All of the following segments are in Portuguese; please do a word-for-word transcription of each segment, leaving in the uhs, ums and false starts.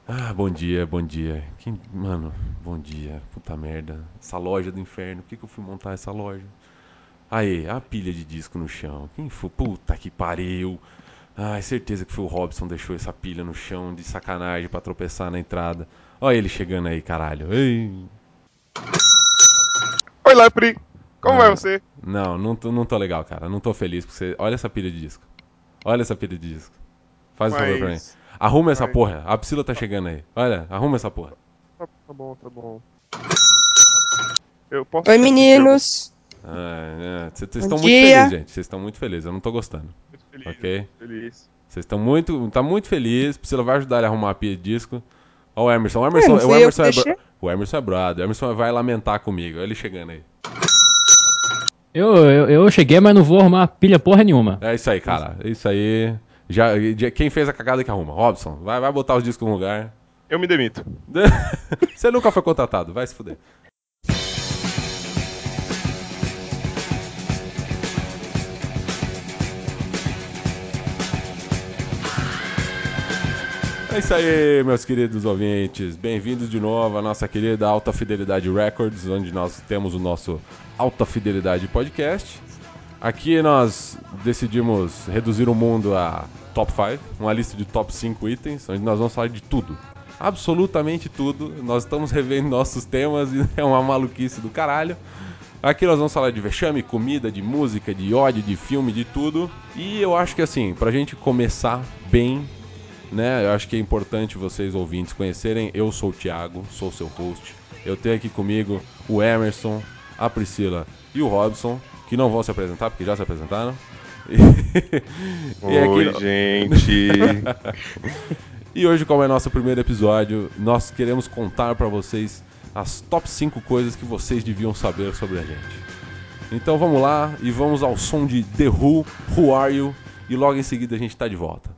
Ah, bom dia, bom dia. Quem... Mano, bom dia. Puta merda. Essa loja do inferno. Por que, que eu fui montar essa loja? Aí, a pilha de disco no chão. Quem foi? Puta que pariu. Ai, certeza que foi o Robson deixou essa pilha no chão de sacanagem pra tropeçar na entrada. Olha ele chegando aí, caralho. Ei. Oi, Lepri! Como vai Ah, você? não, não tô, não tô legal, cara. Não tô feliz porque você. Olha essa pilha de disco. Olha essa pilha de disco. Faz um favor pra mim. Mas. Arruma essa Mas. porra. A Priscila tá Tá, chegando aí. Olha, arruma essa porra. tá- tá bom, tá bom. Eu posso Oi, te pedir algum. meninos. Ah, Vocês Bom estão muito felizes, dia. gente. Vocês estão muito felizes. Eu não tô gostando. Muito feliz, eu tô Ok? muito feliz. Vocês estão muito. Tá muito felizes. Priscila vai ajudar ele a arrumar a pilha de disco. Ó o Emerson. O Ué, Emerson, não o fui eu que Emerson é. bro- deixei? O Emerson é brother. O Emerson vai lamentar comigo. Olha ele chegando aí. Eu, eu, eu cheguei, mas não vou arrumar pilha porra nenhuma. É isso aí, cara. É isso aí. Já, já- quem fez a cagada que arruma? Robson, vai, vai botar os discos no lugar. Eu me demito. Você nunca foi contratado, vai se fuder. É isso aí, meus queridos ouvintes. Bem-vindos de novo à nossa querida Alta Fidelidade Records, onde nós temos o nosso Alta Fidelidade Podcast. Aqui nós decidimos reduzir o mundo a top cinco, uma lista de top cinco itens, onde nós vamos falar de tudo. Absolutamente tudo. Nós estamos revendo nossos temas e é uma maluquice do caralho. Aqui nós vamos falar de vexame, comida, de música, de ódio, de filme, de tudo. E eu acho que assim, pra gente começar bem, né? Eu acho que é importante vocês ouvintes conhecerem. Eu sou o Thiago, sou o seu host. Eu tenho aqui comigo o Emerson, a Priscila e o Robson, que não vão se apresentar porque já se apresentaram. E, e aqui Oi, gente. e hoje, como é nosso primeiro episódio, nós queremos contar pra vocês as top cinco coisas que vocês deviam saber sobre a gente. Então vamos lá e vamos ao som de The Who, Who Are You? E logo em seguida a gente tá de volta.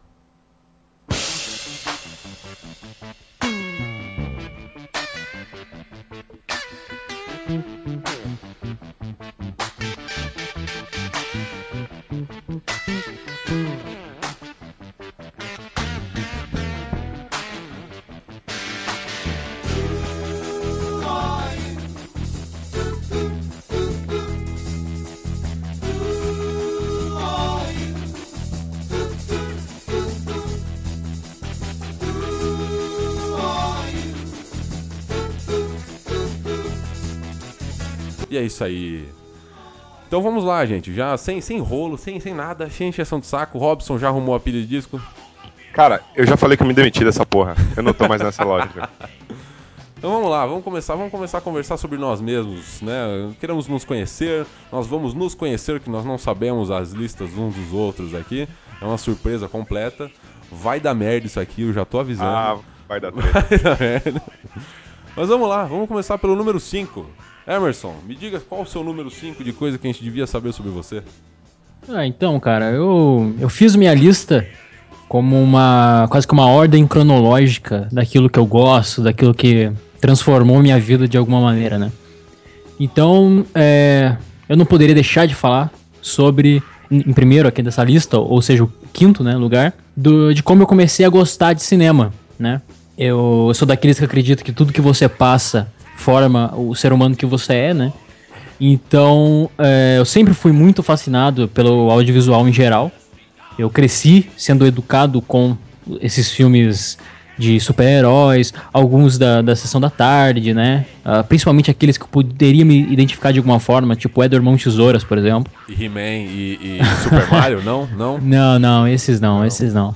E é isso aí. Então vamos lá, gente. Já sem, sem rolo, sem, sem nada, sem encheção de saco. O Robson já arrumou a pilha de disco. Cara, eu já falei que eu me demiti dessa porra. Eu não tô mais nessa loja. Então vamos lá, vamos começar, vamos começar a conversar sobre nós mesmos, né? Queremos nos conhecer, nós vamos nos conhecer, que nós não sabemos as listas uns dos outros aqui. É uma surpresa completa. Vai dar merda isso aqui, eu já tô avisando. Ah, vai dar treta. Vai dar merda. Mas vamos lá, vamos começar pelo número cinco. Emerson, me diga qual o seu número cinco de coisa que a gente devia saber sobre você. Ah, então, cara, eu, eu fiz minha lista como uma quase que uma ordem cronológica daquilo que eu gosto, daquilo que transformou minha vida de alguma maneira, né? Então, é, eu não poderia deixar de falar sobre, em, em primeiro aqui dessa lista, ou seja, o quinto, né, lugar, do, de como eu comecei a gostar de cinema, né? Eu, eu sou daqueles que acreditam que tudo que você passa forma o ser humano que você é, né? Então, é, eu sempre fui muito fascinado pelo audiovisual em geral. Eu cresci sendo educado com esses filmes de super-heróis, alguns da, da Sessão da Tarde, né? Uh, principalmente aqueles que eu poderia me identificar de alguma forma, tipo Edward Mão Tesouras, por exemplo. E He-Man e, e Super Mario, não? Não? Não, não, esses não, Não. esses não.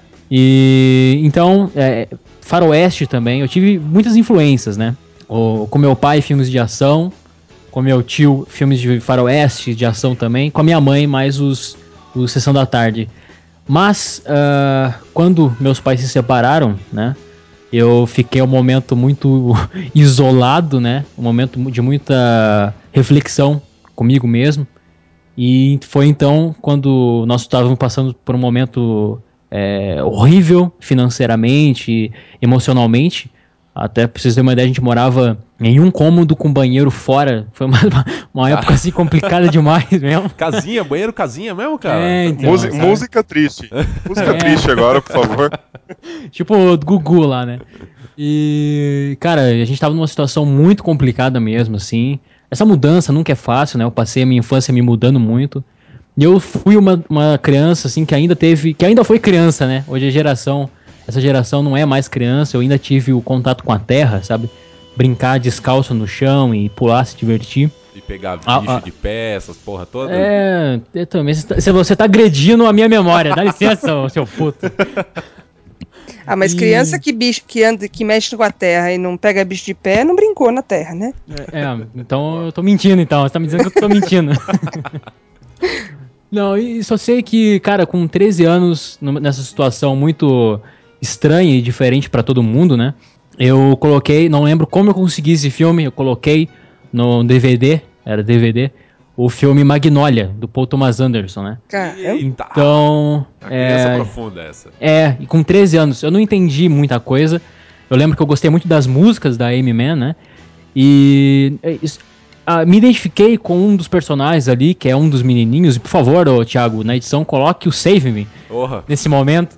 E então, é, Faroeste também, eu tive muitas influências, né? O, com meu pai, filmes de ação, com meu tio, filmes de faroeste, de ação também, com a minha mãe, mais os, os Sessão da Tarde. Mas, uh, quando meus pais se separaram, né, eu fiquei um momento muito isolado, né, um momento de muita reflexão comigo mesmo, e foi então quando nós estávamos passando por um momento é, horrível financeiramente, emocionalmente. Até pra vocês terem uma ideia, a gente morava Em um cômodo com banheiro fora. Foi uma, uma época assim complicada demais mesmo. Casinha, banheiro casinha mesmo, cara? É, então, Música, sabe? música triste. Música É. triste agora, por favor. Tipo o Gugu lá, né? E, cara, a gente tava numa situação muito complicada mesmo, assim. Essa mudança nunca é fácil, né? Eu passei a minha infância me mudando muito. E eu fui uma, uma criança, assim, que ainda teve... Que ainda foi criança, né? Hoje a geração... Essa geração não é mais criança. Eu ainda tive o contato com a terra, sabe? Brincar descalço no chão e pular, se divertir. E pegar bicho Ah, ah. de pé, essas porra toda. É... Eu também, você, tá, você tá agredindo a minha memória. Dá licença, ô, seu puto. Ah, mas E- criança que, bicho, que, anda, que mexe com a terra e não pega bicho de pé, não brincou na terra, né? É, então eu tô mentindo, então. Você tá me dizendo que eu tô mentindo. Não, e só sei que, cara, com treze anos, numa- nessa situação muito estranha e diferente pra todo mundo, né? Eu coloquei, não lembro como eu consegui esse filme, eu coloquei no D V D, era D V D, o filme Magnolia, do Paul Thomas Anderson, né? Caramba. Eita! Então, A criança é, profunda essa. é, e com treze anos, eu não entendi muita coisa. Eu lembro que eu gostei muito das músicas da Amy Mann, né? E é, isso- ah, me identifiquei com um dos personagens ali, que é um dos menininhos. E por favor, ô, Thiago, na edição, coloque o Save Me Porra. nesse momento.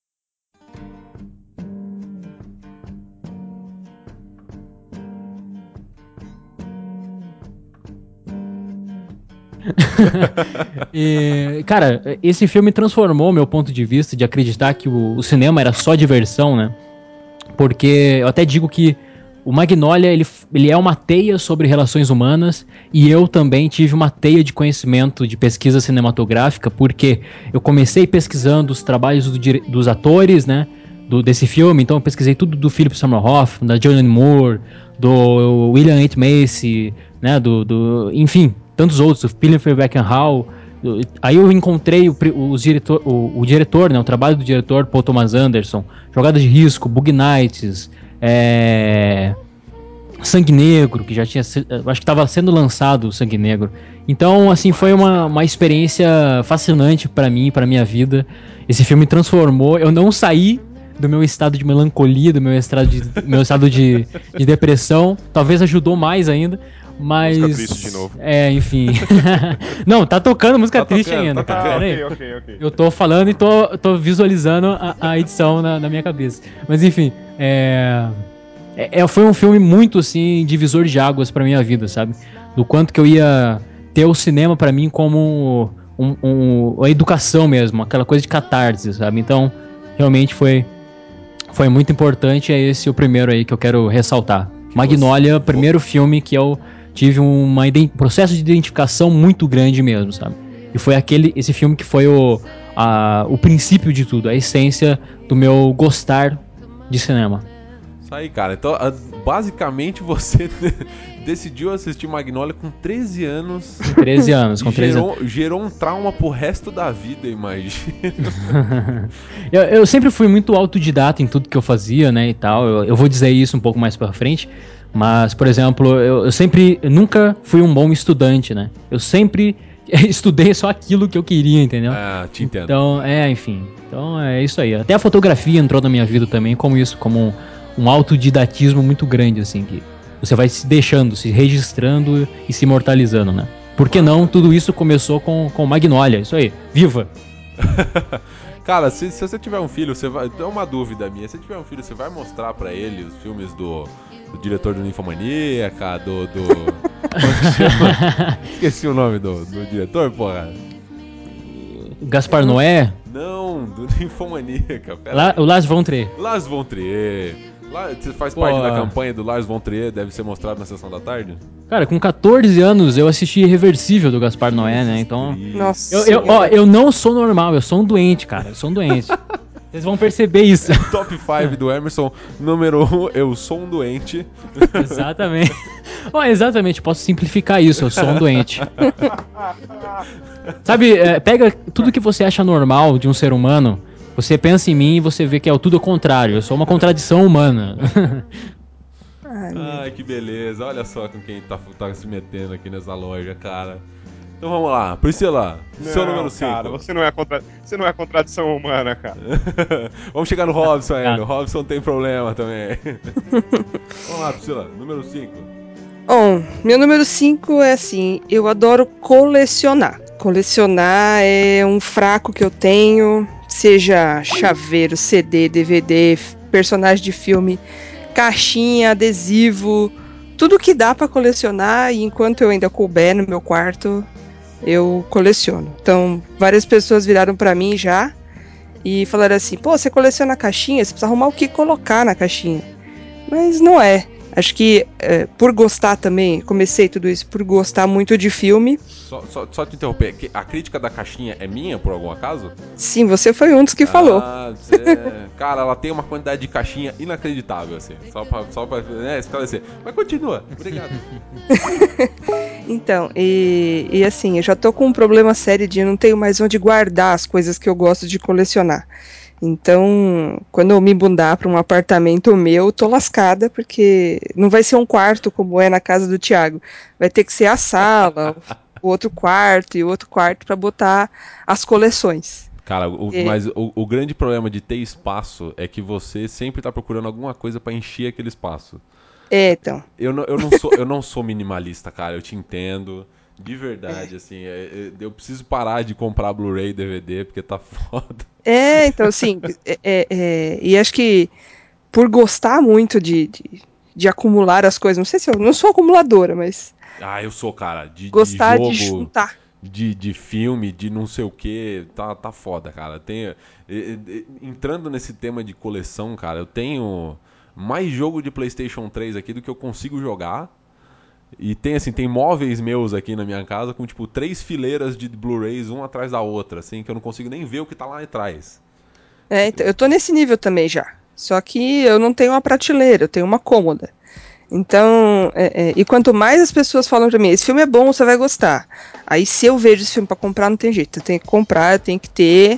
E, cara, esse filme transformou meu ponto de vista de acreditar que o, o cinema era só diversão, né? Porque eu até digo que o Magnolia, ele, ele é uma teia sobre relações humanas e eu também tive uma teia de conhecimento de pesquisa cinematográfica, porque eu comecei pesquisando os trabalhos do dire- dos atores, né, do, desse filme, então eu pesquisei tudo do Philip Seymour Hoffman, da Julianne Moore, do William H. Macy, né, do, do, enfim, tantos outros, do Philip Beckenhall. do- Aí eu encontrei o, pri- os diretor, o, o diretor, né, o trabalho do diretor Paul Thomas Anderson, Jogada de Risco, Bug Nights, é... Sangue Negro, que já tinha se- acho que estava sendo lançado o Sangue Negro. Então, assim, foi uma, uma experiência fascinante pra mim, pra minha vida. Esse filme transformou, eu não saí do meu estado de melancolia, do meu estado de, meu estado de, de depressão. Talvez ajudou mais ainda, mas... Música triste de novo. É, enfim. Não, tá tocando música Tá triste tocando, ainda, tá cara. tocando. Pera aí. ok, ok. Eu tô falando e tô, tô visualizando a, a edição na, na minha cabeça. Mas enfim, é, é, foi um filme muito, assim, divisor de águas pra minha vida, sabe? Do quanto que eu ia ter o cinema pra mim como um, um, uma educação mesmo, aquela coisa de catarse, sabe? Então, realmente foi, foi muito importante. É esse o primeiro aí que eu quero ressaltar. Magnolia, você- primeiro filme que eu tive uma iden- processo de identificação muito grande mesmo, sabe? E foi aquele, esse filme que foi o, a, o princípio de tudo, a essência do meu gostar de cinema. Isso aí, cara. Então, a- basicamente, você decidiu assistir Magnolia com treze anos. Com treze anos, com E treze anos. gerou, gerou um trauma pro resto da vida, imagina. Eu, eu sempre fui muito autodidata em tudo que eu fazia, né, e tal. Eu, eu vou dizer isso um pouco mais pra frente. Mas, por exemplo, eu, eu sempre, eu nunca fui um bom estudante, né? Eu sempre estudei só aquilo que eu queria, entendeu? Ah, te entendo. Então, é, enfim. Então é isso aí. Até a fotografia entrou na minha vida também como isso, como um, um autodidatismo muito grande, assim, que você vai se deixando, se registrando e se imortalizando, né? Por que não tudo isso começou com, com Magnolia? Isso aí, viva! Cara, se, se você tiver um filho, você vai. É uma dúvida minha. Se você tiver um filho, você vai mostrar pra ele os filmes do, do diretor do Ninfomaníaca, do. do... Como que chama? Esqueci o nome do, do diretor, porra. Gaspar Noé, Não, do Ninfomaníaca. Pera La, aí. o Lars von Trier. Lars von Trier. Lá, você faz Pô. parte da campanha do Lars von Trier, deve ser mostrado na sessão da tarde? Cara, com catorze anos eu assisti Irreversível do Gaspar Noé, né? Então. Nossa. Eu, eu, ó, eu não sou normal, eu sou um doente, cara. Eu sou um doente. Vocês vão perceber isso. Top cinco do Emerson, número um, eu sou um doente. Exatamente. Ó, exatamente, posso simplificar isso, eu sou um doente. Sabe, é, pega tudo que você acha normal de um ser humano, você pensa em mim e você vê que é tudo o contrário. Eu sou uma contradição humana. Ai, meu Ai, que beleza. Olha só com quem tá, tá se metendo aqui nessa loja, cara. Então vamos lá, Priscila, seu Não, número cinco. cara, você não, é contra... você não é contradição humana, cara. Vamos chegar no Robson ainda, Ah. o Robson tem problema também. Vamos lá, Priscila, número cinco. Bom, meu número cinco é assim, eu adoro colecionar. Colecionar é um fraco que eu tenho, seja chaveiro, C D, D V D, personagem de filme, caixinha, adesivo, tudo que dá pra colecionar e enquanto eu ainda couber no meu quarto, eu coleciono. Então, várias pessoas viraram pra mim já e falaram assim, pô, você coleciona caixinha, você precisa arrumar o que colocar na caixinha. Mas não é. Acho que é, por gostar também, comecei tudo isso por gostar muito de filme. Só, só, só te interromper, que a crítica da caixinha é minha, por algum acaso? Sim, você foi um dos que falou. Ah, é... Cara, ela tem uma quantidade de caixinha inacreditável, assim. Só pra, só pra né, esclarecer. Mas continua, obrigado. Então, e, e assim, eu já tô com um problema sério de eu não tenho mais onde guardar as coisas que eu gosto de colecionar. Então, quando eu me mudar para um apartamento meu, tô lascada, porque não vai ser um quarto como é na casa do Thiago. Vai ter que ser a sala, o outro quarto e o outro quarto para botar as coleções. Cara, o, É. mas o, o grande problema de ter espaço é que você sempre tá procurando alguma coisa pra encher aquele espaço. É, então. Eu não, eu não, sou, eu não sou minimalista, cara, eu te entendo. De verdade, assim, é- é- eu preciso parar de comprar Blu-ray e D V D porque tá foda. É, então, assim, é, é, é, e acho que por gostar muito de, de, de acumular as coisas, não sei se eu não sou acumuladora, mas Ah, eu sou, cara, de, de gostar de jogo, juntar. de, de filme, de não sei o que, tá, tá foda, cara. Tem, e- e- entrando nesse tema de coleção, cara, eu tenho mais jogo de PlayStation três aqui do que eu consigo jogar. E tem assim, tem móveis meus aqui na minha casa com tipo três fileiras de Blu-rays um atrás da outra, assim, que eu não consigo nem ver o que tá lá atrás. É, então, eu tô nesse nível também já. Só que eu não tenho uma prateleira, eu tenho uma cômoda. Então, é, é, e quanto mais as pessoas falam pra mim, esse filme é bom, você vai gostar. Aí se eu vejo esse filme pra comprar, não tem jeito. Eu tenho que comprar, eu tenho que ter.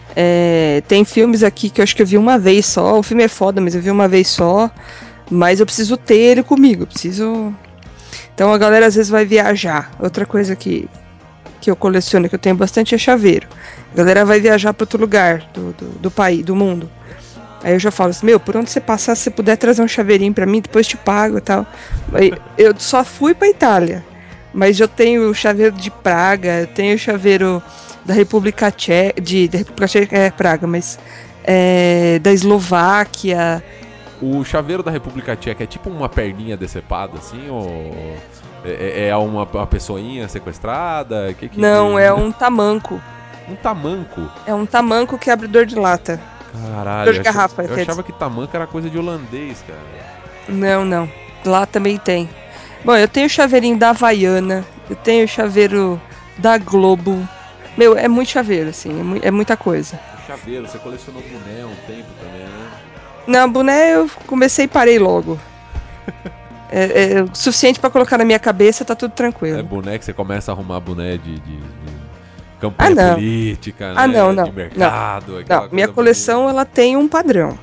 É, tem filmes aqui que eu acho que eu vi uma vez só. O filme é foda, mas eu vi uma vez só. Mas eu preciso ter ele comigo. Eu preciso. Então a galera às vezes vai viajar. Outra coisa que, que eu coleciono, que eu tenho bastante, é chaveiro. A galera vai viajar pra outro lugar do, do, do país, do mundo. Aí eu já falo assim, meu, por onde você passar, se você puder trazer um chaveirinho pra mim, depois te pago e tal. Aí, eu só fui pra Itália, mas eu tenho o chaveiro de Praga, eu tenho o chaveiro da República Tcheca, de, da República Tcheca é Praga, mas é, da Eslováquia. O chaveiro da República Tcheca é tipo uma perninha decepada, assim, ou é, é uma, uma pessoinha sequestrada? Que, que, Não, que... é um tamanco. Um tamanco? É um tamanco que é abridor de lata. Caralho, de eu, garrafa, achava, eu quer achava que tamanco era coisa de holandês, cara. Não, não. Lá também tem. Bom, eu tenho o chaveirinho da Havaiana, eu tenho o chaveiro da Globo. Meu, é muito chaveiro, assim, é, mu- é muita coisa. Chaveiro, você colecionou boné há um tempo também, né? Não, boné eu comecei e parei logo. É, é o suficiente pra colocar na minha cabeça, tá tudo É tranquilo. boné que você começa a arrumar boné de, de- de campanha Ah, não. política, né? Ah, não, não, De mercado, aquela Não, coisa minha coleção, bonita. ela tem um padrão.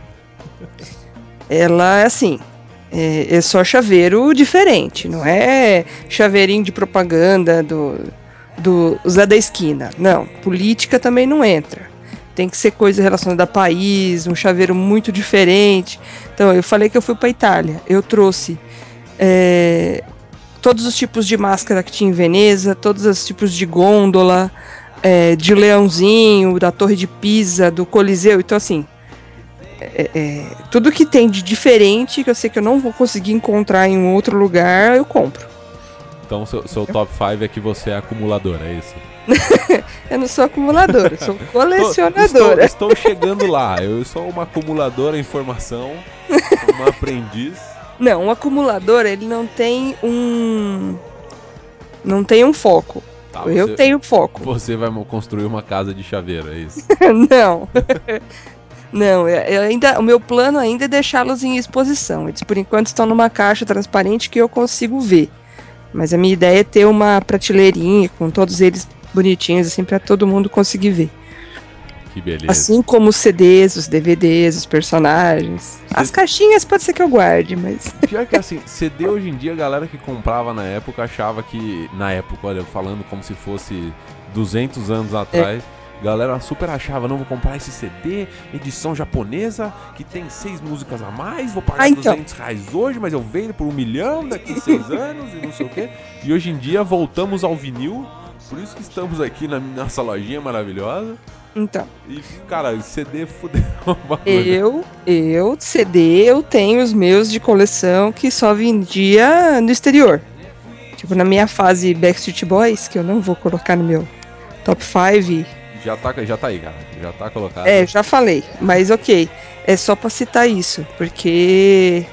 Ela é assim, é, é só chaveiro diferente, não é chaveirinho de propaganda do, do Zé da Esquina. Não, política também não entra. Tem que ser coisa relacionada a país, um chaveiro muito diferente. Então, eu falei que eu fui pra Itália. Eu trouxe é, todos os tipos de máscara que tinha em Veneza, todos os tipos de gôndola, é, de Leãozinho, da Torre de Pisa, do Coliseu. Então, assim, é, é, tudo que tem de diferente, que eu sei que eu não vou conseguir encontrar em um outro lugar, eu compro. Então, seu, seu top cinco é que você é acumulador, é isso? Eu não sou acumuladora, eu sou Tô- colecionadora. estou, estou chegando lá. Eu sou uma acumuladora em formação, uma aprendiz. Não, um acumulador, ele não tem um. Não tem um foco. Tá, Eu você- tenho foco. Você vai mo- construir uma casa de chaveiro, é isso? Não. Não, eu eu ainda, o meu plano ainda é deixá-los em exposição. Eles, por enquanto, estão numa caixa transparente que eu consigo ver. Mas a minha ideia é ter uma prateleirinha com todos eles bonitinhos, assim, pra todo mundo conseguir ver. Que beleza. Assim como os C Ds, os D V Ds, os personagens. As caixinhas pode ser que eu guarde, mas... Pior que assim, C D hoje em dia, a galera que comprava na época achava que... Na época, olha, falando como se fosse duzentos anos atrás... É. Galera super achava, não vou comprar esse C D, edição japonesa, que tem seis músicas a mais, vou pagar ah, então. duzentos reais hoje, mas eu vendo por um milhão daqui a seis anos e não sei o quê. E hoje em dia voltamos ao vinil, por isso que estamos aqui na nossa lojinha maravilhosa. Então. E, cara, C D fudeu. Eu, eu, C D, eu tenho os meus de coleção que só vendia no exterior. Tipo, na minha fase Backstreet Boys, que eu não vou colocar no meu top cinco... Já tá, já tá aí, cara. Já tá colocado. É, já falei. Mas ok. É só pra citar isso. Porque...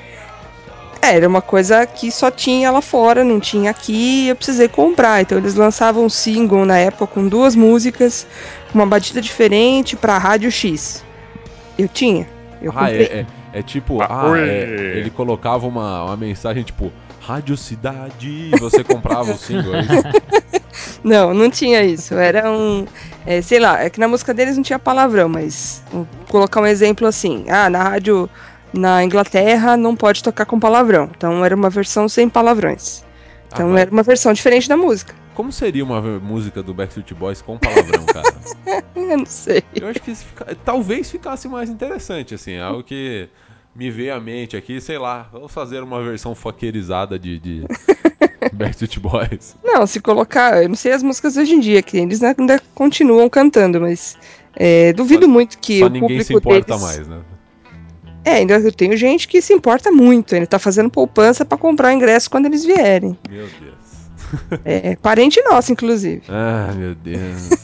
É, era uma coisa que só tinha lá fora, não tinha aqui, e eu precisei comprar. Então eles lançavam um single na época com duas músicas, uma batida diferente pra Rádio X. Eu tinha. Eu ah, comprei. É, é, é tipo... Ah, é, ele colocava uma, uma mensagem tipo... Rádio Cidade, e você comprava o single, é isso? Não, não tinha isso. Era um... É, sei lá, é que na música deles não tinha palavrão, mas... Vou colocar um exemplo assim. Ah, na rádio... Na Inglaterra não pode tocar com palavrão. Então era uma versão sem palavrões. Então ah, era uma versão diferente da música. Como seria uma música do Backstreet Boys com palavrão, cara? Eu não sei. Eu acho que fica... talvez ficasse mais interessante, assim. Algo que me veio à mente aqui, sei lá. Vamos fazer uma versão fuckerizada de, de Backstreet Boys. Não, se colocar... Eu não sei as músicas hoje em dia, que eles ainda continuam cantando, mas... É, duvido só, muito que só o ninguém público se importa deles... mais, né? É, ainda eu tenho gente que se importa muito. Ainda tá fazendo poupança pra comprar ingresso quando eles vierem. Meu Deus. É, parente nosso, inclusive. Ah, meu Deus.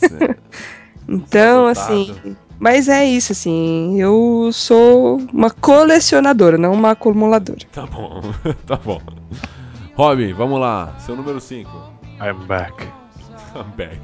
Então, assim... Mas é isso, assim... Eu sou uma colecionadora, não uma acumuladora. Tá bom, tá bom. Robin, vamos lá. Seu número cinco. I'm back. I'm back.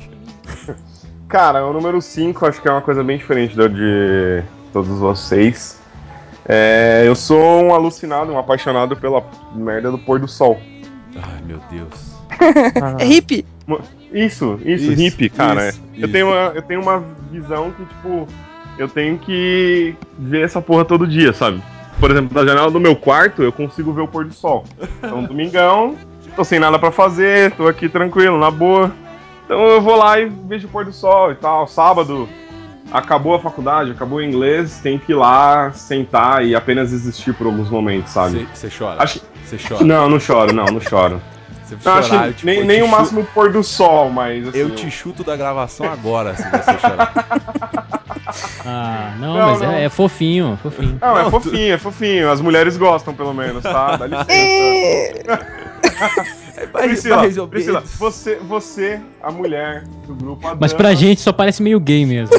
Cara, o número cinco acho que é uma coisa bem diferente da de todos vocês. É, eu sou um alucinado, um apaixonado pela merda do pôr do sol. Ai, meu Deus. É hippie? Isso, isso, isso hippie, cara. Isso, eu, isso. Tenho uma, eu tenho uma visão que, tipo, eu tenho que ver essa porra todo dia, sabe? Por exemplo, da janela do meu quarto, eu consigo ver o pôr do sol. Então, domingão, tô sem nada pra fazer, tô aqui tranquilo, na boa. Então eu vou lá e vejo o pôr do sol e tal. Sábado, acabou a faculdade, acabou o inglês, tem que ir lá, sentar e apenas existir por alguns momentos, sabe? Você chora? Acho... Você chora? Não, não choro, não, não choro. Você não, chorar, acho tipo, nem nem o chuto... máximo pôr do sol, mas assim, eu te chuto da gravação agora, se você chorar. Ah, não, não mas não. É, é fofinho, fofinho. Não, é fofinho, é fofinho. As mulheres gostam, pelo menos, tá? Dá licença. Priscila, Priscila você, você, a mulher do grupo Adama... Mas pra gente só parece meio gay mesmo.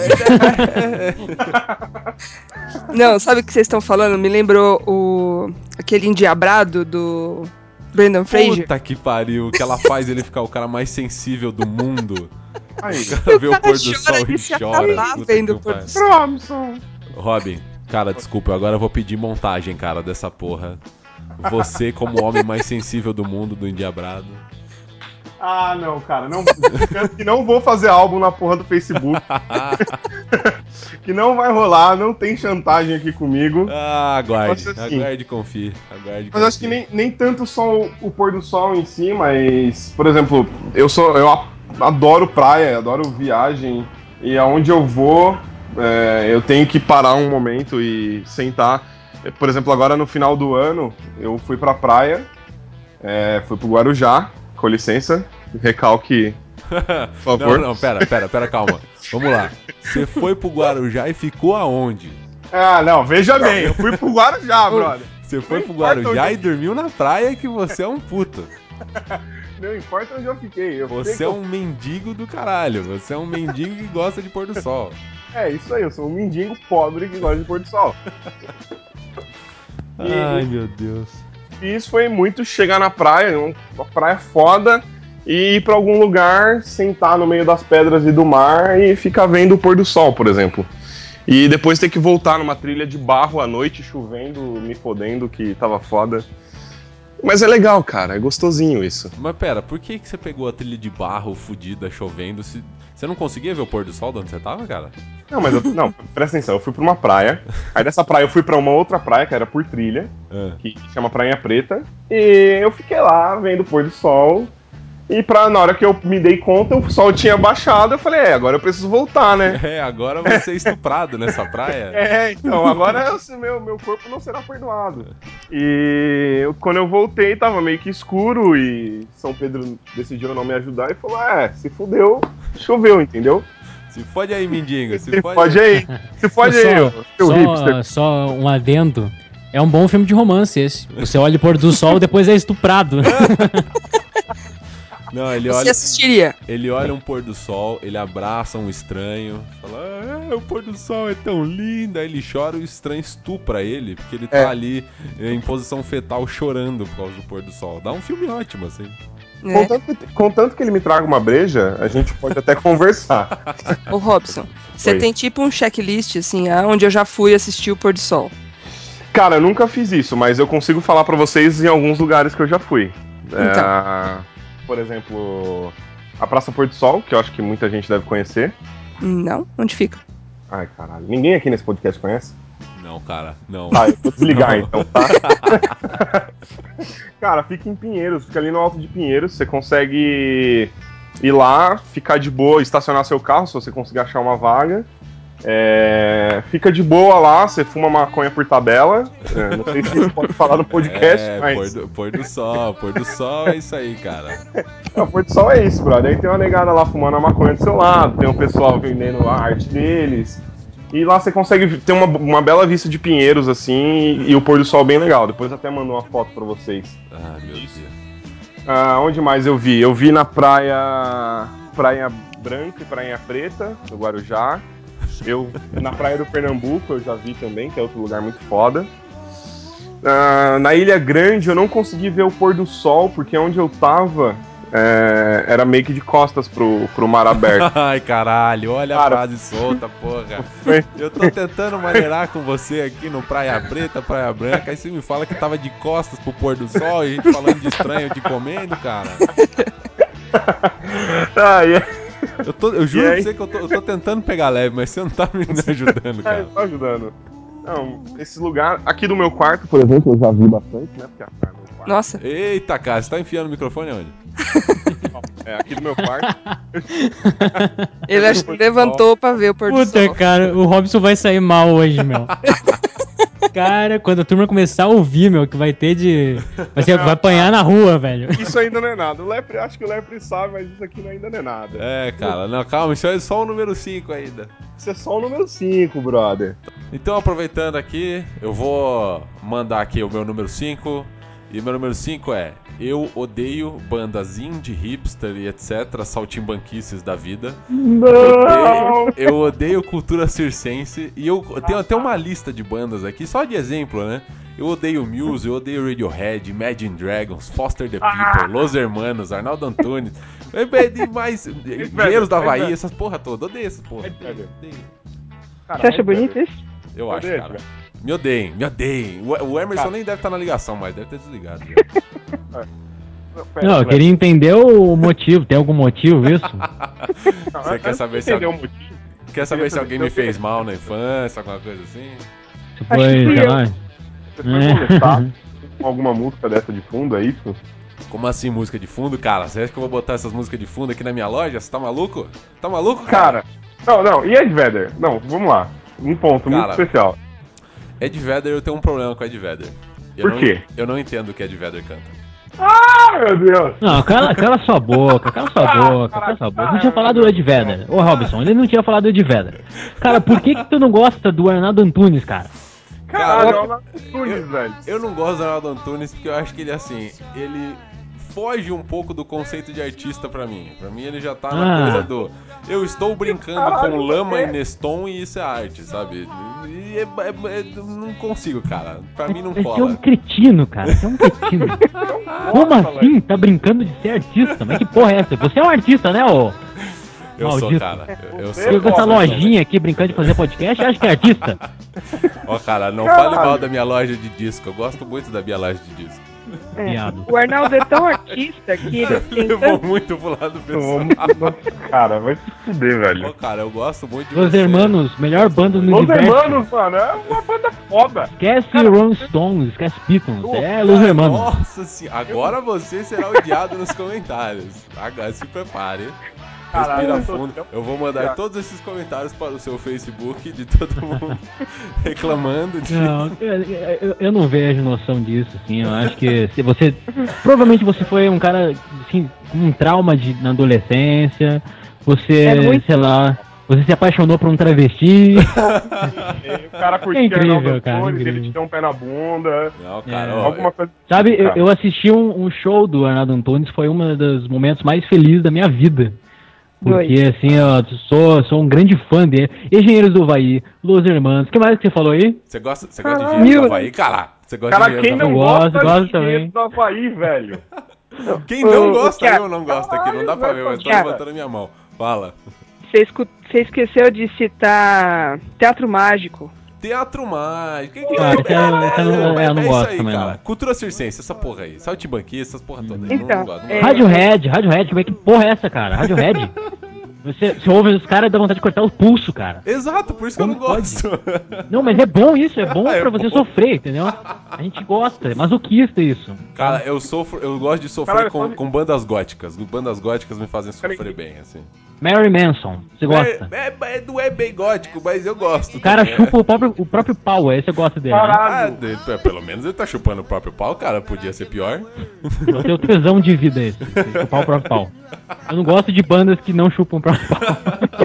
Não, sabe o que vocês estão falando? Me lembrou o... aquele endiabrado do Brendan Fraser. Puta que pariu, que ela faz ele ficar o cara mais sensível do mundo. Aí. O cara vê o, o pôr do sol e chora. Vendo o pôr do sol. Robin, cara, desculpa, agora eu vou pedir montagem, cara, dessa porra. Você como o homem mais sensível do mundo, do endiabrado. Ah, não, cara. Não, que não vou fazer álbum na porra do Facebook. Que não vai rolar, não tem chantagem aqui comigo. Ah, aguarde, assim, aguarde e confie. Aguarde, mas confie. acho que nem, nem tanto só o, o pôr do sol em si, mas, por exemplo, eu sou eu adoro praia, adoro viagem. E aonde eu vou, é, eu tenho que parar um momento e sentar. Por exemplo, agora no final do ano, eu fui pra praia, é, fui pro Guarujá, com licença, recalque, por favor. Não, não, pera, pera, pera, calma. Vamos lá. Você foi pro Guarujá e ficou aonde? Ah, não, veja bem, eu fui pro Guarujá, brother. Você foi pro Guarujá e dormiu na praia que você é um puto. Não importa onde eu fiquei. Eu você fiquei é com... um mendigo do caralho, você é um mendigo que gosta de pôr do sol. É, isso aí, eu sou um mendigo pobre que gosta de pôr do sol. E, ai, meu Deus. E isso foi muito chegar na praia, uma praia foda, e ir pra algum lugar, sentar no meio das pedras e do mar e ficar vendo o pôr do sol, por exemplo. E depois ter que voltar numa trilha de barro à noite, chovendo, me fodendo, que tava foda. Mas é legal, cara, é gostosinho isso. Mas pera, por que, que você pegou a trilha de barro fudida, chovendo, se você não conseguia ver o pôr do sol de onde você tava, cara? Não, mas eu, não, presta atenção, eu fui pra uma praia, aí dessa praia eu fui pra uma outra praia, que era por trilha, É. que chama Prainha Preta, e eu fiquei lá vendo o pôr do sol, e pra, na hora que eu me dei conta, o sol tinha baixado, eu falei, é, agora eu preciso voltar, né? É, agora vai ser estuprado nessa praia. É, então, agora eu- meu, meu corpo não será perdoado. E eu- quando eu voltei, tava meio que escuro e São Pedro decidiu não me ajudar e falou: é, se fudeu, choveu, entendeu? Se fode aí, mendigo, se, Se fode pode aí, se pode aí, só, ô, seu só, hipster. só um adendo. É um bom filme de romance esse. Você olha o pôr do sol, depois é estuprado. Não, ele Você olha, assistiria? ele olha um pôr do sol, ele abraça um estranho, fala, ah, o pôr do sol é tão lindo, aí ele chora e o estranho estupra ele, porque ele tá É. ali em posição fetal chorando por causa do pôr do sol. Dá um filme ótimo, assim. É. Contanto que, contanto que ele me traga uma breja, a gente pode até conversar. Ô Robson, você Oi. tem tipo um checklist, assim, aonde eu já fui assistir o pôr do sol. Cara, eu nunca fiz isso, mas eu consigo falar pra vocês em alguns lugares que eu já fui. Então. É, por exemplo, a Praça Pôr do Sol, que eu acho que muita gente deve conhecer. Não? Onde fica? Ai, caralho. Ninguém aqui nesse podcast conhece? Não, cara, não. Tá, eu vou desligar Não. então, tá? Cara, fica em Pinheiros, fica ali no alto de Pinheiros. Você consegue ir lá, ficar de boa, estacionar seu carro, se você conseguir achar uma vaga. É, fica de boa lá, você fuma maconha por tabela. É, não sei se isso pode falar no podcast, É, mas. pôr do, pôr do sol, pôr do sol é isso aí, cara. O pôr do sol é isso, brother. Aí tem uma negada lá fumando a maconha do seu lado, tem um pessoal vendendo a arte deles. E lá você consegue ter uma, uma bela vista de Pinheiros, assim, e o pôr do sol bem legal. Depois eu até mando uma foto pra vocês. Ah, meu Deus. Ah, onde mais eu vi? Eu vi na praia. Praia Branca e Praia Preta, do Guarujá. Eu, na Praia do Pernambuco eu já vi também, que é outro lugar muito foda. Ah, na Ilha Grande eu não consegui ver o pôr do sol, porque onde eu tava é, era meio que de costas pro, pro mar aberto. Ai, caralho, olha Cara. a frase solta, porra. Eu tô tentando maneirar com você aqui no Praia Preta, Praia Branca, aí você me fala que tava de costas pro pôr do sol e a gente falando de estranho te comendo, cara. Ah, e aí- Eu, tô, eu juro E pra aí? você que eu tô, eu tô tentando pegar leve, mas você não tá me ajudando, Ah, cara. eu tô ajudando. Não, esse lugar. Aqui do meu quarto, por exemplo, eu já vi bastante, né? Porque aqui é meu quarto. Nossa, Eita, cara, você tá enfiando o microfone onde? É, aqui do meu quarto. ele acho que levantou pra ver o pôr do Puta, sol. cara, o Robson vai sair mal hoje, meu. Cara, quando a turma começar a ouvir, meu, que vai ter de... Vai, ser, vai apanhar na rua, velho. Isso ainda não é nada. O Lepre, acho que o Lepre sabe, mas isso aqui ainda não é nada. É, cara, não, calma, isso é só o número cinco ainda. Isso é só o número cinco, brother. Então, aproveitando aqui, eu vou mandar aqui o meu número cinco. E meu número cinco é: eu odeio bandas indie, hipster e etc, saltimbanquices da vida. Não! Odeio, eu odeio cultura circense. E eu tenho até uma lista de bandas aqui, só de exemplo, né? Eu odeio Muse, eu odeio Radiohead, Imagine Dragons, Foster the People, Los Hermanos, Arnaldo Antunes, e mais Engenheiros da Havaí, essas porra toda. Odeio essas porra. Odeio, odeio. Você acha bonito isso? Eu acho, Odeio, cara. velho. Me odeiem, me odeiem. O, o Emerson Cara. nem deve estar na ligação, mas deve ter desligado. Já. Pera, Não, eu Lepre. queria entender o motivo. Tem algum motivo isso? Não, Você eu quer não saber se entendeu alguém- o motivo. Quer saber se alguém me Eu queria- fez mal na infância, alguma coisa assim? Você Acho foi, que sei eu. lá... Você foi molestar com alguma música dessa de fundo, é isso? Como assim música de fundo, cara? Você acha que eu vou botar essas músicas de fundo aqui na minha loja? Você tá maluco? Tá maluco, cara? Cara, não, não, e Ed Vedder? Não, vamos lá. Um ponto muito Cara, especial. Ed Vedder, eu tenho um problema com Ed Vedder. Eu Por não, quê? Eu não entendo o que Ed Vedder canta. Ah, meu Deus! Não, cala, cala sua boca, cala sua boca, cala sua boca. Não tinha falado do Ed Vedder. Ô, Robson, ele não tinha falado do Ed Vedder. Cara, por que que tu não gosta do Arnaldo Antunes, cara? Caralho, Cara, é o Arnaldo Antunes, velho. Eu não gosto do Arnaldo Antunes porque eu acho que ele, assim, ele foge um pouco do conceito de artista pra mim. Pra mim ele já tá na Ah. coisa do... Eu estou brincando Caralho, com lama é. e Neston e isso é arte, sabe? E é, é, é, não consigo, cara. Pra mim não Você é um cola. cretino, cara. Você é um cretino. Como Nossa, assim? velho. Tá brincando de ser artista? Mas que porra é essa? Você é um artista, né, ô? Eu sou, maldito. cara. Eu, eu Você sou. é Você com essa foda, lojinha aqui brincando de fazer podcast, acha que é artista? Ó, cara, não Caralho. fale mal da minha loja de disco. Eu gosto muito da minha loja de disco. É. Viado. O Arnaldo é tão artista que ele tem Levou tanto... muito pro lado pessoal. Nossa, cara, vai se fuder, velho. Pô, cara, eu gosto muito de Los você. Hermanos, melhor banda do Los universo. Hermanos, mano, é uma banda foda. Esquece Cara, Rolling Stones, esquece Beatles. É Los Cara, Hermanos. Nossa senhora, agora você será odiado nos comentários. Agora se prepare. Caralho, Respira eu tô- fundo. Eu vou mandar todos esses comentários para o seu Facebook de todo mundo reclamando de. Não, eu, eu- eu não vejo noção disso, assim. Eu acho que se você. Provavelmente você foi um cara, assim, com um trauma de, na adolescência. Você, É muito. sei lá, você se apaixonou por um travesti. O cara curtia É incrível, Arnaldo cara, Antunes, incrível. ele te deu um pé na bunda. Não, cara, É. ó, Alguma coisa. Sabe, eu, Cara. eu assisti um, um show do Arnaldo Antunes, foi um dos momentos mais felizes da minha vida. Porque, Dois. assim, eu sou, sou um grande fã dele. Engenheiros do Havaí, Los Hermanos. O que mais que você falou aí? Você gosta, você gosta de Caralho. Engenheiro do Havaí? Cara, você gosta Cara, de quem Engenheiro do não Eu Havaí? gosto, gosta gosto de também. Engenheiros do Havaí, velho? Quem não O- gosta, o que- eu não gosto aqui. Não dá pra ver, mas eu tô Caralho, levantando a minha mão. Fala. Você, escu- você esqueceu de citar Teatro Mágico. Teatro mágico. Que que Ah, esse eu- esse eu não- é, eu não é gosto isso aí, também, cara. não. Cultura circense, essa porra aí. Saltimbanquista, essas porra toda aí. Então, não, não gosto, não é- gosto. Radiohead, Radiohead, como é que porra é essa, cara? Radiohead? Você, você ouve os caras e dá vontade de cortar o pulso, cara. Exato, por isso que eu não Como pode? gosto. Não, mas é bom isso, é bom É pra você bom. sofrer, entendeu? A gente gosta, é masoquista isso. Cara, eu sofro, eu gosto de sofrer Caralho, com, só- com bandas góticas. Bandas góticas me fazem sofrer bem, assim. Mary Manson, você gosta? É, é, é- não é bem gótico, mas eu gosto. O cara também. chupa o próprio, o próprio pau, aí você gosta dele, né? Ah, Caralho. de- é, pelo menos ele tá chupando o próprio pau, cara. Podia ser pior. O seu tesão de vida é esse, você chupar o próprio pau. Eu não gosto de bandas que não chupam o próprio pau.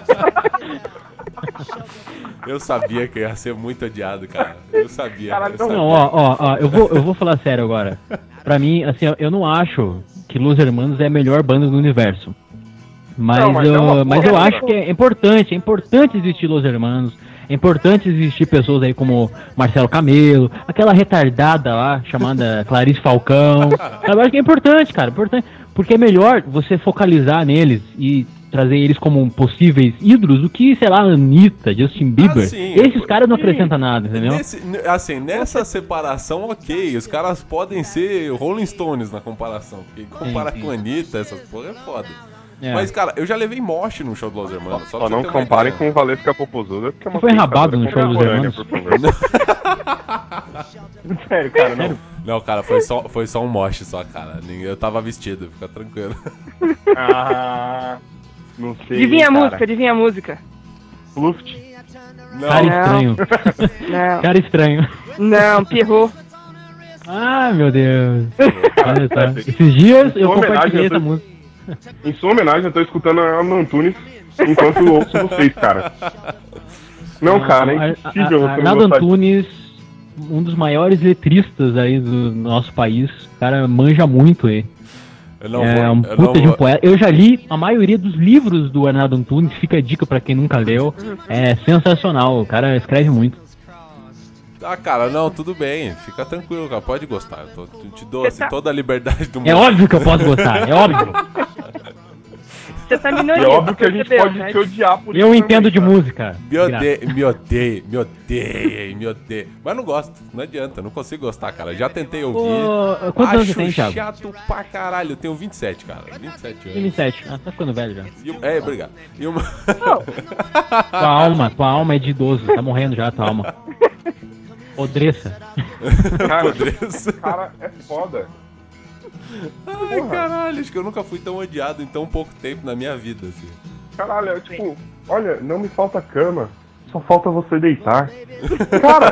Eu sabia que eu ia ser muito odiado, cara. Eu sabia. Caralho, eu não, sabia. Não, ó, ó, ó, eu vou, eu vou falar sério agora. Pra mim, assim, eu- eu não acho que Los Hermanos é a melhor banda do universo. Mas, Não, mas eu, é uma mas boa eu banda. acho que é importante, é importante existir Los Hermanos, é importante existir pessoas aí como Marcelo Camelo, aquela retardada lá, chamada Clarice Falcão. Eu acho que é importante, cara, importante, porque é melhor você focalizar neles e trazer eles como possíveis ídolos do que, sei lá, Anitta, Justin Bieber. Ah, sim, Esses eu- caras não sim. acrescentam nada, entendeu? Nesse, n- assim, nessa separação, ok. Os caras podem ser Rolling Stones na comparação. Porque comparar sim. com a Anitta, essas porra é foda. É. Mas, cara, eu já levei moche no show do Los Hermanos. Só, Só pra você não ter uma comparem ideia. com Valesca Popozuda, porque é uma Você foi enrabado no pensadora show dos contemporânea, Hermanos? por favor. Sério, cara, não. Não, cara, foi só, foi só um moche só, cara. Nem- Eu tava vestido, fica tranquilo. Ah, não sei. Adivinha a cara. música, adivinha a música. Luft. Não, Cara Não. estranho. Não, Cara estranho. não, Pierrot. Ah, meu Deus. Olha só. Cara, Esses dias em eu sua homenagem, compartilhei eu tô- essa música. Em sua homenagem, eu tô escutando a Arnaldo Antunes enquanto eu ouço vocês, cara. Não, cara, é Ar- impossível Ar- você não Arnaldo gostar de... Antunes, um dos maiores letristas aí do nosso país. O cara manja muito aí. eu não É vou. um eu puta não de um vou- poeta. Eu já li a maioria dos livros do Arnaldo Antunes. Fica a dica pra quem nunca leu. É sensacional. O cara escreve muito. Ah, cara, não, tudo bem. Fica tranquilo, cara. Pode gostar. Eu tô- te dou assim, Você tá- toda a liberdade do mundo. É óbvio que eu posso gostar. É óbvio. Você tá E minoria. é óbvio que a gente percebeu, pode né? te odiar por Eu isso entendo também, de cara. música. Me odeio, me odeio, me odeio, me odeio. Mas não gosto, não adianta, não consigo gostar, cara. Já tentei ouvir. Ô, quantos anos Acho você tem, Thiago? chato pra caralho. Eu tenho vinte e sete, cara. vinte e sete anos. vinte e sete. Ah, tá ficando velho já. E um- é, obrigado. E uma. Tua alma, tua alma é de idoso. Tá morrendo já, tua alma. Podreça. Cara, Podreça. cara, é foda. Ai, Porra. caralho, acho que eu nunca fui tão odiado em tão pouco tempo na minha vida, assim. Caralho, é tipo, olha, não me falta cama, só falta você deitar. Cara,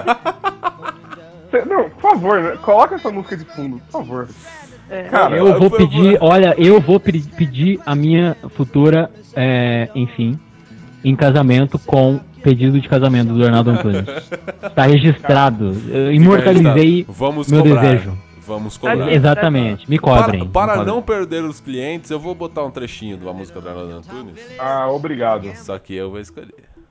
cê- não, por favor, né, coloca essa música de fundo, por favor. Cara, Eu vou por pedir, favor. olha, eu vou pe- pedir a minha futura, é, enfim, em casamento com pedido de casamento do Arnaldo Antunes. Está registrado. Eu imortalizei Vamos meu cobrar. desejo. Vamos cobrar. Tá Exatamente. Me cobrem. Para, para me cobrem. não perder os clientes, eu vou botar um trechinho de uma música do Arnaldo Antunes. ah, obrigado. Só que eu vou escolher.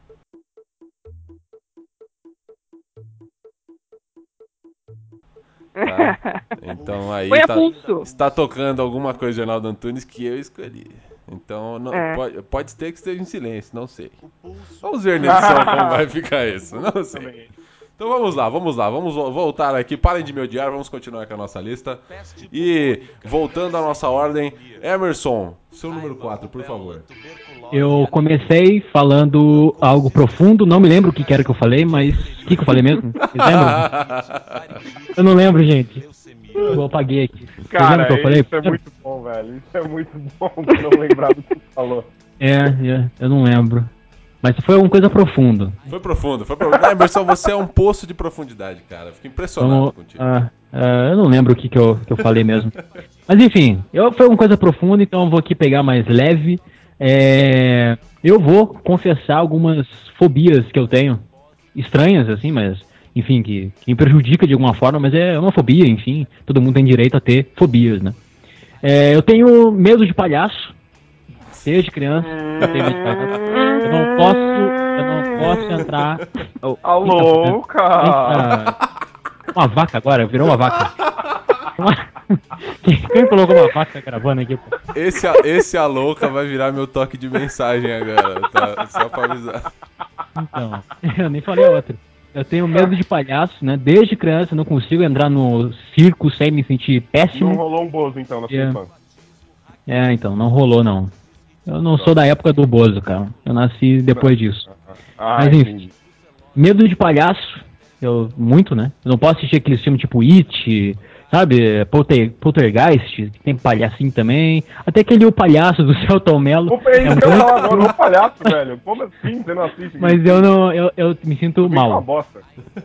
Tá? Então aí Põe a tá, pulso. está tocando alguma coisa de Arnaldo Antunes que eu escolhi. Então não, É. pode, pode ter que esteja em silêncio, não sei. Vamos ver na edição como vai ficar isso, não sei. Então vamos lá, vamos lá, vamos voltar aqui. Parem de me odiar, vamos continuar com a nossa lista. E voltando à nossa ordem, Emerson, seu número quatro, por favor. Eu comecei falando algo profundo, não me lembro o que era que eu falei, mas o que, que eu falei mesmo? Vocês lembram? Eu não lembro, gente. Eu apaguei aqui. Cara, que eu falei? Isso é muito bom, velho. Isso é muito bom de não lembrar do que você falou. É, é, eu não lembro. Mas foi uma coisa profunda. Foi profundo, foi profundo. Ah, Emerson, você é um poço de profundidade, cara. Fico impressionado Vamos, contigo. ah, ah, eu não lembro o que, que, eu, que eu falei mesmo. Mas enfim, eu, foi uma coisa profunda, então eu vou aqui pegar mais leve. É, eu vou confessar algumas fobias que eu tenho. Estranhas, assim, mas... Enfim, que, que me prejudica de alguma forma, mas é uma fobia, enfim. Todo mundo tem direito a ter fobias, né? É, eu tenho medo de palhaço. Desde criança, eu tenho medo de palhaço. Eu não posso, eu não posso entrar... Oh, Alô, cara! Uma vaca agora, virou uma vaca. Uma... Quem colocou uma vaca gravando aqui? Pô? Esse, esse a louca vai virar meu toque de mensagem agora, tá? Só pra avisar. Então, eu nem falei outra. Eu tenho medo de palhaço, né? Desde criança eu não consigo entrar no circo sem me sentir péssimo. Não rolou um Bozo, então, na sua é. infância? É, então, não rolou, não. Eu não sou da época do Bozo, cara. Eu nasci depois disso. Ah, Mas enfim, entendi. medo de palhaço, eu muito, né? Eu não posso assistir aqueles filmes tipo It, sabe? Polter, Poltergeist, que tem palhacinho também. Até aquele O Palhaço do Celton Mello. Opa, é isso que eu ia falar agora, o palhaço, velho. Como assim você não assiste? Mas eu não, eu, eu me sinto Uma mal. bosta.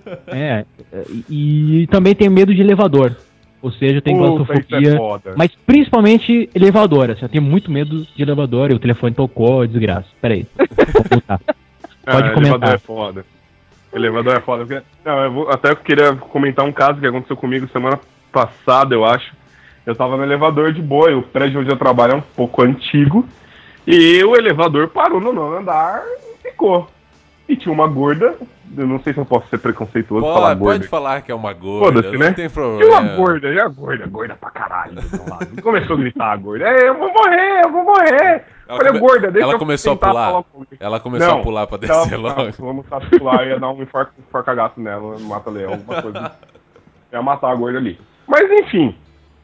É, e, e também tenho medo de elevador. Ou seja, eu tenho Puta, claustrofobia, isso é foda. mas principalmente elevador. Assim, eu tenho muito medo de elevador e o telefone tocou, desgraça. Peraí, vou voltar. Pode Ah, comentar. Elevador é foda. Elevador é foda. Porque... Não, eu vou... até eu queria comentar um caso que aconteceu comigo semana passada, eu acho. Eu tava no elevador de boa, e o prédio onde eu trabalho é um pouco antigo. E o elevador parou no nono andar e ficou. E tinha uma gorda, eu não sei se eu posso ser preconceituoso Pode, falar gorda. pode falar que é uma gorda, Foda-se, não né? tem E problema. uma gorda, e a gorda, gorda pra caralho do meu lado. E começou a gritar a gorda, "Ei, eu vou morrer, eu vou morrer. Ela Falei, come- gorda, deixa ela eu começou a tentar pular? falar com alguém." Ela começou Não, a pular pra descer ela- logo. Se eu começasse a pular, eu ia dar um enforca- enforca-gato nela, mata-leão, alguma coisa. Eu ia matar a gorda ali. Mas enfim,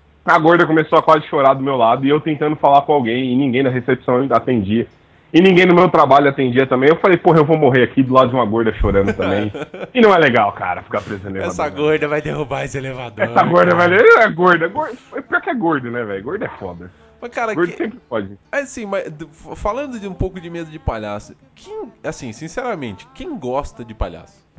a gorda começou a quase chorar do meu lado e eu tentando falar com alguém e ninguém na recepção atendia. E ninguém no meu trabalho atendia também. Eu falei, porra, eu vou morrer aqui do lado de uma gorda chorando também. E não é legal, cara, ficar preso no elevador. Essa gorda vai derrubar esse elevador. Essa gorda, cara. velho, é gorda. gorda. Pior que é gorda, né, velho? Gorda é foda. Mas, cara, Gorda que... sempre pode. assim, mas d- falando de um pouco de medo de palhaço, quem, assim, sinceramente, quem gosta de palhaço?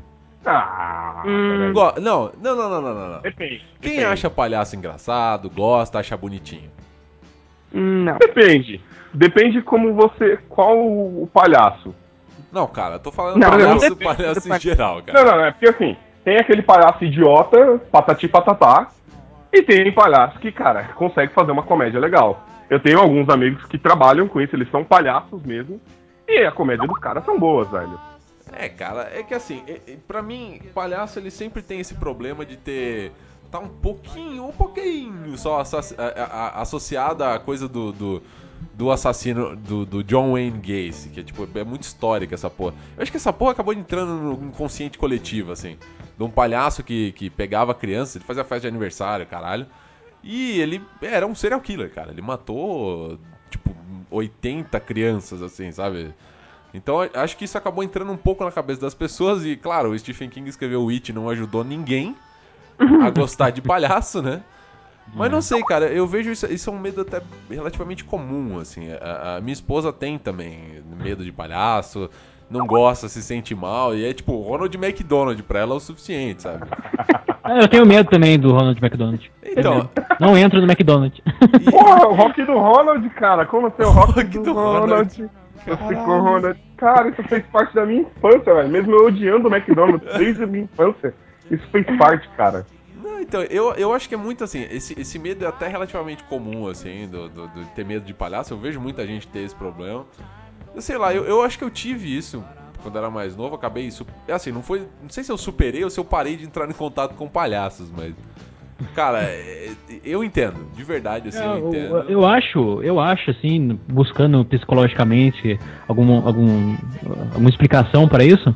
Ah, Hum. Go- não, não, não, não, não, não, não. depende. Quem depende. acha palhaço engraçado, gosta, acha bonitinho? Não. Depende. Depende como você. Qual o palhaço. Não, cara, eu tô falando Não, palhaço, não depende palhaço do em palhaço. geral, cara. Não, não, não. É porque assim, tem aquele palhaço idiota, patati patatá, e tem palhaço que, cara, consegue fazer uma comédia legal. Eu tenho alguns amigos que trabalham com isso, eles são palhaços mesmo, e a comédia dos caras são boas, velho. É, cara, é que assim, é- é- pra mim, palhaço ele sempre tem esse problema de ter. Tá um pouquinho, um pouquinho só associ- a- a- associado à coisa do, do, do assassino do, do John Wayne Gacy, que é tipo, é muito histórica essa porra. Eu acho que essa porra acabou entrando no inconsciente coletivo, assim. De um palhaço que, que pegava crianças, ele fazia festa de aniversário, caralho. E ele era um serial killer, cara. Ele matou, tipo, oitenta crianças, assim, sabe? Então a- acho que isso acabou entrando um pouco na cabeça das pessoas e, claro, o Stephen King escreveu o It, não ajudou ninguém a gostar de palhaço, né? Mas não sei, cara, eu vejo isso, isso é um medo até relativamente comum, assim. A, a minha esposa tem também medo de palhaço, não gosta, se sente mal, e é tipo, Ronald McDonald pra ela é o suficiente, sabe? Ah, eu tenho medo também do Ronald McDonald. Então, Não entro no McDonald's. e- Porra, o rock do Ronald, cara. Como assim o rock, Rock do, do Ronald? Eu fico com o Ronald. Cara, isso fez parte da minha infância, velho. Mesmo eu odiando o McDonald's desde a minha infância. Isso fez parte, cara. Não, então, eu, eu acho que é muito assim, esse, esse medo é até relativamente comum, assim, do, do, do ter medo de palhaço. Eu vejo muita gente ter esse problema. Eu sei lá, eu, eu acho que eu tive isso quando era mais novo, acabei isso. Assim, não foi. Não sei se eu superei ou se eu parei de entrar em contato com palhaços, mas. Cara, é, eu entendo, de verdade, assim, eu Eu, entendo. eu, eu acho, eu acho, assim, buscando psicologicamente algum, algum, alguma explicação para isso,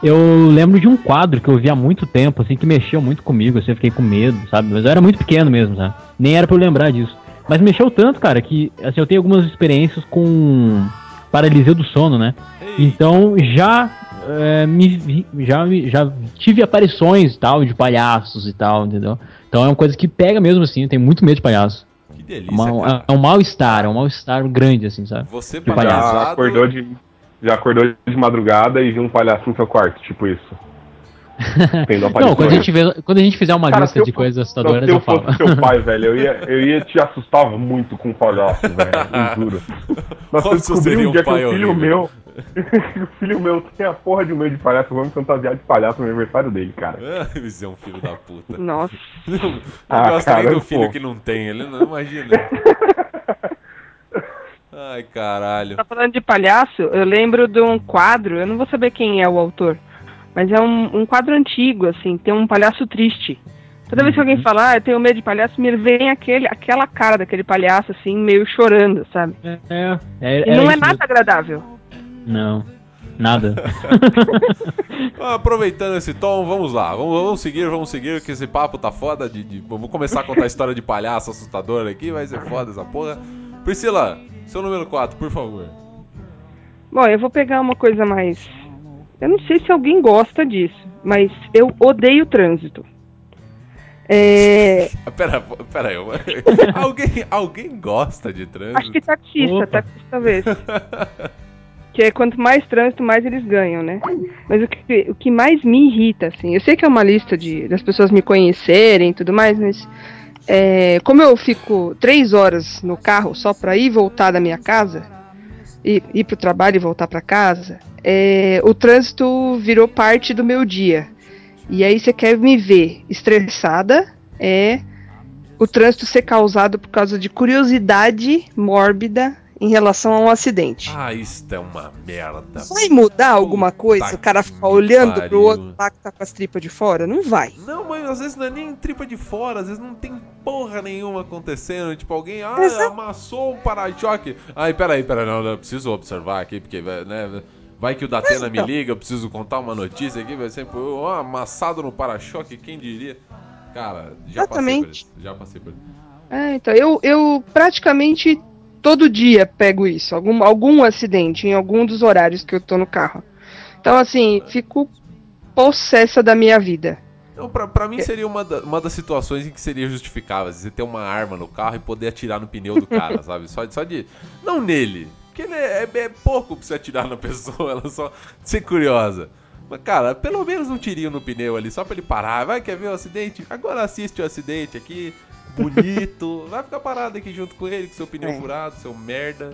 eu lembro de um quadro que eu vi há muito tempo, assim, que mexeu muito comigo, assim, eu fiquei com medo, sabe? Mas eu era muito pequeno mesmo, sabe? Nem era pra eu lembrar disso. Mas mexeu tanto, cara, que, assim, eu tenho algumas experiências com paralisia do sono, né? Então, já, é, me, já, já tive aparições, tal, de palhaços e tal, entendeu? Então é uma coisa que pega mesmo, assim, eu tenho muito medo de palhaço. Que delícia, uma, cara. É um mal-estar, é um mal-estar grande, assim, sabe? Você de palhaço. Já acordou de, já acordou de madrugada e viu um palhaço no seu quarto, tipo isso. Não, quando a, gente vê, quando a gente fizer uma Cara, lista de eu, coisas assustadoras, se eu eu falo. fosse seu pai, velho, eu ia, eu ia te assustar muito com um palhaço, velho, eu juro. Mas eu descobri um dia um que o filho horrível. meu, o filho meu tem a porra de um meio de palhaço, vamos fantasiar de palhaço no aniversário dele, cara. Você é um filho da puta. Nossa. Não, não ah, gosta cara, nem do filho pô. que não tem, ele não imagina. Ai, caralho. Tá falando de palhaço, eu lembro de um quadro, eu não vou saber quem é o autor, mas é um, um quadro antigo, assim, tem um palhaço triste. Toda vez que alguém fala, ah, eu tenho medo de palhaço, me vem aquele, aquela cara daquele palhaço, assim, meio chorando, sabe? É, é, e não é nada mesmo. agradável. Não, nada. Aproveitando esse tom, vamos lá, vamos, vamos seguir, vamos seguir, que esse papo tá foda. De, de, vou começar a contar a história de palhaço assustador aqui, vai ser foda essa porra. Priscila, seu número quatro, por favor. Bom, eu vou pegar uma coisa mais... Eu não sei se alguém gosta disso, mas eu odeio trânsito. É... Pera, pera aí, alguém, alguém gosta de trânsito? Acho que taxista, taxista talvez. Que é quanto mais trânsito, mais eles ganham, né? Mas o que, o que mais me irrita, assim, eu sei que é uma lista de, das pessoas me conhecerem e tudo mais, mas é, como eu fico três horas no carro só pra ir e voltar da minha casa, ir, ir pro trabalho e voltar pra casa, é, o trânsito virou parte do meu dia. E aí você quer me ver estressada, é o trânsito ser causado por causa de curiosidade mórbida em relação a um acidente. Ah, isso é uma merda. Vai mudar alguma coisa? Puta, o cara ficar olhando pariu. Pro outro lá que tá com as tripas de fora? Não vai. Não, mas às vezes não é nem tripa de fora, às vezes não tem porra nenhuma acontecendo. Tipo, alguém, ah, Exato. amassou um para-choque. Ai, peraí, peraí, não, não, eu preciso observar aqui, porque, né, vai que o Datena então. me liga, eu preciso contar uma notícia aqui, vai sempre, oh, amassado no para-choque, quem diria? Cara, já Exatamente. passei por isso, já passei por isso. É, então, eu, eu praticamente todo dia pego isso, algum, algum acidente em algum dos horários que eu tô no carro. Então, assim, fico possessa da minha vida. Não, pra, pra mim seria uma, da, uma das situações em que seria justificável você ter uma arma no carro e poder atirar no pneu do cara, sabe? Só, só de... Não nele, porque ele é, é, é pouco pra você atirar na pessoa, ela só ser curiosa. Mas, cara, pelo menos um tirinho no pneu ali, só pra ele parar. Vai, quer ver o acidente? Agora assiste o acidente aqui, bonito. Vai ficar parado aqui junto com ele, com seu pneu é. furado, seu merda.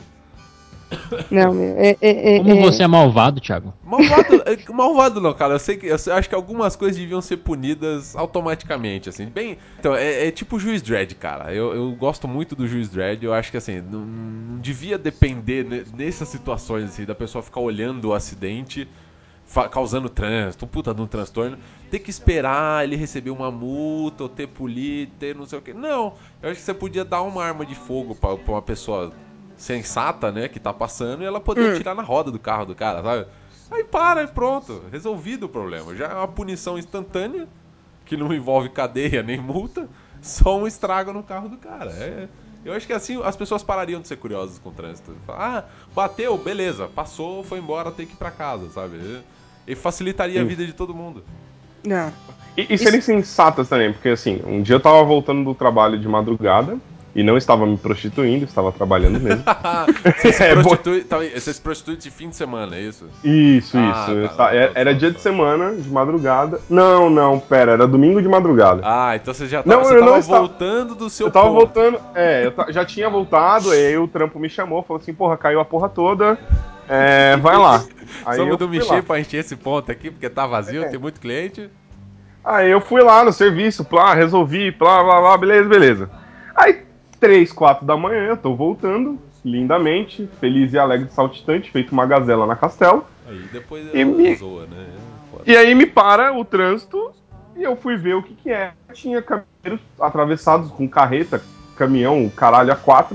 Não, é, é, é, Como é... você é malvado, Thiago? Malvado, malvado não, cara. Eu sei que eu acho que algumas coisas deviam ser punidas automaticamente, assim. Bem, então é, é tipo o Juiz Dredd, cara. Eu, eu gosto muito do Juiz Dredd. Eu acho que assim não, não devia depender nessas situações assim da pessoa ficar olhando o acidente, causando trânsito, um puta de um transtorno, ter que esperar ele receber uma multa ou ter polícia, ter não sei o que. Não, eu acho que você podia dar uma arma de fogo pra, pra uma pessoa sensata, né, que tá passando, e ela poder hum. tirar na roda do carro do cara, sabe? Aí para e pronto, resolvido o problema. Já é uma punição instantânea, que não envolve cadeia nem multa, só um estrago no carro do cara. É, eu acho que assim as pessoas parariam de ser curiosas com o trânsito. Ah, bateu, beleza, passou, foi embora, tem que ir pra casa, sabe? E facilitaria Sim. a vida de todo mundo. Não. E, e serem sensatas também, porque assim, um dia eu tava voltando do trabalho de madrugada, e não estava me prostituindo, estava trabalhando mesmo. Você se prostitui, tá, você se prostitui de fim de semana, é isso? Isso, ah, isso. Tá, era, era dia de semana, de madrugada. Não, não, pera, era domingo de madrugada. Ah, então você já tava, não, você tava voltando do seu Eu tava ponto. voltando, é, eu já tinha voltado, aí o trampo me chamou, falou assim, porra, caiu a porra toda, é, vai lá. Aí Somos do Michê pra encher esse ponto aqui, porque tá vazio, é. tem muito cliente. Aí eu fui lá no serviço, plá, resolvi, plá, blá, blá, beleza, beleza. Aí, três, quatro da manhã, eu tô voltando, lindamente, feliz e alegre, saltitante, feito uma gazela na Castelo. Aí depois e me... zoa, né? Foda. E aí me para o trânsito e eu fui ver o que que é. Tinha caminhoneiros atravessados com carreta, caminhão, caralho, a quatro,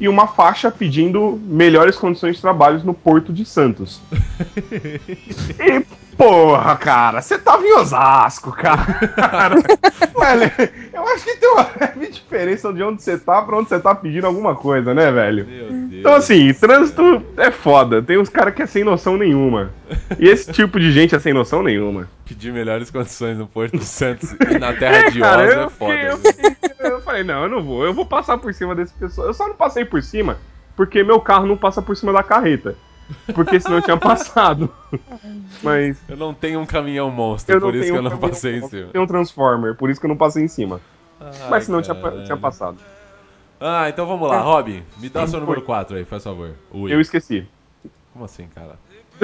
e uma faixa pedindo melhores condições de trabalho no Porto de Santos. E, porra, cara, você tava em Osasco, cara. Velho, eu acho que tem uma leve diferença de onde você tá pra onde você tá pedindo alguma coisa, né, velho? Meu Deus. Então, assim, trânsito é foda. Tem uns caras que é sem noção nenhuma. E esse tipo de gente é sem noção nenhuma. Pedir melhores condições no Porto de Santos e na terra de Cara, Oz eu é foda. fiquei- eu, né? fiquei- eu falei, não, eu não vou. Eu vou passar por cima desse pessoal. Eu só não passei por cima porque meu carro não passa por cima da carreta. Porque senão eu tinha passado. Mas Eu não tenho um caminhão monstro, eu não por isso tenho que eu um não caminhão, passei em eu cima. tenho um Transformer, por isso que eu não passei em cima. Ai, Mas senão eu tinha, caralho. tinha passado. Ah, então vamos lá, Robin, me dá seu número quatro aí, faz favor. Ui. Eu esqueci. Como assim, cara?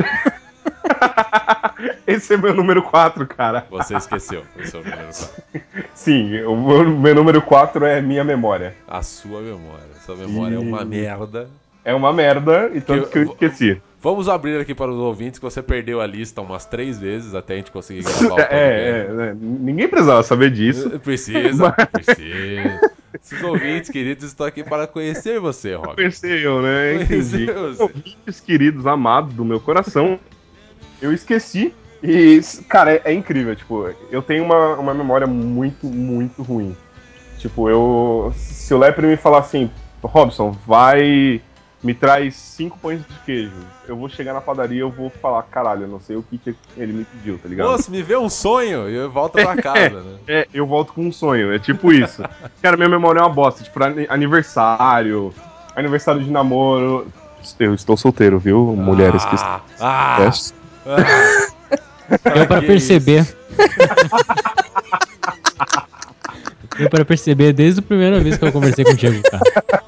Esse é meu número quatro, cara. Você esqueceu o seu número quatro. Sim, o meu, meu número quatro é minha memória. A sua memória. Sua memória é uma Ih. merda. É uma merda, e tanto Que que eu eu- esqueci. Vamos abrir aqui para os ouvintes que você perdeu a lista umas três vezes até a gente conseguir gravar o podcast. É, é, é, ninguém precisava saber disso. Precisa, precisa. Esses ouvintes queridos estão aqui para conhecer você, Robin. Conheci eu, né? Entendi. Conhecer você. Ouvintes queridos, amados do meu coração, eu esqueci. E, cara, é, é incrível. Tipo, eu tenho uma, uma memória muito, muito ruim. Tipo, eu. Se o Lepre me falar assim, Robson, vai. Me traz cinco pães de queijo. Eu vou chegar na padaria e eu vou falar, caralho, eu não sei o que, que ele me pediu, tá ligado? Moço, me vê um sonho e eu volto pra casa, né? É, eu volto com um sonho, é tipo isso. Cara, minha memória é uma bosta. Tipo, ani- aniversário, aniversário de namoro. Eu estou solteiro, viu? Mulheres que estão. Ah, É. ah, Deu pra que perceber. isso? Deu pra perceber desde a primeira vez que eu conversei contigo, cara.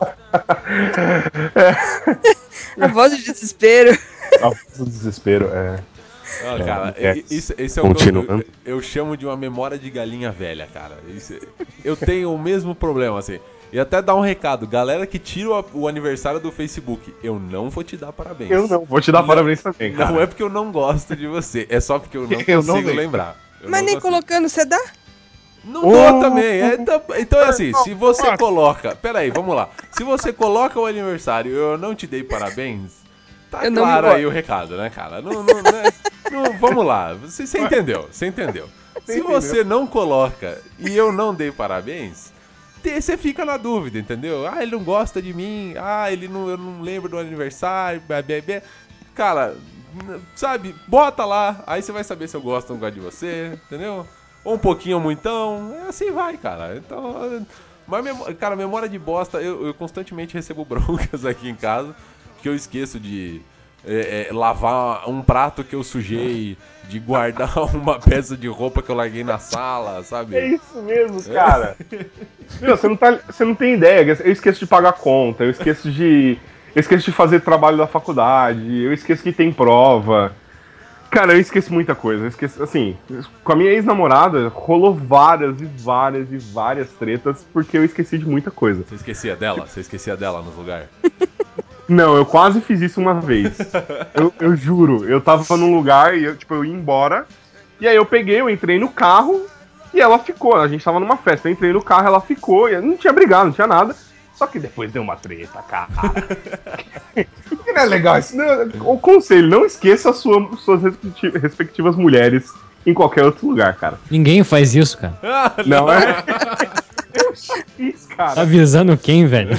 A voz de desespero. O desespero, é. Ah, É, cara, é. i- isso, isso é o que eu, Continuando. eu, eu chamo de uma memória de galinha velha, cara. Isso- eu tenho o mesmo problema, assim. E até dar um recado, galera que tira o, o aniversário do Facebook, eu não vou te dar parabéns. Eu não, vou te dar Não- parabéns também, cara. Não é porque eu não gosto de você, é só porque eu não Eu não consigo lembro. lembrar. Eu Mas não nem consigo. colocando, você dá? Não Oh! dou também. É, então, então é assim, se você Nossa. coloca. Pera aí, vamos lá. Se você coloca o aniversário e eu não te dei parabéns, tá Eu não me claro importo. aí o recado, né, cara? Não, não, né? Não, vamos lá. Você, você entendeu? Você entendeu? Você Se entendeu. você não coloca e eu não dei parabéns, te- você fica na dúvida, entendeu? Ah, ele não gosta de mim. Ah, ele não, eu não lembro do aniversário. Blá, blá, blá. Cara, n- sabe? Bota lá. Aí você vai saber se eu gosto ou não gosto de você, entendeu? Ou um pouquinho ou muitão. É assim vai, cara. Então. Mas, memó- cara, memória de bosta, eu, eu constantemente recebo broncas aqui em casa, que eu esqueço de é, é, lavar um prato que eu sujei, de guardar uma peça de roupa que eu larguei na sala, sabe? É isso mesmo, cara. Meu, você não, tá, você não tem ideia. Eu esqueço de pagar conta, eu esqueço de. Eu esqueço de fazer trabalho da faculdade, eu esqueço que tem prova. Cara, eu esqueço muita coisa. Eu esqueço, assim, com a minha ex-namorada, rolou várias e várias e várias tretas porque eu esqueci de muita coisa. Você esquecia dela? Você esquecia dela nos lugares? Não, eu quase fiz isso uma vez. Eu, eu juro, eu tava num lugar e eu, tipo, eu ia embora. E aí eu peguei, eu entrei no carro e ela ficou. A gente tava numa festa, eu entrei no carro, ela ficou. E não tinha brigado, não tinha nada. Só que depois deu uma treta, cara. Que não é legal isso. Não, o conselho, não esqueça a sua, suas respecti- respectivas mulheres em qualquer outro lugar, cara. Ninguém faz isso, cara. Ah, Não é? Eu já fiz, Tá cara. avisando quem, velho?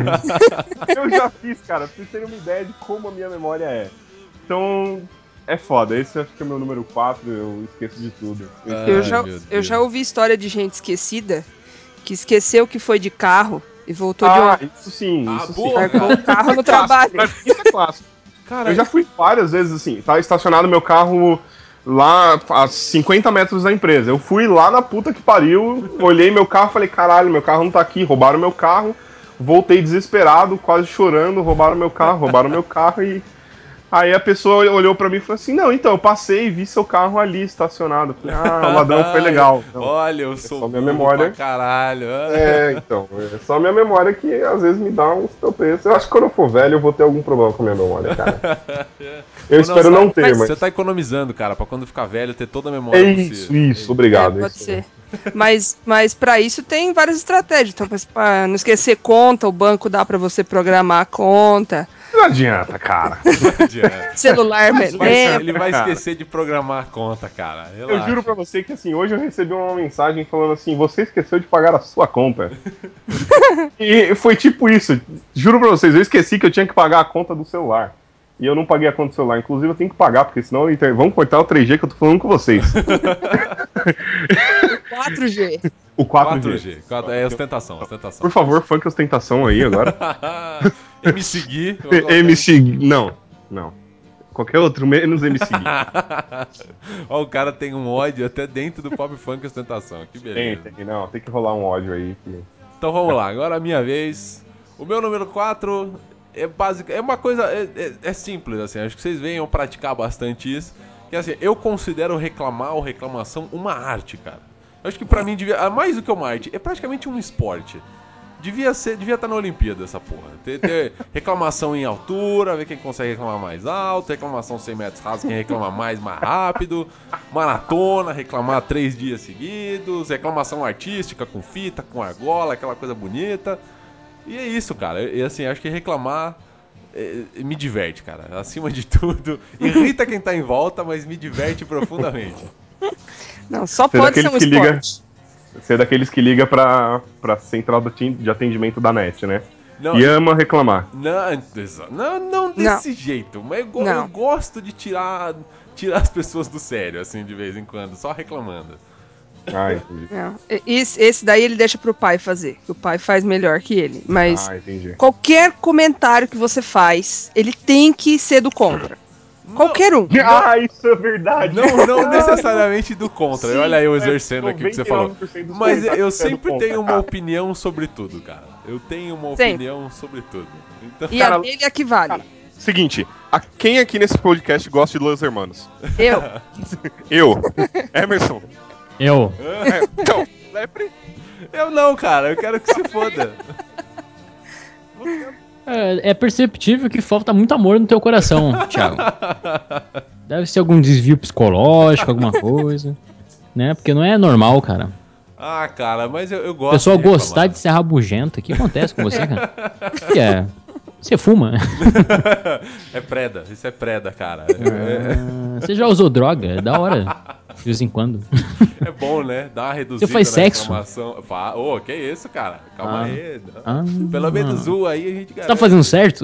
Eu já fiz, cara. Pra vocês terem uma ideia de como a minha memória é. Então, é foda. Esse acho que é o meu número quatro, eu esqueço de tudo. Eu Ai, Eu já, meu eu Deus. já ouvi história de gente esquecida que esqueceu que foi de carro e voltou de Ah, ônibus. isso sim, Ah, isso sim. porra. Largou o carro no Clássico, trabalho. pra mim isso é clássico. Cara, Eu já fui várias vezes assim, tá estacionado meu carro lá a cinquenta metros da empresa. Eu fui lá na puta que pariu, olhei meu carro, falei, caralho, meu carro não tá aqui, roubaram meu carro. Voltei desesperado, quase chorando, roubaram meu carro, roubaram meu carro e aí a pessoa olhou pra mim e falou assim: "Não, então eu passei e vi seu carro ali estacionado". Eu falei: "Ah, o ladrão foi legal". Não. Olha, eu sou só minha burro memória. pra caralho. É, então, é só minha memória que às vezes me dá uns tropeços. Eu acho que quando eu for velho eu vou ter algum problema com a minha memória, cara. Eu Ou espero você não tá- ter, mas. Você tá economizando, cara, pra quando ficar velho ter toda a memória É isso, possível. isso, obrigado. É, pode isso. ser. Mas, mas para isso tem várias estratégias. Então, para não esquecer conta, o banco dá para você programar a conta. Não adianta, cara. Não adianta. Celular Vai- melhor. ele vai cara. esquecer de programar a conta, cara. Relaxa. Eu juro pra você que assim, hoje eu recebi uma mensagem falando assim, você esqueceu de pagar a sua conta. E foi tipo isso. Juro pra vocês, eu esqueci que eu tinha que pagar a conta do celular. E eu não paguei a conta do celular. Inclusive eu tenho que pagar, porque senão eu inter... vamos cortar o três G que eu tô falando com vocês. quatro G. O quatro G. quatro G. quatro É ostentação, ostentação. Por favor, funk ostentação aí agora. M C Gui. M C. Não, não. Qualquer outro, menos M C. Ó, o cara tem um ódio até dentro do pop funk ostentação. Que Tem, beleza. tem, não, tem que rolar um ódio aí. Que... Então vamos lá, agora a minha vez. O meu número quatro é básico, é uma coisa, é, é, é simples, assim, acho que vocês venham praticar bastante isso. Que assim, eu considero reclamar ou reclamação uma arte, cara. Eu acho que pra mim devia, mais do que uma arte, é praticamente um esporte. Devia ser, devia estar na Olimpíada essa porra. Ter, ter reclamação em altura, ver quem consegue reclamar mais alto, reclamação cem metros rasos, quem reclama mais, mais rápido, maratona, reclamar três dias seguidos, reclamação artística com fita, com argola, aquela coisa bonita. E é isso, cara. E assim, acho que reclamar é, me diverte, cara. Acima de tudo, irrita quem tá em volta, mas me diverte profundamente. Não, só Você pode ser daqueles um que liga- esporte. Você é daqueles que liga pra, pra central de atendimento da net, né? Não, E ama reclamar. Não, não, não desse jeito, mas eu, go- Não. eu gosto de tirar, tirar as pessoas do sério, assim, de vez em quando, só reclamando. Ah, entendi. Não. E- Esse, esse daí ele deixa pro pai fazer, que o pai faz melhor que ele. Mas Ah, entendi. qualquer comentário que você faz, ele tem que ser do contra. Qualquer um. Ah, isso é verdade. Não, não necessariamente do contra, Sim, olha aí eu é exercendo aqui o que você falou. noventa e nove por cento dos Mas comentários eu é do sempre contra, tenho uma cara. opinião sobre tudo, cara. Eu tenho uma Sempre. opinião sobre tudo. Então, E Cara, a dele é que vale. Seguinte, a quem aqui nesse podcast gosta de Los Hermanos? Eu. Eu. Emerson. Eu. É, então, Lepre. eu não, cara, eu quero que se foda. É, é perceptível que falta muito amor no teu coração, Thiago. Deve ser algum desvio psicológico, alguma coisa. Né? Porque não é normal, cara. Ah, cara, mas eu, eu A gosto pessoa de gostar reclamar. de ser rabugenta. O que acontece com você, cara? Que é? Você fuma? É preda, isso é preda, cara. Ah, você já usou droga? É da hora. De vez em quando. É, é bom, né? Dá uma reduzida Você faz na sexo? reclamação. Fa- Ô, que isso, cara? Calma Ah. aí. Ah. Pelo menos um aí a gente Você garante. tá fazendo certo?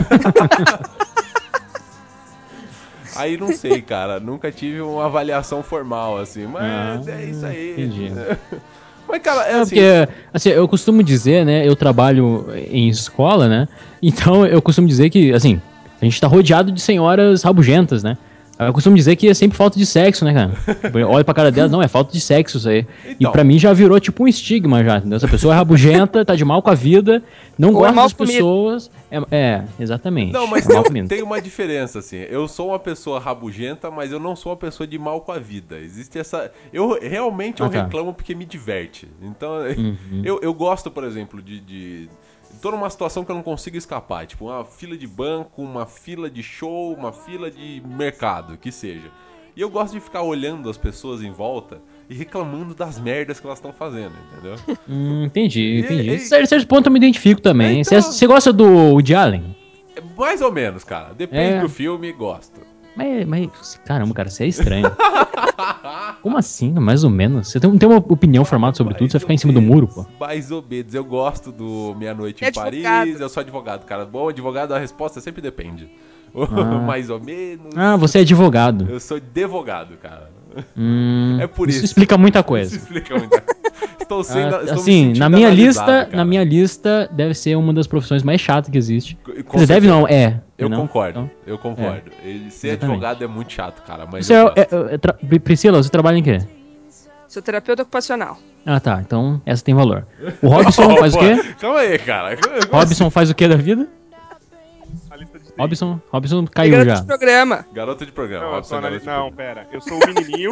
Aí não sei, cara. Nunca tive uma avaliação formal, assim. Mas Ah, é isso aí. entendi. Mas, cara, é É assim. porque, assim, eu costumo dizer, né? Eu trabalho em escola, né? Então eu costumo dizer que, assim, a gente tá rodeado de senhoras rabugentas, né? Eu costumo dizer que é sempre falta de sexo, né, cara? Olha pra cara dela, não, é falta de sexo isso aí. Então. E pra mim já virou tipo um estigma já, entendeu? Essa pessoa é rabugenta, tá de mal com a vida, não Ou é gosta mal das comido. pessoas. É, é, exatamente. Não, mas é mal tem, comido. tem uma diferença, assim. Eu sou uma pessoa rabugenta, mas eu não sou uma pessoa de mal com a vida. Existe essa. Eu realmente eu Ah, tá. reclamo porque me diverte. Então, Uhum. eu, eu gosto, por exemplo, de. de... Tô numa situação que eu não consigo escapar. Tipo, uma fila de banco, uma fila de show, uma fila de mercado, que seja. E eu gosto de ficar olhando as pessoas em volta e reclamando das merdas que elas estão fazendo, entendeu? Hum, entendi, entendi. E- e- Em certo, certo ponto eu me identifico também. Você Então- você gosta do Woody Allen? É mais ou menos, cara. Depende É. do filme, gosto. Mas, mas, caramba, cara, você é estranho. Como assim? Mais ou menos? Você tem, tem uma opinião formada sobre tudo, você vai ficar em cima do muro, pô. Mais ou menos. Eu gosto do Meia Noite É em Paris, advogado. eu sou advogado, cara. Bom, advogado, a resposta sempre depende. Ah. Mais ou menos. Ah, você é advogado. Eu sou advogado, cara. Hum, É por isso. explica muita Isso coisa. explica muita coisa. Estou sendo. Ah, estou me assim, sentindo na minha analisado, lista, cara. na minha lista deve ser uma das profissões mais chatas que existe. Com Quer dizer, deve certeza. não, é. Eu não? concordo, Então, eu concordo. Ele ser Exatamente. advogado é muito chato, cara, mas você eu é, gosto. é- é tra- Priscila, você trabalha em quê? Sou terapeuta ocupacional. Ah, tá. Então essa tem valor. O Robson faz o Pô, quê? Calma aí, cara. Robson faz o quê da vida? A lista de Robson, Robson E caiu garoto já. de programa. Garoto de programa. Não, eu Robson sou é anali... garoto de não, programa. pera. Eu sou o menininho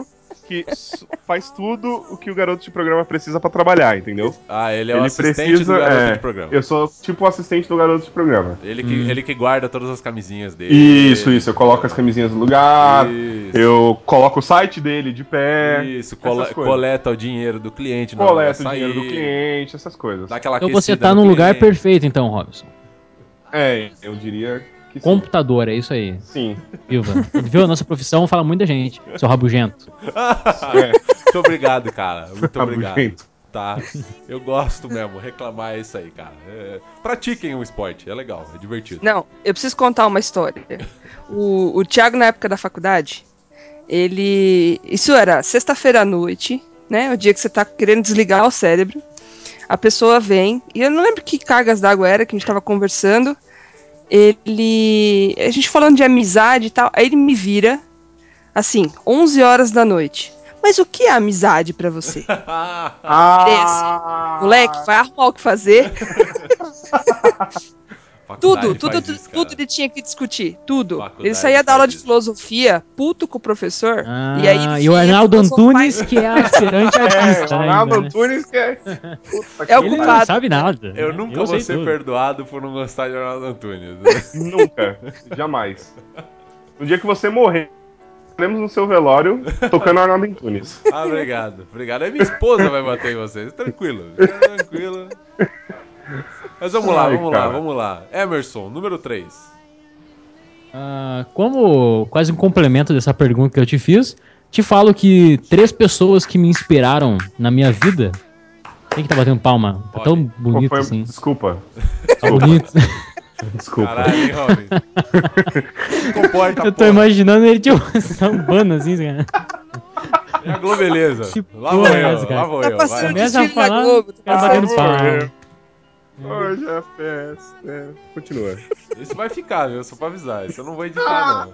que faz tudo o que o garoto de programa precisa pra trabalhar, entendeu? Ah, ele é o Ele assistente precisa, do garoto é, de programa. Eu sou tipo o assistente do garoto de programa. Ele que, Hum. ele que guarda todas as camisinhas dele. Isso, isso. Eu coloco as camisinhas no lugar, Isso. eu coloco o site dele de pé. Isso, cole- essas coisas. coleta o dinheiro do cliente na hora Coleta de o sair, dinheiro do cliente, essas coisas. dá aquela Então você aquecida tá no lugar cliente. perfeito, então, Robson. É, eu diria que sim. Computador, é isso aí. Sim. Viva. Viu? A nossa profissão fala muita gente, seu rabugento. É. Muito obrigado, cara. Muito obrigado. Rabugento. Tá. Eu gosto mesmo. Reclamar é isso aí, cara. É, pratiquem o esporte. É legal, é divertido. Não, eu preciso contar uma história. O, o Thiago, na época da faculdade, ele. Isso era sexta-feira à noite, né? O dia que você tá querendo desligar o cérebro. A pessoa vem, e eu não lembro que cargas d'água era que a gente tava conversando. Ele. A gente falando de amizade e tal. Aí ele me vira, assim, onze horas da noite. Mas o que é amizade pra você? Ah! Moleque, vai arrumar o que fazer. Faculdade Tudo, tudo, faz tudo, isso, cara. tudo ele tinha que discutir. Tudo. Faculdade Ele saía da faz aula de isso. filosofia, puto com o professor. Ah, e aí ele e o vinha Arnaldo filosofar Antunes, e- que é aspirante É, artista, o né? Ronaldo ainda, né? Antunes que é. Puta que É o Ele culpado. não sabe nada. Eu né? nunca vou sei ser tudo. perdoado por não gostar de Ronaldo Antunes. Nunca. Jamais. No dia que você morrer, estaremos no seu velório tocando Arnaldo Antunes. Ah, obrigado. Obrigado. Aí minha esposa vai bater em vocês. Tranquilo. Fica tranquilo. Mas vamos lá, Ai, vamos lá, cara. vamos lá. Emerson, número três. Ah, como quase um complemento dessa pergunta que eu te fiz, te falo que três pessoas que me inspiraram na minha vida. Quem que tá batendo palma? Tá tão Homem. bonito Foi- assim. Desculpa. Tá bonito. Desculpa. Caralho, hein, homem? Comporta, Eu tô porra. imaginando ele tipo sambando assim, cara. É a Globeleza. Que Lá vou porra é eu, essa, cara? lá vou Tá eu. passando Vai. o Começa a desfile da falar, Globo. Tá cara Ah, batendo passando... palma. Hoje é festa. Continua. Isso vai ficar, viu? Só pra avisar. Isso eu não vou editar, não.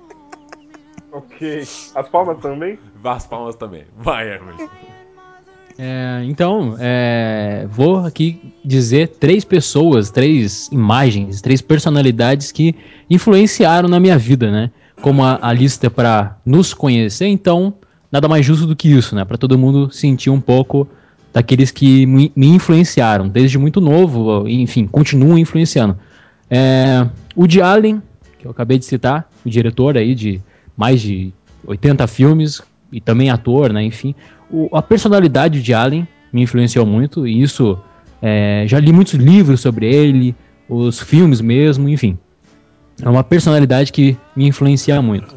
Ok. As palmas também? As palmas também. Vai, Emerson. É, então, é, vou aqui dizer três pessoas, três imagens, três personalidades que influenciaram na minha vida, né? Como a, a lista para nos conhecer, então nada mais justo do que isso, né? Para todo mundo sentir um pouco daqueles que me, me influenciaram desde muito novo, enfim, continuam influenciando. É, o Woody Allen, que eu acabei de citar, o diretor aí de mais de oitenta filmes e também ator, né? Enfim, o, a personalidade de Allen me influenciou muito e isso é, já li muitos livros sobre ele, os filmes mesmo, enfim. É uma personalidade que me influencia muito.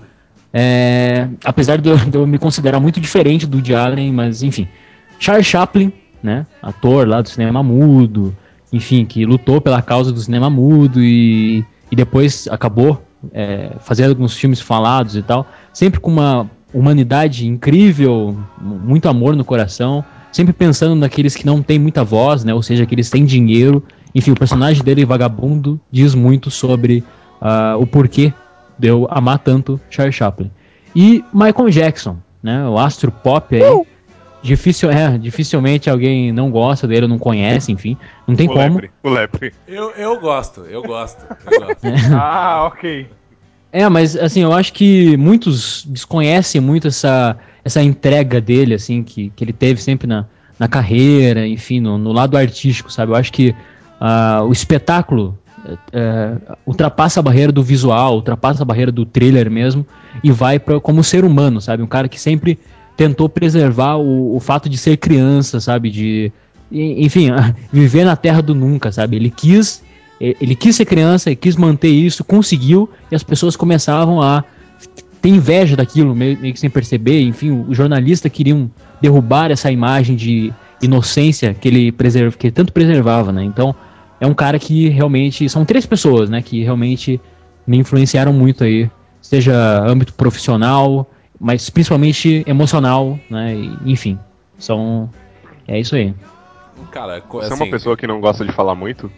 É, apesar de eu, de eu me considerar muito diferente do Woody Allen, mas enfim. Charles Chaplin, né? Ator lá do cinema mudo, enfim, que lutou pela causa do cinema mudo e, e depois acabou é, fazendo alguns filmes falados e tal. Sempre com uma humanidade incrível, muito amor no coração, sempre pensando naqueles que não têm muita voz, né? Ou seja, aqueles que têm dinheiro. Enfim, o personagem dele, Vagabundo, diz muito sobre uh, o porquê de eu amar tanto Charles Chaplin. E Michael Jackson, né? O astro pop aí. Uh! Difícil, é, dificilmente alguém não gosta dele, não conhece, enfim. Não tem o como. Lepre, o lepre. Eu, eu gosto, eu gosto, eu gosto. Ah, ok. É, mas assim, eu acho que muitos desconhecem muito essa, essa entrega dele, assim, que, que ele teve sempre na, na carreira, enfim, no, no lado artístico, sabe? Eu acho que uh, o espetáculo uh, ultrapassa a barreira do visual, ultrapassa a barreira do thriller mesmo, e vai pra, como ser humano, sabe? Um cara que sempre tentou preservar o, o fato de ser criança, sabe? De, enfim, viver na terra do nunca, sabe? Ele quis... Ele quis ser criança, ele quis manter isso, conseguiu, e as pessoas começavam a ter inveja daquilo, meio, meio que sem perceber. Enfim, os jornalistas queriam derrubar essa imagem de inocência que ele, preserva, que ele tanto preservava, né? Então, é um cara que realmente... São três pessoas, né? Que realmente me influenciaram muito aí, seja âmbito profissional, mas principalmente emocional, né? E, enfim, são... É isso aí. Cara, Você assim, é uma pessoa que não gosta de falar muito?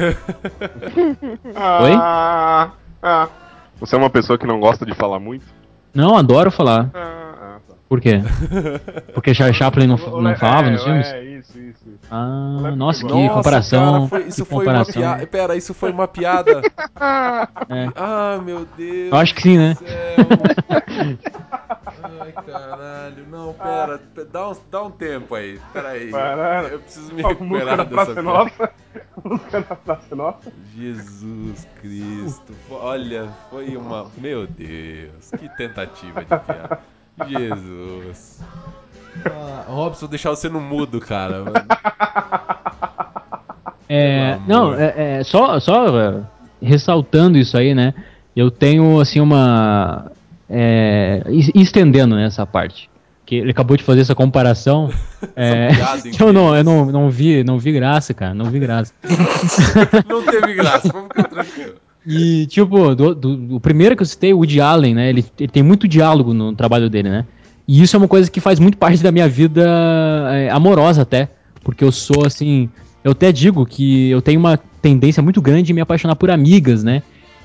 Ah, ah, Você é uma pessoa que não gosta de falar muito? Não, adoro falar. ah, ah, tá. Por quê? Porque Charlie Chaplin não, não falava é, nos filmes? É, isso, isso. isso. Ah, nossa, que Nossa, comparação. cara, foi- isso que foi uma comparação. piada. Pera, isso foi uma piada. É. Ah, meu Deus. Eu acho que sim, né? do céu. Ai, caralho. Não, pera. Dá um, dá um tempo aí. Pera aí. Para. Eu preciso me A música recuperar da dessa Praça é piada. Nossa. A música da Praça é Nossa. Jesus Cristo. Olha, foi uma... Meu Deus. Que tentativa de piada. Jesus. Ah, Robson, deixar você no mudo, cara. É, Pelo não, amor. é, é, só, só é, ressaltando isso aí, né? Eu tenho, assim, uma... É, es- estendendo, né, essa parte. Que ele acabou de fazer essa comparação. É, piada eu não, eu infeliz. não, não vi, não vi graça, cara, não vi graça. Não teve graça, vamos ficar tranquilo. E, tipo, do, do- o primeiro que eu citei, o Woody Allen, né? Ele, ele tem muito diálogo no trabalho dele, né? E isso é uma coisa que faz muito parte da minha vida é, amorosa até. Porque eu sou, assim... Eu até digo que eu tenho uma tendência muito grande de me apaixonar por amigas, né?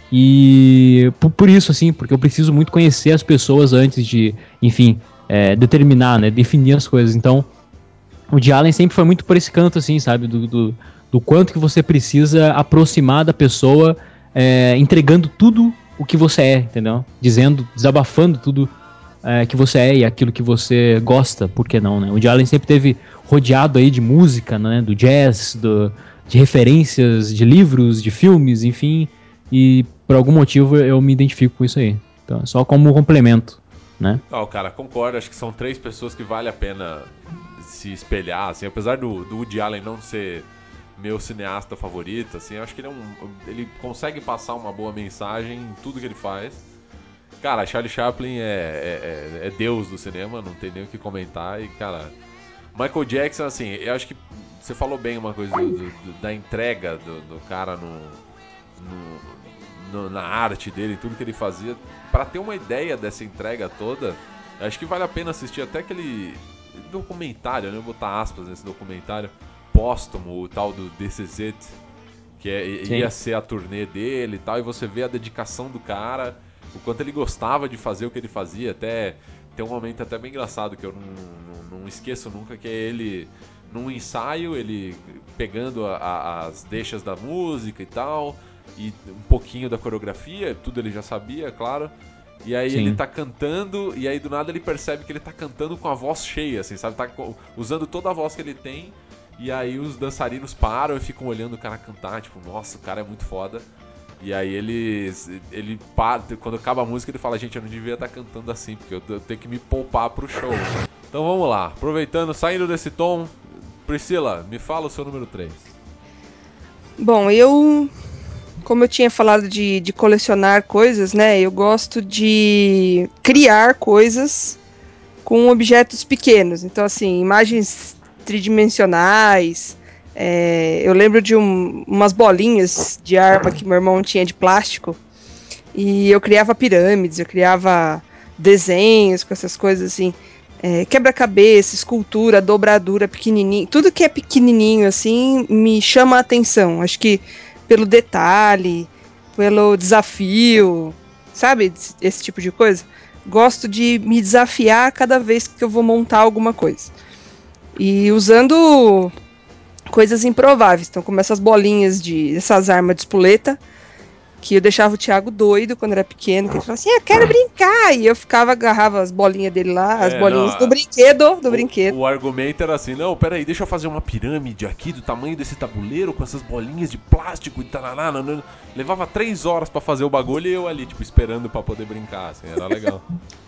E por, por isso, assim, porque eu preciso muito conhecer as pessoas antes de, enfim, é, determinar, né? Definir as coisas. Então, o Woody Allen sempre foi muito por esse canto, assim, sabe? Do, do, do quanto que você precisa aproximar da pessoa, é, entregando tudo o que você é, entendeu? Dizendo, desabafando tudo é, que você é e aquilo que você gosta, por que não, né? O Woody Allen sempre teve rodeado aí de música, né? Do jazz, do, de referências de livros, de filmes, enfim. E por algum motivo eu me identifico com isso aí. Então, só como um complemento, né? Não, cara, concordo. Acho que são três pessoas que vale a pena se espelhar, assim. Apesar do, do Woody Allen não ser meu cineasta favorito, assim, eu acho que ele é um... Ele consegue passar uma boa mensagem em tudo que ele faz. Cara, Charlie Chaplin é, é, é, é deus do cinema, não tem nem o que comentar. E, cara, Michael Jackson, assim, eu acho que você falou bem uma coisa do, do, do, da entrega do, do cara no, no, no, na arte dele, tudo que ele fazia. Pra ter uma ideia dessa entrega toda, acho que vale a pena assistir até aquele documentário, né? Eu vou botar aspas nesse documentário póstumo, o tal do This Is It, que é, ia ser a turnê dele e tal, e você vê a dedicação do cara, o quanto ele gostava de fazer o que ele fazia. Até tem um momento até bem engraçado que eu não, não, não esqueço nunca, que é ele num ensaio, ele pegando a, a, as deixas da música e tal, e um pouquinho da coreografia, tudo ele já sabia, claro. E aí Sim. ele tá cantando, e aí do nada ele percebe que ele tá cantando com a voz cheia, assim, sabe? Tá usando toda a voz que ele tem. E aí os dançarinos param e ficam olhando o cara cantar, tipo, nossa, o cara é muito foda. E aí ele, ele para, quando acaba a música ele fala, gente, eu não devia estar cantando assim, porque eu tenho que me poupar pro show. Então vamos lá, aproveitando, saindo desse tom, Priscila, me fala o seu número três. Bom, eu, como eu tinha falado de, de colecionar coisas, né, eu gosto de criar coisas com objetos pequenos. Então, assim, imagens tridimensionais. É, eu lembro de um, umas bolinhas de arma que meu irmão tinha de plástico. E eu criava pirâmides, eu criava desenhos com essas coisas assim. É, quebra-cabeça, escultura, dobradura, pequenininho. Tudo que é pequenininho, assim, me chama a atenção. Acho que pelo detalhe, pelo desafio, sabe? Esse tipo de coisa. Gosto de me desafiar cada vez que eu vou montar alguma coisa. E usando coisas improváveis. Então, como essas bolinhas de... essas armas de espoleta, que eu deixava o Thiago doido quando era pequeno, que ele falava assim, eu quero brincar, e eu ficava, agarrava as bolinhas dele lá, as É, bolinhas não, do brinquedo, do o, brinquedo. O argumento era assim, não, peraí, deixa eu fazer uma pirâmide aqui do tamanho desse tabuleiro, com essas bolinhas de plástico e taraná, nanana. Levava três horas pra fazer o bagulho e eu ali, tipo, esperando pra poder brincar, assim, era legal.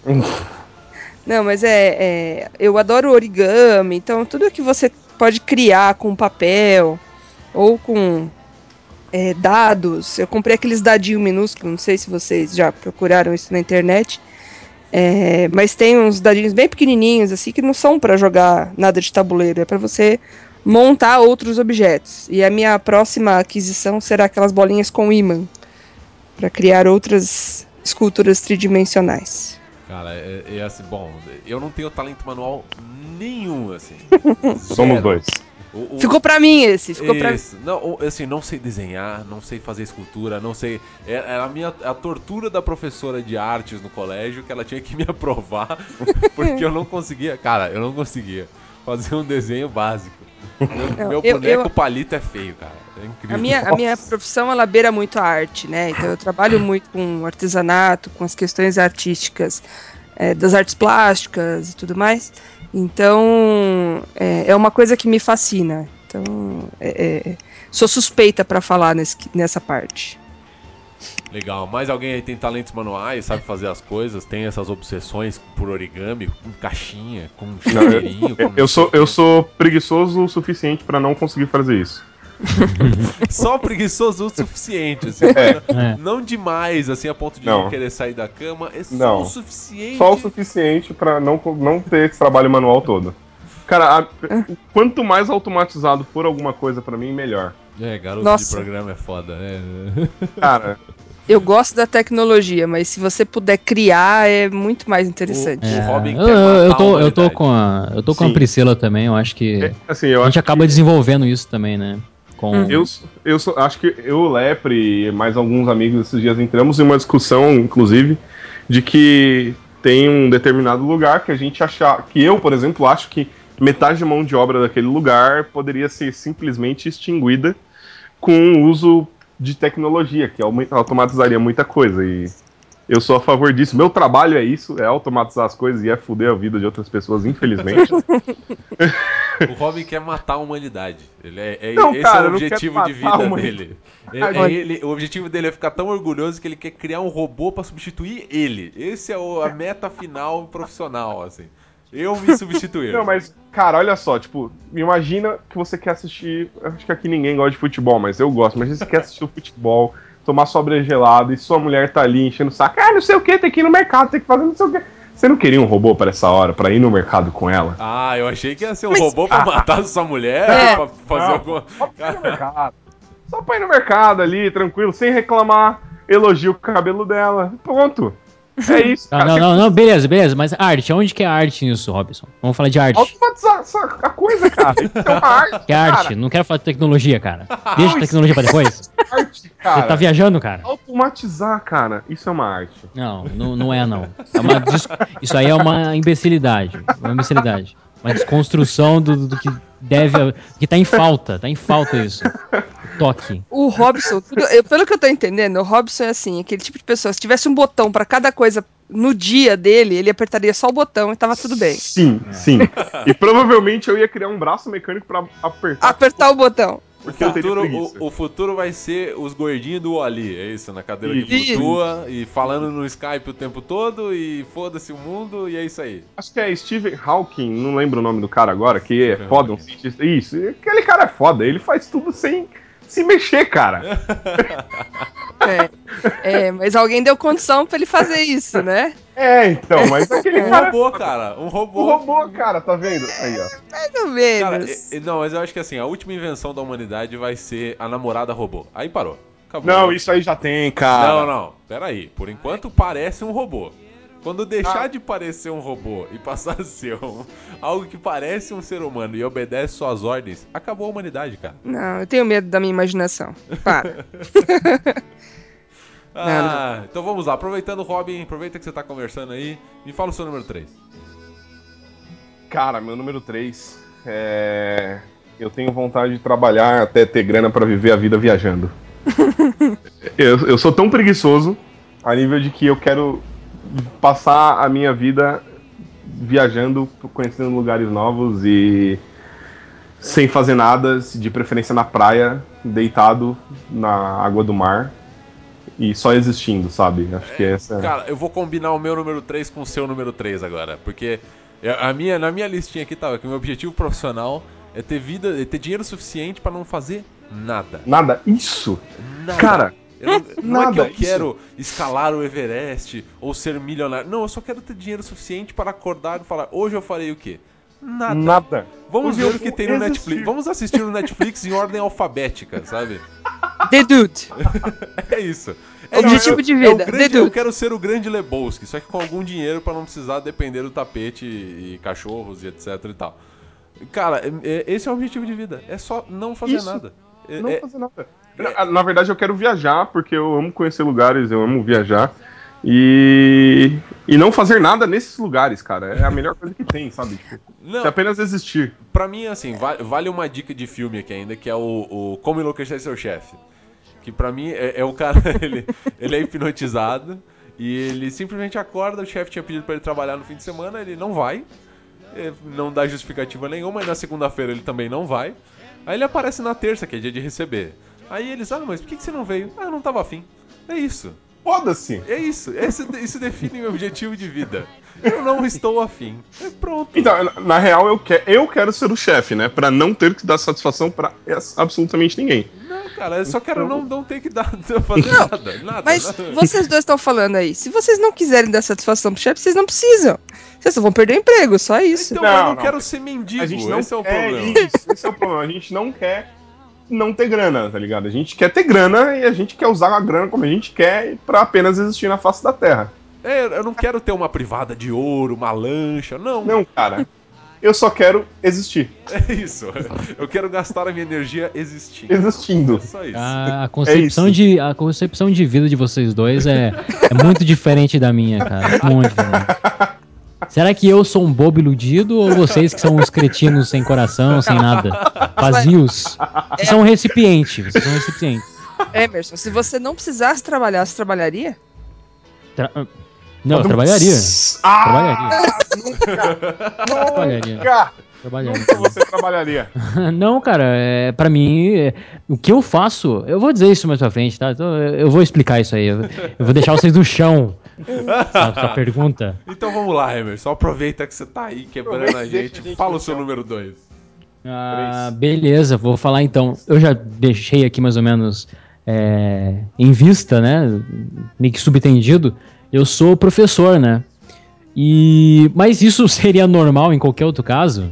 Não, mas é, é, eu adoro origami, então tudo que você pode criar com papel, ou com é, dados, eu comprei aqueles dadinhos minúsculos, não sei se vocês já procuraram isso na internet, é, mas tem uns dadinhos bem pequenininhos, assim, que não são para jogar nada de tabuleiro, é para você montar outros objetos. E a minha próxima aquisição será aquelas bolinhas com ímã, para criar outras esculturas tridimensionais. Cara, é, é assim, bom, eu não tenho talento manual nenhum, assim. Somos dois. O, o... Ficou pra mim esse, ficou Isso. pra Não, assim, não sei desenhar, não sei fazer escultura, não sei... Era a minha a tortura da professora de artes no colégio, que ela tinha que me aprovar, porque eu não conseguia... Cara, eu não conseguia fazer um desenho básico. Meu, não, meu eu, boneco eu... palito é feio, cara. É incrível. A minha, a minha profissão, ela beira muito a arte, né? Então eu trabalho muito com artesanato, com as questões artísticas, é, das artes plásticas e tudo mais. Então, é, é uma coisa que me fascina. Então, é, é, sou suspeita para falar nesse, nessa parte. Legal. Mais alguém aí tem talentos manuais, sabe fazer as coisas, tem essas obsessões por origami, com caixinha, com chaveirinho? Eu, eu, sou, eu sou preguiçoso o suficiente para não conseguir fazer isso. Só preguiçoso o suficiente, assim, É. Não, não demais, assim, a ponto de não, não querer sair da cama, é só não. o suficiente. Só o suficiente para não, não ter esse trabalho manual todo. Cara, a, quanto mais automatizado for alguma coisa para mim, melhor. É, garoto Nossa. de programa é foda, né? Cara... Eu gosto da tecnologia, mas se você puder criar, é muito mais interessante. O, o Robin É, quer eu, matar eu, tô, a eu tô com a, eu tô com a Priscila também, eu acho que é, assim, eu a gente acho acaba que... desenvolvendo isso também, né? Com... Eu, eu sou, acho que eu, o Lepre e mais alguns amigos esses dias entramos em uma discussão, inclusive, de que tem um determinado lugar que a gente achar, que eu, por exemplo, acho que metade da mão de obra daquele lugar poderia ser simplesmente extinguida com o uso de tecnologia, que automatizaria muita coisa. E eu sou a favor disso. Meu trabalho é isso, é automatizar as coisas e é foder a vida de outras pessoas, infelizmente. O Robin quer matar a humanidade. Ele é, é, não, esse cara, é o objetivo de vida dele. É, é ele, o objetivo dele é ficar tão orgulhoso que ele quer criar um robô pra substituir ele. Esse é o, a meta final profissional, assim. Eu me substituir. Não, mas, cara, olha só, tipo, imagina que você quer assistir. Acho que aqui ninguém gosta de futebol, mas eu gosto. Imagina que você quer assistir o futebol, tomar sua breja gelada e sua mulher tá ali enchendo o saco. Ah, não sei o que, tem que ir no mercado, tem que fazer não sei o que. Você não queria um robô para essa hora, para ir no mercado com ela? Ah, eu achei que ia ser um Mas... robô pra matar sua mulher, É. pra fazer não, alguma... Só pra ir no mercado. Só pra ir no mercado ali, tranquilo, sem reclamar. Elogio o cabelo dela. Pronto. É isso, Não, cara. não, Você não, não, beleza, beleza, mas arte, onde que é arte nisso, Robson? Vamos falar de arte. automatizar essa a coisa, cara. Isso é uma arte, Que arte? cara. Não quero falar de tecnologia, cara. Deixa a tecnologia pra depois. Arte, cara. Você tá viajando, cara? Automatizar, cara, isso é uma arte. Não, não, não é não. É uma des... Isso aí é uma imbecilidade. Uma imbecilidade. Uma desconstrução do, do que deve. Que tá em falta. Tá em falta isso. Toque. O Robson, tudo- eu- pelo que eu tô entendendo, o Robson é assim, aquele tipo de pessoa. Se tivesse um botão pra cada coisa no dia dele, ele apertaria só o botão e tava tudo bem. Sim, sim. E provavelmente eu ia criar um braço mecânico pra apertar. Apertar o botão. O Porque eu teria futuro, preguiça. o, o futuro vai ser os gordinhos do Wall-E, é isso? Na cadeira que Isso. flutua e falando no Skype o tempo todo e foda-se o mundo e é isso aí. Acho que é Stephen Hawking, não lembro o nome do cara agora, que é Stephen foda, um Hawking. cientista. Isso, aquele cara é foda, ele faz tudo sem se mexer, cara. É, é, mas alguém deu condição pra ele fazer isso, né? É, então, mas aquele Um cara. robô, cara, um robô. O robô, cara, tá vendo? Aí, ó. Mais ou Cara, menos. e- e- não, mas eu acho que assim, a última invenção da humanidade vai ser a namorada robô. Aí parou. Acabou. Não, isso aí já tem, cara. Não, não, pera aí. Por enquanto parece um robô. Quando deixar Ah. de parecer um robô e passar a ser um, algo que parece um ser humano e obedece suas ordens, acabou a humanidade, cara. Não, eu tenho medo da minha imaginação. Para. Ah, não. Então vamos lá. Aproveitando, Robin, aproveita que você tá conversando aí. Me fala o seu número três. Cara, meu número três é. Eu tenho vontade de trabalhar até ter grana pra viver a vida viajando. eu, eu sou tão preguiçoso a nível de que eu quero passar a minha vida viajando, conhecendo lugares novos e sem fazer nada, de preferência na praia, deitado na água do mar e só existindo, sabe? Acho que essa. Cara, eu vou combinar o meu número três com o seu número três agora. Porque a minha, na minha listinha aqui tava que o meu objetivo profissional é ter vida, é ter dinheiro suficiente pra não fazer nada. Nada. Isso! Nada. Cara, Eu não, não é que nada, eu quero escalar o Everest ou ser milionário. Não, eu só quero ter dinheiro suficiente para acordar e falar, hoje eu farei o quê? Nada. Nada. Vamos Hoje ver eu o que vou tem no existir. Netflix. Vamos assistir no Netflix em ordem alfabética, sabe? The Dude. É isso. É Objetivo isso. de É o vida, grande, The Dude. eu quero ser o grande Lebowski, só que com algum dinheiro para não precisar depender do tapete e cachorros e etc e tal. Cara, esse é o objetivo de vida. É só não fazer Isso. nada. Não é, fazer nada. Na, na verdade, eu quero viajar, porque eu amo conhecer lugares, eu amo viajar. E, e não fazer nada nesses lugares, cara. É a melhor coisa que tem, sabe? Tipo, Não. se apenas existir. Pra mim, assim, vale, vale uma dica de filme aqui ainda, que é o, o Como Enlouquecer Seu Chefe. Que pra mim é, é o cara, ele, ele é hipnotizado e ele simplesmente acorda, o chefe tinha pedido pra ele trabalhar no fim de semana, ele não vai, não dá justificativa nenhuma, e na segunda-feira ele também não vai. Aí ele aparece na terça, que é dia de receber. Aí eles, ah, mas por que, que você não veio? Ah, eu não tava afim. É isso. Foda-se! É isso. Esse, isso define meu objetivo de vida. Eu não estou afim. É pronto. Então, na, na real, eu, que, eu quero ser o chefe, né? Pra não ter que dar satisfação pra absolutamente ninguém. Não, cara, eu só Então... quero não, não ter que dar, fazer não, nada, nada. Mas nada. vocês dois estão falando aí, se vocês não quiserem dar satisfação pro chefe, vocês não precisam. Vocês só vão perder o emprego, só isso. Então Não, eu não, não. quero ser mendigo, A gente não esse é o quer problema. Isso, esse é o problema. A gente não quer não ter grana, tá ligado? A gente quer ter grana e a gente quer usar a grana como a gente quer pra apenas existir na face da Terra. É, eu não quero ter uma privada de ouro, uma lancha, não. Não, cara. Eu só quero existir. É isso. Eu quero gastar a minha energia existindo. Existindo. É só isso. A, a concepção É isso. de, a concepção de vida de vocês dois é, é muito diferente da minha, cara. Muito diferente. Será que eu sou um bobo iludido ou vocês que são uns cretinos sem coração, sem nada? Vazios? Vocês são um recipiente. Vocês são um recipiente. Emerson, se você não precisasse trabalhar, você trabalharia? Tra- Não, eu trabalharia. Ah, Trabalharia. Trabalharia. nunca! Trabalharia. Nunca você trabalharia. Não, cara, é, pra mim, é, o que eu faço, eu vou dizer isso mais pra frente, tá? Então, eu eu vou explicar isso aí. Eu, eu vou deixar vocês no chão. Essa, essa pergunta. Então vamos lá, Emerson. Aproveita que você tá aí quebrando Aproveita a e deixa gente. a gente Fala no o seu chão. número dois. Ah, beleza, vou falar então. Eu já deixei aqui mais ou menos é, em vista, né? Meio que subentendido. Eu sou professor, né? E, mas isso seria normal em qualquer outro caso.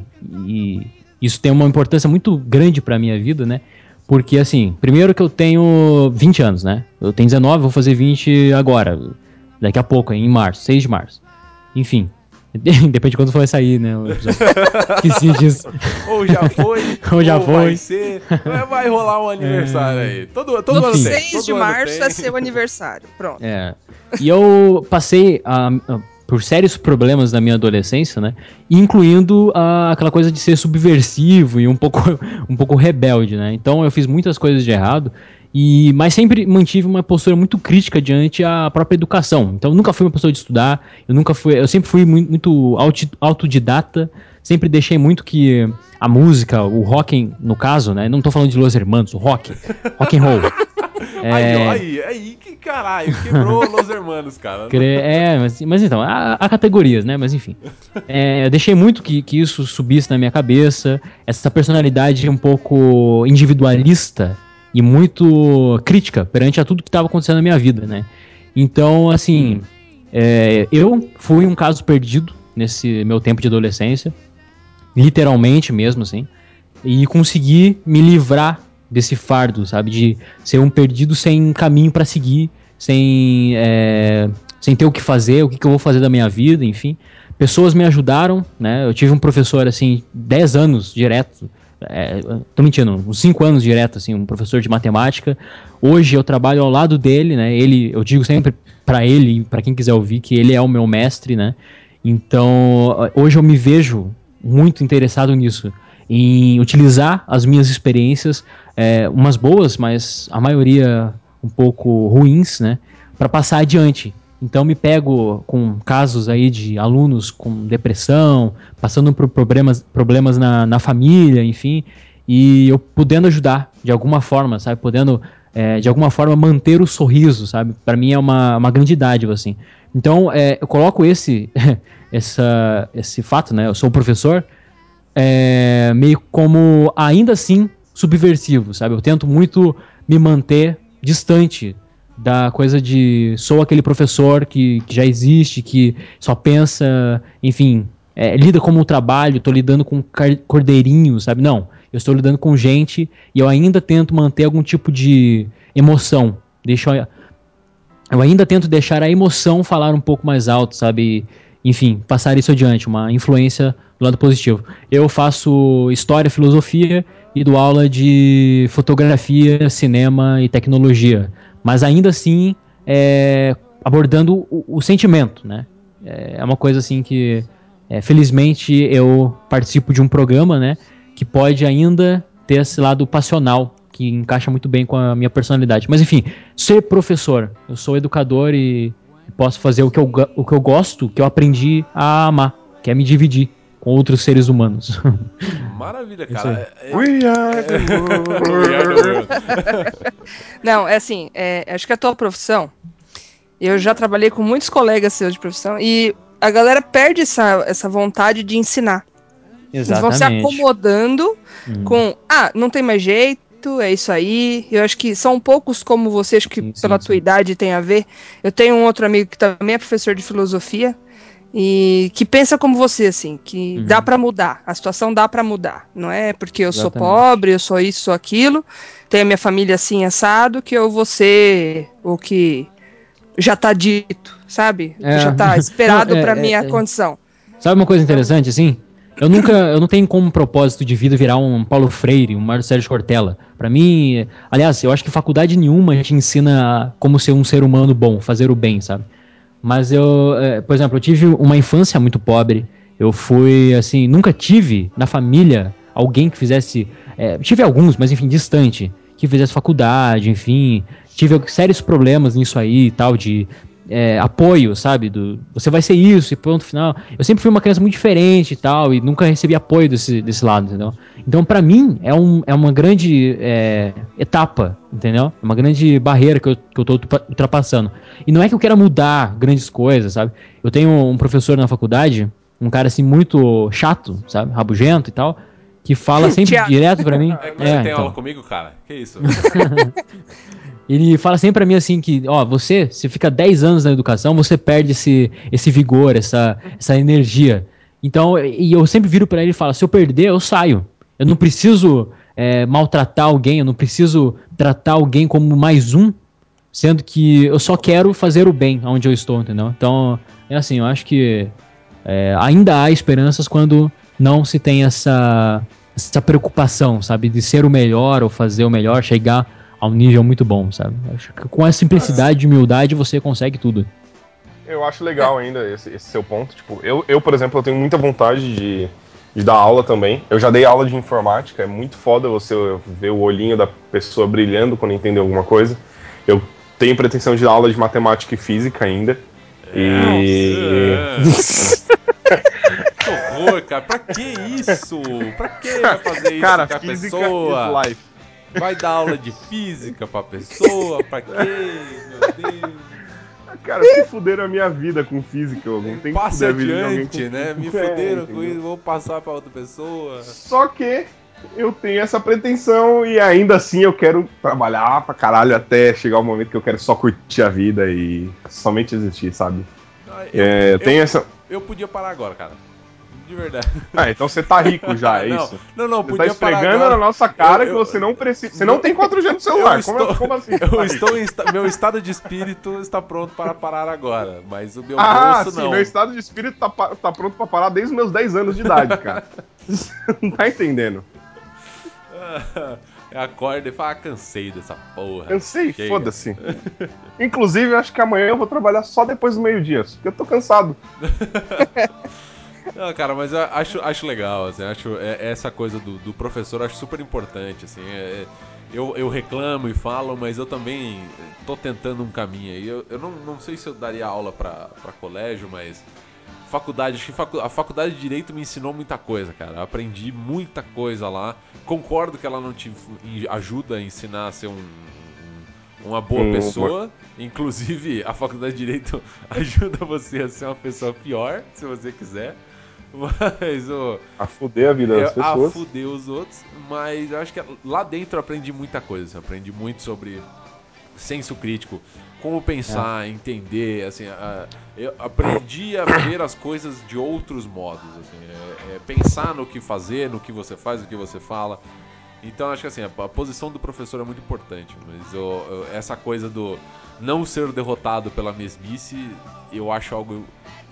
E isso tem uma importância muito grande pra minha vida, né? Porque, assim, primeiro que eu tenho vinte anos, né? Eu tenho dezenove, vou fazer vinte agora. Daqui a pouco, em março, seis de março. Enfim. Depende de quando for sair, né? O episódio. Esqueci disso. Ou já foi, Ou já vai foi. ser. Vai rolar um aniversário aí. Todo, todo ano Enfim. tem. seis todo de ano março tem. é seu aniversário. Pronto. É. E eu passei a, a- por sérios problemas na minha adolescência, né? Incluindo a- aquela coisa de ser subversivo e um pouco, um pouco rebelde, né? Então eu fiz muitas coisas de errado, e, mas sempre mantive uma postura muito crítica diante a própria educação. Então eu nunca fui uma pessoa de estudar, eu nunca fui, eu sempre fui muito, muito auti- autodidata, sempre deixei muito que a música, o rock, no caso, né? Não tô falando de Los Hermanos, o rock, rock and roll. Aí, É, ó, aí, aí, que caralho, quebrou Los Hermanos, cara. Cre- É, mas, mas então, há, há categorias, né? Mas enfim. É, eu deixei muito que, que isso subisse na minha cabeça, essa personalidade um pouco individualista e muito crítica perante a tudo que estava acontecendo na minha vida, né? Então, assim, é, eu fui um caso perdido nesse meu tempo de adolescência, literalmente mesmo, assim, e consegui me livrar desse fardo, sabe? De ser um perdido sem caminho pra seguir, sem, é, sem ter o que fazer, o que, que eu vou fazer da minha vida, enfim. Pessoas me ajudaram, né? Eu tive um professor, assim, dez anos direto, é, tô mentindo, uns cinco anos direto, assim, um professor de matemática. Hoje eu trabalho ao lado dele, né? Ele, eu digo sempre pra ele, pra quem quiser ouvir, que ele é o meu mestre, né? Então, hoje eu me vejo muito interessado nisso, em utilizar as minhas experiências, é, umas boas, mas a maioria um pouco ruins, né, para passar adiante. Então me pego com casos aí de alunos com depressão, passando por problemas, problemas na, na família, enfim, e eu podendo ajudar de alguma forma, sabe, podendo é, de alguma forma manter o sorriso, sabe, para mim é uma, uma grande dádiva, assim. Então é, eu coloco esse, essa, esse fato, né, eu sou professor, é, meio como ainda assim subversivo, sabe? Eu tento muito me manter distante da coisa de sou aquele professor que, que já existe, que só pensa, enfim, é, lida como um trabalho, tô lidando com car- cordeirinhos, sabe? Não, eu estou lidando com gente e eu ainda tento manter algum tipo de emoção. Deixa eu, eu ainda tento deixar a emoção falar um pouco mais alto, sabe? enfim, passar isso adiante, uma influência do lado positivo. Eu faço história, filosofia e dou aula de fotografia, cinema e tecnologia, mas ainda assim é, abordando o, o sentimento, né? É uma coisa assim que, é, felizmente, eu participo de um programa, né, que pode ainda ter esse lado passional, que encaixa muito bem com a minha personalidade. Mas enfim, ser professor, eu sou educador e posso fazer o que eu, o que eu gosto, que eu aprendi a amar, que é me dividir com outros seres humanos. Maravilha, cara. É, é, We are the world. We are the world. Não, é assim, é, acho que a tua profissão, eu já trabalhei com muitos colegas seus de profissão, e a galera perde essa, essa vontade de ensinar. Eles vão se acomodando Hum. com, ah, não tem mais jeito, é isso aí. Eu acho que são poucos como vocês que, Sim, sim, pela sim. tua idade, tem a ver. Eu tenho um outro amigo que também é professor de filosofia e que pensa como você, assim, que Uhum. dá pra mudar, a situação dá pra mudar. Não é porque eu sou Exatamente. pobre, eu sou isso, sou aquilo, tenho a minha família assim assado, que eu vou ser o que já tá dito, sabe? O que É. já tá esperado Não, é, pra é, minha é. condição. Sabe uma coisa interessante, assim? Eu nunca, eu não tenho como propósito de vida virar um Paulo Freire, um Mário Sérgio Cortella. Pra mim, aliás, eu acho que faculdade nenhuma te ensina como ser um ser humano bom, fazer o bem, sabe? Mas eu, é, por exemplo, eu tive uma infância muito pobre. Eu fui, assim, nunca tive na família alguém que fizesse. É, tive alguns, mas enfim, distante, que fizesse faculdade, enfim. Tive sérios problemas nisso aí e tal, de é, apoio, sabe? Do, você vai ser isso e ponto final. Eu sempre fui uma criança muito diferente e tal, e nunca recebi apoio desse, desse lado, entendeu? Então, pra mim, é, um, é uma grande é, etapa, entendeu? É uma grande barreira que eu, que eu tô ultrapassando. E não é que eu queira mudar grandes coisas, sabe? Eu tenho um professor na faculdade, um cara assim muito chato, sabe? Rabugento e tal, que fala sempre Tiago. direto pra mim. É que você É, tem então. aula comigo, cara? Que isso? Ele fala sempre pra mim assim que, ó, você, se fica dez anos na educação, você perde esse, esse vigor, essa, essa energia. Então, e eu sempre viro pra ele e falo, se eu perder, eu saio. Eu não preciso é, maltratar alguém, eu não preciso tratar alguém como mais um, sendo que eu só quero fazer o bem onde eu estou, entendeu? Então, é assim, eu acho que é, ainda há esperanças quando não se tem essa, essa preocupação, sabe? De ser o melhor ou fazer o melhor, chegar a um nível muito bom, sabe? Acho que com essa simplicidade e humildade você consegue tudo. Eu acho legal ainda esse, esse seu ponto. Tipo, eu, eu, por exemplo, eu tenho muita vontade de, de dar aula também. Eu já dei aula de informática, é muito foda você ver o olhinho da pessoa brilhando quando entende alguma coisa. Eu tenho pretensão de dar aula de matemática e física ainda. E. Que horror, cara. Pra que isso? Pra que vai fazer isso Cara, com a física pessoa? is life. Vai dar aula de física pra pessoa? Pra quê? Meu Deus. Cara, que fuderam a minha vida com física, eu não tem que Passe fuder a vida de alguém com adiante, né? Me física. fuderam É, com isso, vou passar pra outra pessoa. Só que eu tenho essa pretensão e ainda assim eu quero trabalhar pra caralho até chegar o momento que eu quero só curtir a vida e somente existir, sabe? Eu, É, eu, tem essa. eu podia parar agora, cara. De verdade. Ah, então você tá rico já, é não, isso? Não, não, Você podia tá parar esfregando agora. na nossa cara Eu- eu- que você não precisa. Você não tem quatro G no celular. Eu estou, como, como assim? eu tá estou rico? em esta- meu estado de espírito está pronto para parar agora, mas o meu Ah, bolso sim, não. meu estado de espírito tá, pa- tá pronto pra parar desde os meus dez anos de idade, cara. Você não tá entendendo? Eu acordo e falo, ah, cansei dessa porra. Cansei, Chega. foda-se. Inclusive, eu acho que amanhã eu vou trabalhar só depois do meio-dia, porque eu tô cansado. Não, cara, mas eu acho, acho legal, assim, acho é, essa coisa do, do professor eu acho super importante, assim, é, eu, eu reclamo e falo, mas eu também tô tentando um caminho aí, eu, eu não, não sei se eu daria aula pra, pra colégio, mas faculdade, acho que facu, a faculdade de Direito me ensinou muita coisa, cara, eu aprendi muita coisa lá, concordo que ela não te ajuda a ensinar a ser um, um, uma boa Hum, pessoa, inclusive a faculdade de Direito ajuda você a ser uma pessoa pior, se você quiser. Mas o. A fuder a vida das É, a pessoas. fuder os outros. Mas eu acho que lá dentro eu aprendi muita coisa. Assim, eu aprendi muito sobre senso crítico, como pensar, entender. Assim, a- eu aprendi a ver as coisas de outros modos. Assim, é- é pensar no que fazer, no que você faz, no que você fala. Então acho que assim, a, a posição do professor é muito importante. Mas eu- eu- essa coisa do não ser derrotado pela mesmice, eu acho algo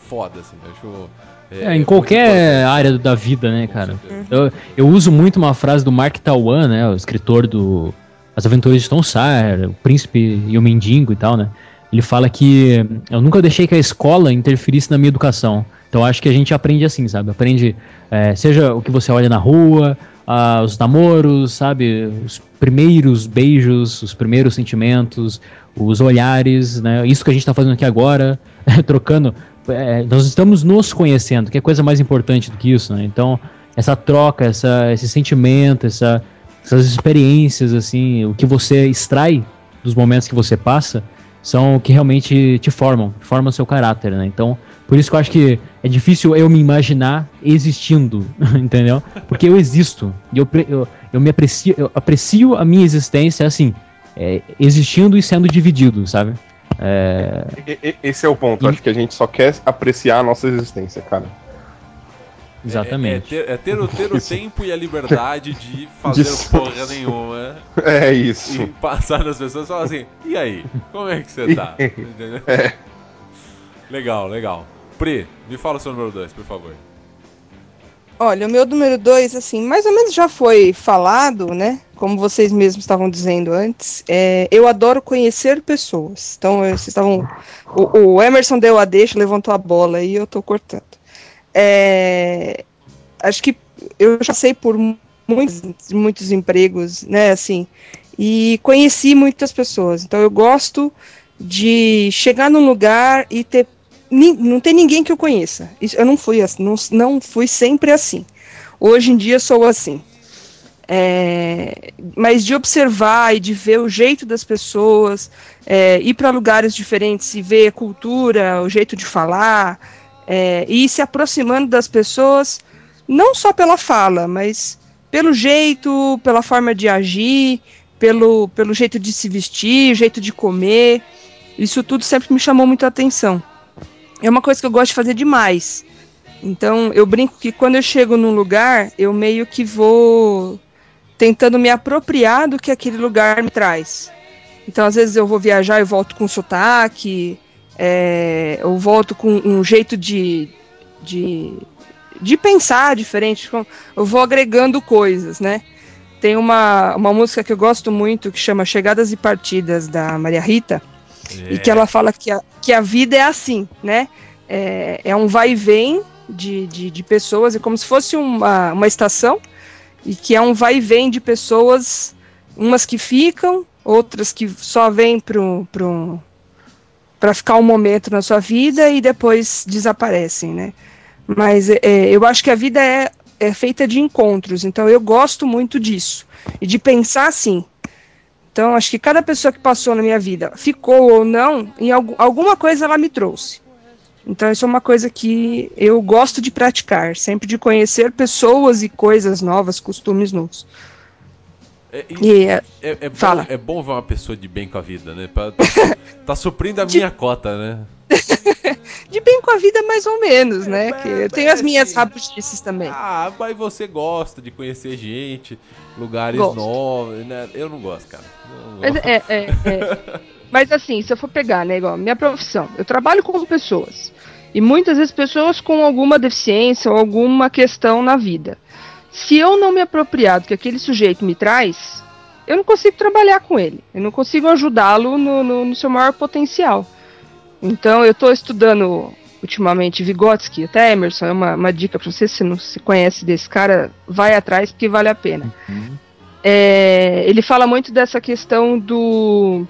foda, assim. Eu acho... É, é, em qualquer área da vida, né, cara? Eu, eu uso muito uma frase do Mark Twain, né, o escritor do As Aventuras de Tom Sawyer, O Príncipe e o Mendigo e tal, né? Ele fala que eu nunca deixei que a escola interferisse na minha educação. Então acho que a gente aprende assim, sabe? Aprende, é, seja o que você olha na rua, ah, os namoros, sabe? Os primeiros beijos, os primeiros sentimentos, os olhares, né? Isso que a gente tá fazendo aqui agora, trocando. É, nós estamos nos conhecendo, que é coisa mais importante do que isso, né? Então, essa troca, essa, esse sentimento, essa, essas experiências, assim, o que você extrai dos momentos que você passa, são o que realmente te formam, formam seu caráter, né? Então, por isso que eu acho que é difícil eu me imaginar existindo, entendeu? Porque eu existo, e eu, eu, eu me aprecio, eu aprecio a minha existência, assim, é, existindo e sendo dividido, sabe? É... Esse é o ponto, E... acho que a gente só quer apreciar a nossa existência, cara. Exatamente. É, é, ter, é ter, o, ter o tempo e a liberdade de fazer de... porra nenhuma. É isso. E passar nas pessoas e falar assim, e aí, como é que você tá? Entendeu? É. Legal, legal. Pri, me fala o seu número dois, por favor. Olha, o meu número dois, assim, mais ou menos já foi falado, né? Como vocês mesmos estavam dizendo antes. É, eu adoro conhecer pessoas. Então, vocês estavam... O, o Emerson deu a deixa, levantou a bola e eu tô cortando. É, acho que eu já passei por muitos, muitos empregos, né? Assim, e conheci muitas pessoas. Então, eu gosto de chegar num lugar e ter... Não tem ninguém que eu conheça. Isso, eu não fui assim, não, não fui sempre assim. Hoje em dia sou assim. É, mas de observar e de ver o jeito das pessoas, é, ir para lugares diferentes e ver a cultura, o jeito de falar, é, e ir se aproximando das pessoas, não só pela fala, mas pelo jeito, pela forma de agir, pelo, pelo jeito de se vestir, jeito de comer. Isso tudo sempre me chamou muito a atenção. É uma coisa que eu gosto de fazer demais. Então, eu brinco que quando eu chego num lugar, eu meio que vou tentando me apropriar do que aquele lugar me traz. Então, às vezes eu vou viajar e volto com sotaque, é, eu volto com um jeito de, de, de pensar diferente, eu vou agregando coisas, né? Tem uma, uma música que eu gosto muito que chama Chegadas e Partidas, da Maria Rita, é. E que ela fala que a, que a vida é assim, né? É, é um vai e vem de, de, de pessoas, é como se fosse uma, uma estação, e que é um vai e vem de pessoas, umas que ficam, outras que só vêm para ficar um momento na sua vida e depois desaparecem, né? Mas é, eu acho que a vida é, é feita de encontros, então eu gosto muito disso, e de pensar assim. Então, acho que cada pessoa que passou na minha vida, ficou ou não, em algum, alguma coisa ela me trouxe. Então, isso é uma coisa que eu gosto de praticar, sempre de conhecer pessoas e coisas novas, costumes novos. É, e, e, é, é, é, bom, fala. é bom ver uma pessoa de bem com a vida, né? Tá, tá, tá suprindo a de... minha cota, né? de bem com a vida, mais ou menos, é, né? É, que eu tenho é, as minhas rabutices também. Ah, mas você gosta de conhecer gente, lugares gosto. novos, né? Eu não gosto, cara. Não mas, gosto. É, é, é. Mas assim, se eu for pegar, né, igual minha profissão, eu trabalho com pessoas. E muitas vezes pessoas com alguma deficiência ou alguma questão na vida. Se eu não me apropriar do que aquele sujeito me traz, eu não consigo trabalhar com ele. Eu não consigo ajudá-lo no, no, no seu maior potencial. Então, eu estou estudando ultimamente Vygotsky, até Emerson, é uma, uma dica para você, se não se conhece desse cara, vai atrás porque vale a pena. Uhum. É, ele fala muito dessa questão do,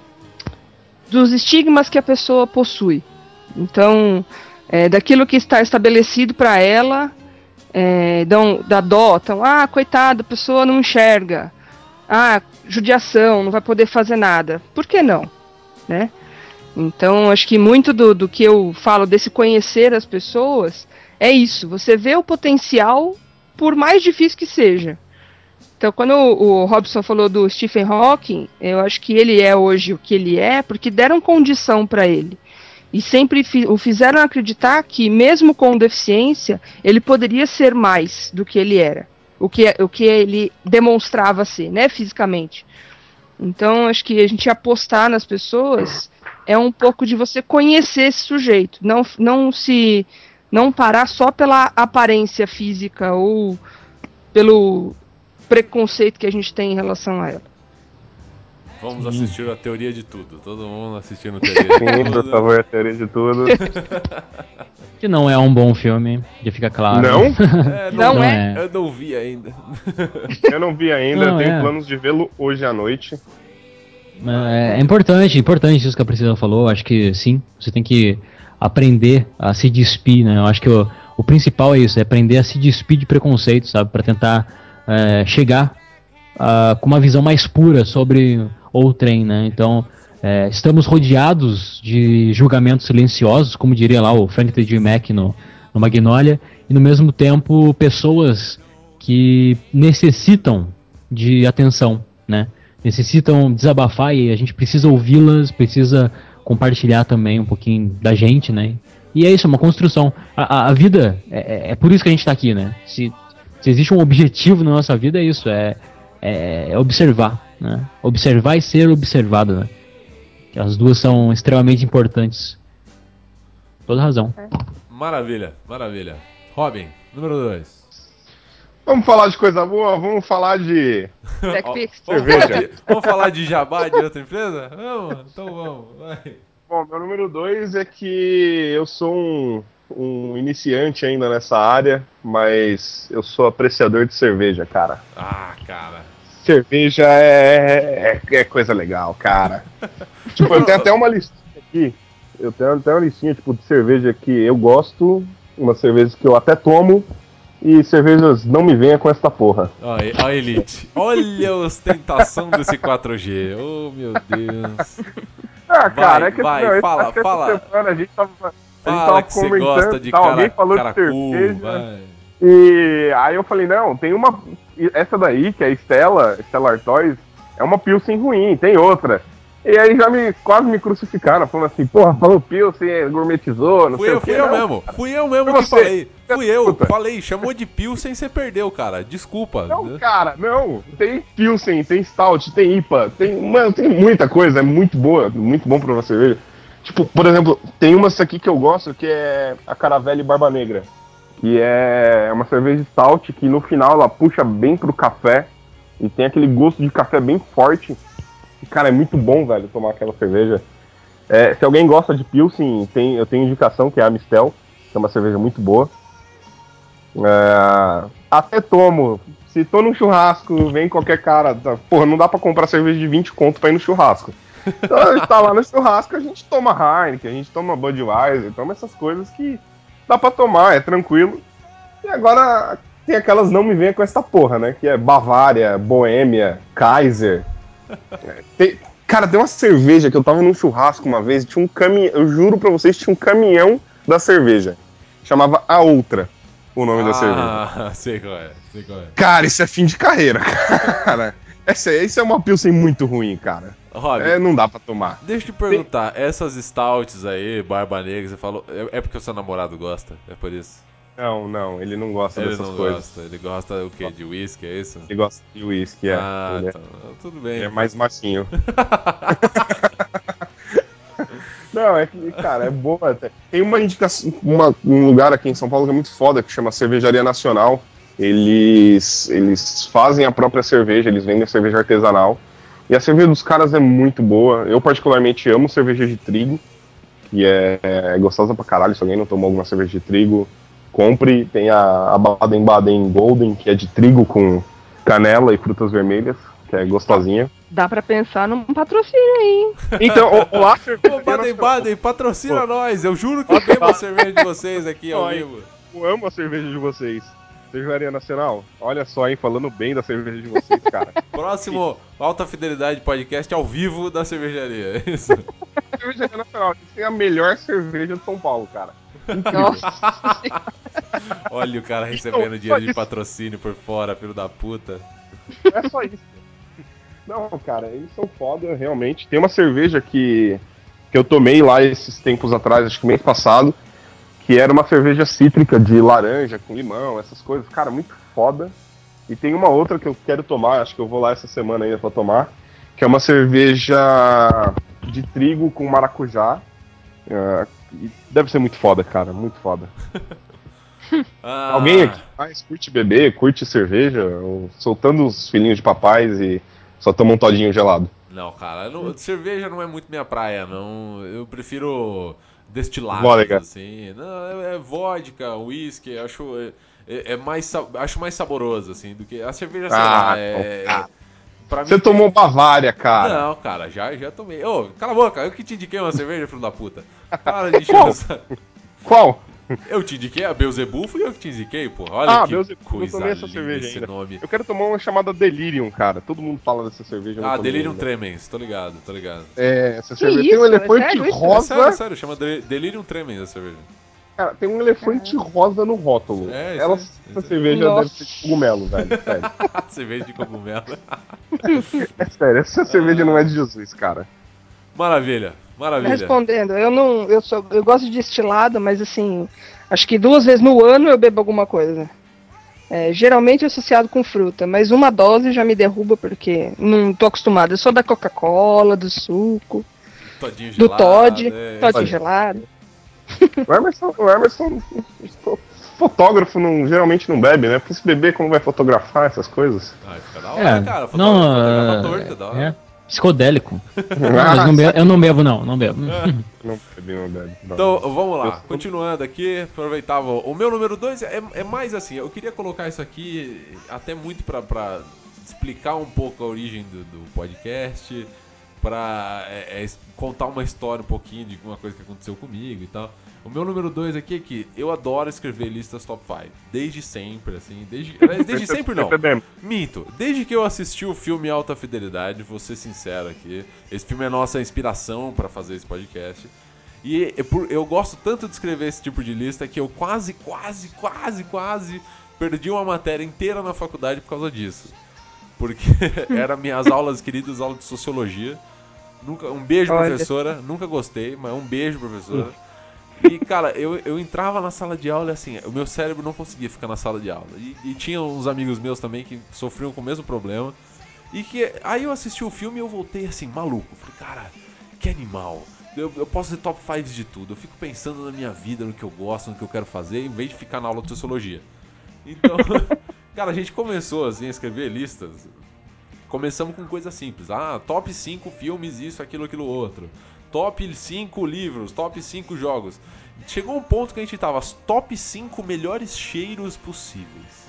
dos estigmas que a pessoa possui. Então, é, daquilo que está estabelecido para ela, é, dão, dá dó, então, ah, coitado, a pessoa não enxerga, ah, judiação, não vai poder fazer nada. Por que não? Né? Então, acho que muito do, do que eu falo desse conhecer as pessoas é isso, você vê o potencial, por mais difícil que seja. Então, quando o, o Robson falou do Stephen Hawking, eu acho que ele é hoje o que ele é, porque deram condição para ele. E sempre fi, o fizeram acreditar que, mesmo com deficiência, ele poderia ser mais do que ele era. O que, o que ele demonstrava ser, né, fisicamente. Então, acho que a gente apostar nas pessoas é um pouco de você conhecer esse sujeito. Não, não se não parar só pela aparência física ou pelo preconceito que a gente tem em relação a ela. Vamos assistir a Teoria de Tudo. Todo mundo assistindo a Teoria de Sim, Tudo. por favor, a Teoria de Tudo. Que não é um bom filme, já fica claro. Não? É, Não Não é? é. Eu não vi ainda. Eu não vi ainda, Não, eu tenho é. planos de vê-lo hoje à noite. É, é importante, importante isso que a Priscila falou. Acho que sim, você tem que aprender a se despir, né? Eu acho que o, o principal é isso, é aprender a se despir de preconceito, sabe? Pra tentar é, chegar uh, com uma visão mais pura sobre outrem, né? Então, é, estamos rodeados de julgamentos silenciosos, como diria lá o Frank T J Mack no, no Magnolia, e no mesmo tempo pessoas que necessitam de atenção, né? Necessitam desabafar e a gente precisa ouvi-las, precisa compartilhar também um pouquinho da gente, né? E é isso, é uma construção. A, a, a vida, é, é por isso que a gente tá aqui, né? Se, se existe um objetivo na nossa vida, é isso, é, é, é observar, né? Observar e ser observado, né? As duas são extremamente importantes. Toda razão. Maravilha, maravilha. Robin, número dois. Vamos falar de coisa boa, vamos falar de... TechPix. Vamos Cerveja. falar, de, vamos falar de jabá de outra empresa? Vamos, então vamos. Vai. Bom, meu número dois é que eu sou um, um iniciante ainda nessa área, mas eu sou apreciador de cerveja, cara. Ah, cara. Cerveja é, é, é coisa legal, cara. Tipo, eu tenho até uma listinha aqui. Eu tenho até uma listinha tipo, de cerveja que eu gosto, umas cervejas que eu até tomo, e cervejas não me venha com esta porra. Olha a Elite. Olha a ostentação desse quatro G. Oh, meu Deus. Ah, cara, Vai, é que vai, não, fala, acho que essa fala. semana a gente tava, a gente Fala tava que você comentando, gosta de tá, alguém cara, falou caracu, de cerveja. vai. E aí eu falei, não, tem uma. Essa daí, que é a Stella, Stellar Toys, é uma Pilsen ruim, tem outra. E aí já me quase me crucificaram, falando assim, porra, falou Pilsen, gourmetizou, não Fui sei eu, o quê. fui eu não, mesmo. cara. Fui eu mesmo Foi que você. falei. Fui eu, Puta. falei, chamou de Pilsen, você perdeu, cara. Desculpa. Não, cara, não. Tem Pilsen, tem Stout, tem I P A, tem, mano, tem muita coisa, é muito boa, muito bom pra uma cerveja. Tipo, por exemplo, tem umas aqui que eu gosto, que é a Caravelle Barba Negra. Que é uma cerveja stout que no final ela puxa bem pro café e tem aquele gosto de café bem forte. E, cara, é muito bom, velho, tomar aquela cerveja. É, se alguém gosta de Pilsen, tem, eu tenho indicação que é a Mistel, que é uma cerveja muito boa. É, até tomo. Se tô num churrasco, vem qualquer cara. Tá, porra, não dá pra comprar cerveja de vinte conto pra ir no churrasco. Então a gente tá lá no churrasco, a gente toma Heineken, a gente toma Budweiser, toma essas coisas que dá pra tomar, é tranquilo. E agora tem aquelas não me venha com essa porra, né? Que é Bavária, Boêmia, Kaiser. Tem, cara, tem uma cerveja que eu tava num churrasco uma vez, tinha um caminhão, eu juro pra vocês, tinha um caminhão da cerveja. Chamava A Outra, o nome ah, da cerveja. Ah, sei qual é, sei qual é. Cara, isso é fim de carreira, cara. Essa, isso é uma Pilsen muito ruim, cara. Rob, É, não dá pra tomar. deixa eu te perguntar, tem... essas stouts aí, Barba Negra, você falou, é, é porque o seu namorado gosta, é por isso? Não, não, ele não gosta ele dessas não coisas. Gosta. Ele gosta o quê? De whisky, é isso? Ele gosta de whisky, é. Ah, ele então, é, tudo bem. ele é mais macinho. Não, é que, cara, é boa até. Tem uma indicação, uma, um lugar aqui em São Paulo que é muito foda, que chama Cervejaria Nacional. Eles, eles fazem a própria cerveja, eles vendem cerveja artesanal. E a cerveja dos caras é muito boa. Eu particularmente amo cerveja de trigo, que é, é gostosa pra caralho. Se alguém não tomou alguma cerveja de trigo, compre. Tem a, a Baden-Baden Golden, que é de trigo com canela e frutas vermelhas, que é gostosinha. Dá pra pensar num patrocínio aí, hein? Então, olá, Ô, Baden Baden, patrocina Pô. nós. Eu juro que eu bebo a cerveja de vocês aqui ao vivo. Eu amo a cerveja de vocês. Cervejaria Nacional, olha só, hein, falando bem da cerveja de vocês, cara. Próximo Alta Fidelidade Podcast ao vivo da cervejaria, é isso? Cervejaria Nacional, eles têm a melhor cerveja de São Paulo, cara. Incrível. Nossa. Olha o cara recebendo dinheiro de patrocínio por fora, filho da puta. Não é só isso. Não, cara, eles são foda, realmente. Tem uma cerveja que, que eu tomei lá esses tempos atrás, acho que mês passado, que era uma cerveja cítrica de laranja com limão, essas coisas. Cara, muito foda. E tem uma outra que eu quero tomar, acho que eu vou lá essa semana ainda pra tomar, que é uma cerveja de trigo com maracujá. Uh, E deve ser muito foda, cara, muito foda. Ah, Alguém aqui mais curte beber, curte cerveja, ou soltando os filhinhos de papais e só toma um todinho gelado? Não, cara, não- cerveja não é muito minha praia, não. Eu prefiro destilados, Vodka. assim. Não, é, é vodka, whisky, acho é, é- é mais sa- acho mais saboroso, assim, do que a cerveja, sei lá, Ah, é, ah. é pra Você mim tomou tem- Bavária, cara. Não, cara, já já tomei. Ô, cala a boca, eu que te indiquei uma cerveja, filho da puta. Para de encher Qual? o saco. Qual? Eu te indiquei a Beelzebub, fui eu que te indiquei, pô. Olha Ah, que Beelzebub, eu coisa tomei essa linda cerveja esse ainda. nome. Eu quero tomar uma chamada Delirium, cara. Todo mundo fala dessa cerveja, eu não Ah, tomei Delirium ainda. Tremens, tô ligado, tô ligado. É, essa Que cerveja isso? tem um É elefante sério isso? É rosa. sério, sério, chama De- Delirium Tremens a cerveja. Cara, tem um elefante rosa no rótulo. É, isso Ela, aí, essa isso aí. cerveja Nossa. deve ser de cogumelo, velho. Sério. Cerveja de cogumelo. É sério, essa cerveja não é de Jesus, cara. Maravilha, maravilha. Respondendo, eu não. Eu sou. Eu gosto de destilado, mas assim, acho que duas vezes no ano eu bebo alguma coisa. É, geralmente associado com fruta, mas uma dose já me derruba porque não tô acostumado. Eu sou da Coca-Cola, do suco, Todinho do gelado. Todd, é. Todd Olha. gelado. O Emerson, o Emerson, fotógrafo não, geralmente não bebe, né? Porque se beber, como vai fotografar essas coisas? Ah, fica da hora, É, cara. Foto- não, Fotografa é, torto, da hora. é psicodélico. Não, mas não bebo, eu não bebo não, não bebo. Não bebe, não bebe. Não. Então, vamos Eu lá. sou- Continuando aqui, aproveitava. O meu número dois é, é mais assim, eu queria colocar isso aqui até muito pra, pra explicar um pouco a origem do, do podcast, pra é, é, contar uma história um pouquinho de alguma coisa que aconteceu comigo e tal. O meu número dois aqui é que eu adoro escrever listas top cinco. Desde sempre, assim. Desde, aliás, desde sempre não. Percebemos. Minto. Desde que eu assisti o filme Alta Fidelidade, vou ser sincero aqui. Esse filme é nossa inspiração pra fazer esse podcast. E é por- eu gosto tanto de escrever esse tipo de lista que eu quase, quase, quase, quase perdi uma matéria inteira na faculdade por causa disso. Porque eram minhas aulas queridas, aulas de sociologia. Nunca, um beijo, Olha. professora. Nunca gostei, mas um beijo, professora. E, cara, eu, eu entrava na sala de aula e assim, o meu cérebro não conseguia ficar na sala de aula. E, e tinha uns amigos meus também que sofriam com o mesmo problema. E que aí eu assisti o filme e eu voltei assim, maluco. Falei, cara, que animal. Eu, eu posso ser top cinco de tudo. Eu fico pensando na minha vida, no que eu gosto, no que eu quero fazer, em vez de ficar na aula de sociologia. Então, cara, a gente começou assim a escrever listas. Começamos com coisa simples. Ah, top cinco filmes, isso, aquilo, aquilo, outro. Top cinco livros, top cinco jogos. Chegou um ponto que a gente tava as top cinco melhores cheiros possíveis.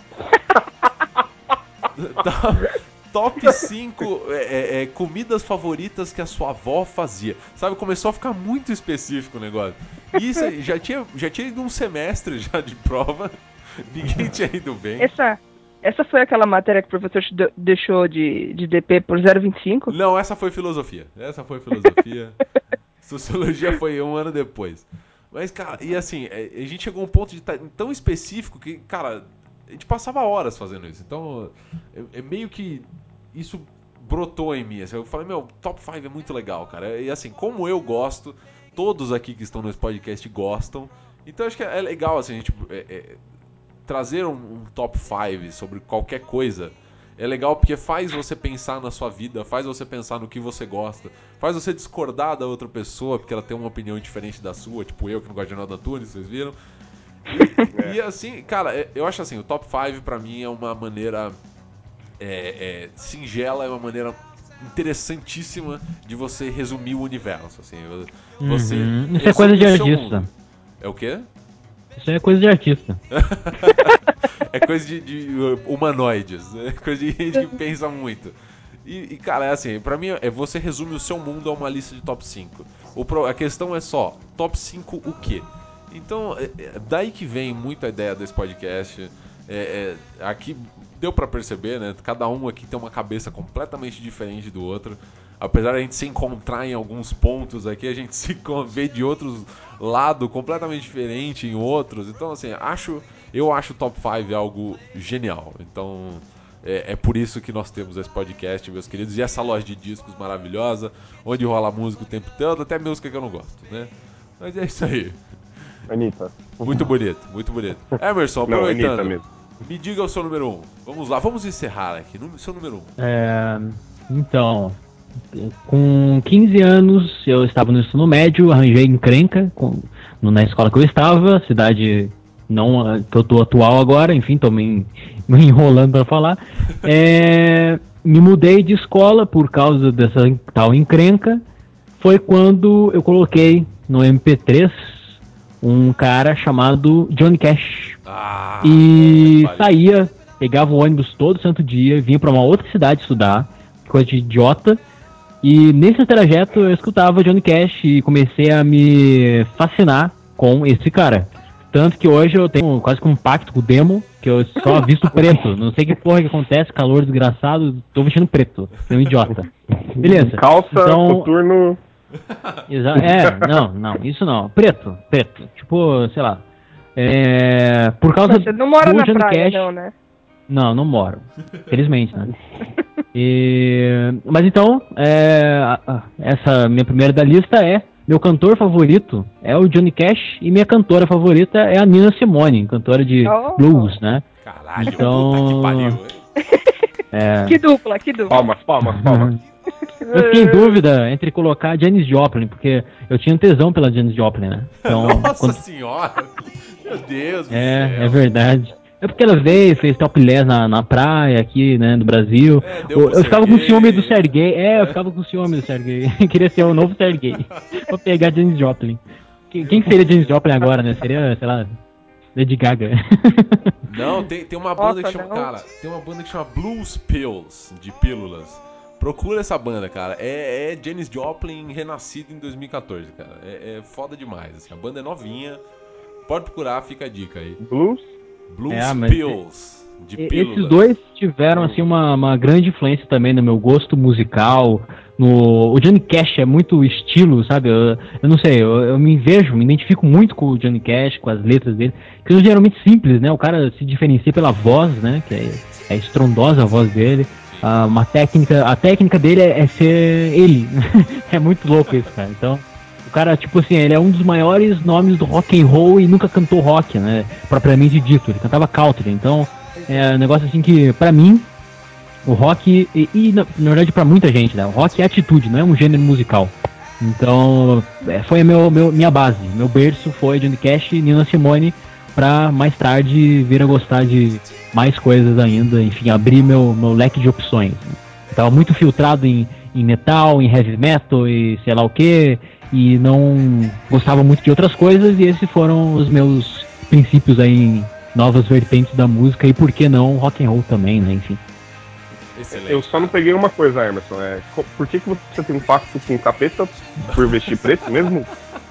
Top cinco é, é, é, comidas favoritas que a sua avó fazia. Sabe, começou a ficar muito específico o negócio. E isso aí, já tinha, já tinha ido um semestre já de prova. Ninguém tinha ido bem. Essa, essa foi aquela matéria que o professor te de- deixou de, de D P por zero vírgula vinte e cinco? Não, essa foi filosofia. Essa foi filosofia. Sociologia foi um ano depois. Mas, cara, e assim, a gente chegou a um ponto de estar tão específico que, cara, a gente passava horas fazendo isso. Então, é, é meio que isso brotou em mim. Assim, eu falei, meu, top cinco é muito legal, cara. E assim, como eu gosto, todos aqui que estão nesse podcast gostam. Então, acho que é legal, assim, a gente é, é, trazer um, um top cinco sobre qualquer coisa. É legal porque faz você pensar na sua vida, faz você pensar no que você gosta, faz você discordar da outra pessoa porque ela tem uma opinião diferente da sua, tipo eu que não gosto de Jornal da Tunes, vocês viram? E, e assim, cara, é- eu acho assim, o top cinco pra mim é uma maneira é, é, singela, é uma maneira interessantíssima de você resumir o universo, assim. Você Uhum. Isso é coisa de resume o seu artista. mundo. É o quê? Isso é coisa de artista. É coisa de, de uh, humanoides, é coisa de gente que pensa muito. E, e, cara, é assim, pra mim, é você resume o seu mundo a uma lista de top cinco. O pro, a questão é só, top cinco o quê? Então, é, é daí que vem muito a ideia desse podcast. É, é, aqui deu pra perceber, né? Cada um aqui tem uma cabeça completamente diferente do outro. Apesar de a gente se encontrar em alguns pontos aqui, a gente se vê de outros lados completamente diferente em outros. Então, assim, acho, eu acho o top cinco algo genial. Então, é, é por isso que nós temos esse podcast, meus queridos, e essa loja de discos maravilhosa, onde rola música o tempo todo, até música que eu não gosto, né? Mas é isso aí. Anitta. Muito bonito, muito bonito. Emerson, Não, Anitta aproveitando, mesmo. me diga o seu número um. Vamos lá, vamos encerrar aqui. Nú- Seu número um. É, então, com quinze anos eu estava no ensino médio, arranjei encrenca com, no, na escola que eu estava, cidade não a que eu tô atual agora, enfim, tô me, me enrolando para falar. É, me mudei de escola por causa dessa tal encrenca. Foi quando eu coloquei no M P três um cara chamado Johnny Cash. Ah, E é, saía, pegava o ônibus todo santo dia, vinha pra uma outra cidade estudar, coisa de idiota. E nesse trajeto eu escutava Johnny Cash e comecei a me fascinar com esse cara. Tanto que hoje eu tenho quase que um pacto com o demo, que eu só visto preto. Não sei que porra que acontece, calor desgraçado, tô vestindo preto, sou um idiota. Beleza. Calça, então, coturno. Exa é, não, não, isso não. Preto, preto. Tipo, sei lá. É, por causa Você não mora do na Johnny praia, Cash, não, né? Não, não moro. Felizmente, né? E, mas então, é, a- a- essa minha primeira da lista é meu cantor favorito é o Johnny Cash e minha cantora favorita é a Nina Simone, cantora de Oh. blues, né? Caralho, Então- puta que pariu. hein? É, Que dupla, que dupla. Palmas, palmas, palmas. eu fiquei em dúvida entre colocar Janis Joplin, porque eu tinha um tesão pela Janis Joplin, né? Então, Nossa quando- senhora. Meu Deus do É, céu. é verdade. É porque ela veio, fez topless na, na praia aqui, né, do Brasil. É, deu eu pro eu ficava com Serguei. ciúme do Sergei. É, eu ficava com ciúme do Sergei. Queria ser o novo Sergei. Vou pegar Janis Joplin. Quem, quem seria Janis Joplin agora, né? Seria, sei lá, Lady Gaga. Não, tem, tem uma banda Nossa, que chama. não. Cara, tem uma banda que chama Blues Pills, de pílulas. Procura essa banda, cara. É, é Janis Joplin renascido em dois mil e quatorze, cara. É, é foda demais. Assim. A banda é novinha. Pode procurar, fica a dica aí. Blues. Blues É, mas Pills, de E- pílulas. Esses dois tiveram assim uma, uma grande influência também no meu gosto musical. No o Johnny Cash é muito estilo, sabe? Eu, eu não sei, eu, eu me vejo, me identifico muito com o Johnny Cash, com as letras dele, que são geralmente simples, né? O cara se diferencia pela voz, né? Que é, é estrondosa a voz dele. Ah, uma técnica, a técnica dele é, é ser ele. É muito louco isso, cara. Então, o cara, tipo assim, ele é um dos maiores nomes do rock and roll e nunca cantou rock, né? Propriamente dito, ele cantava country. Então, é um negócio assim que, pra mim, o rock, e, e na, na verdade pra muita gente, né? O rock é atitude, não é um gênero musical. Então, é, foi a meu, meu, minha base. Meu berço foi Johnny Cash e Nina Simone, pra mais tarde vir a gostar de mais coisas ainda, enfim, abrir meu, meu leque de opções. Né? Eu tava muito filtrado em, em metal, em heavy metal e sei lá o que, e não gostava muito de outras coisas, e esses foram os meus princípios aí em novas vertentes da música, e por que não rock and roll também, né, enfim. Excelente. Eu só não peguei uma coisa, Emerson. É, co- por que, que você tem um pacto com o capeta por vestir preto mesmo?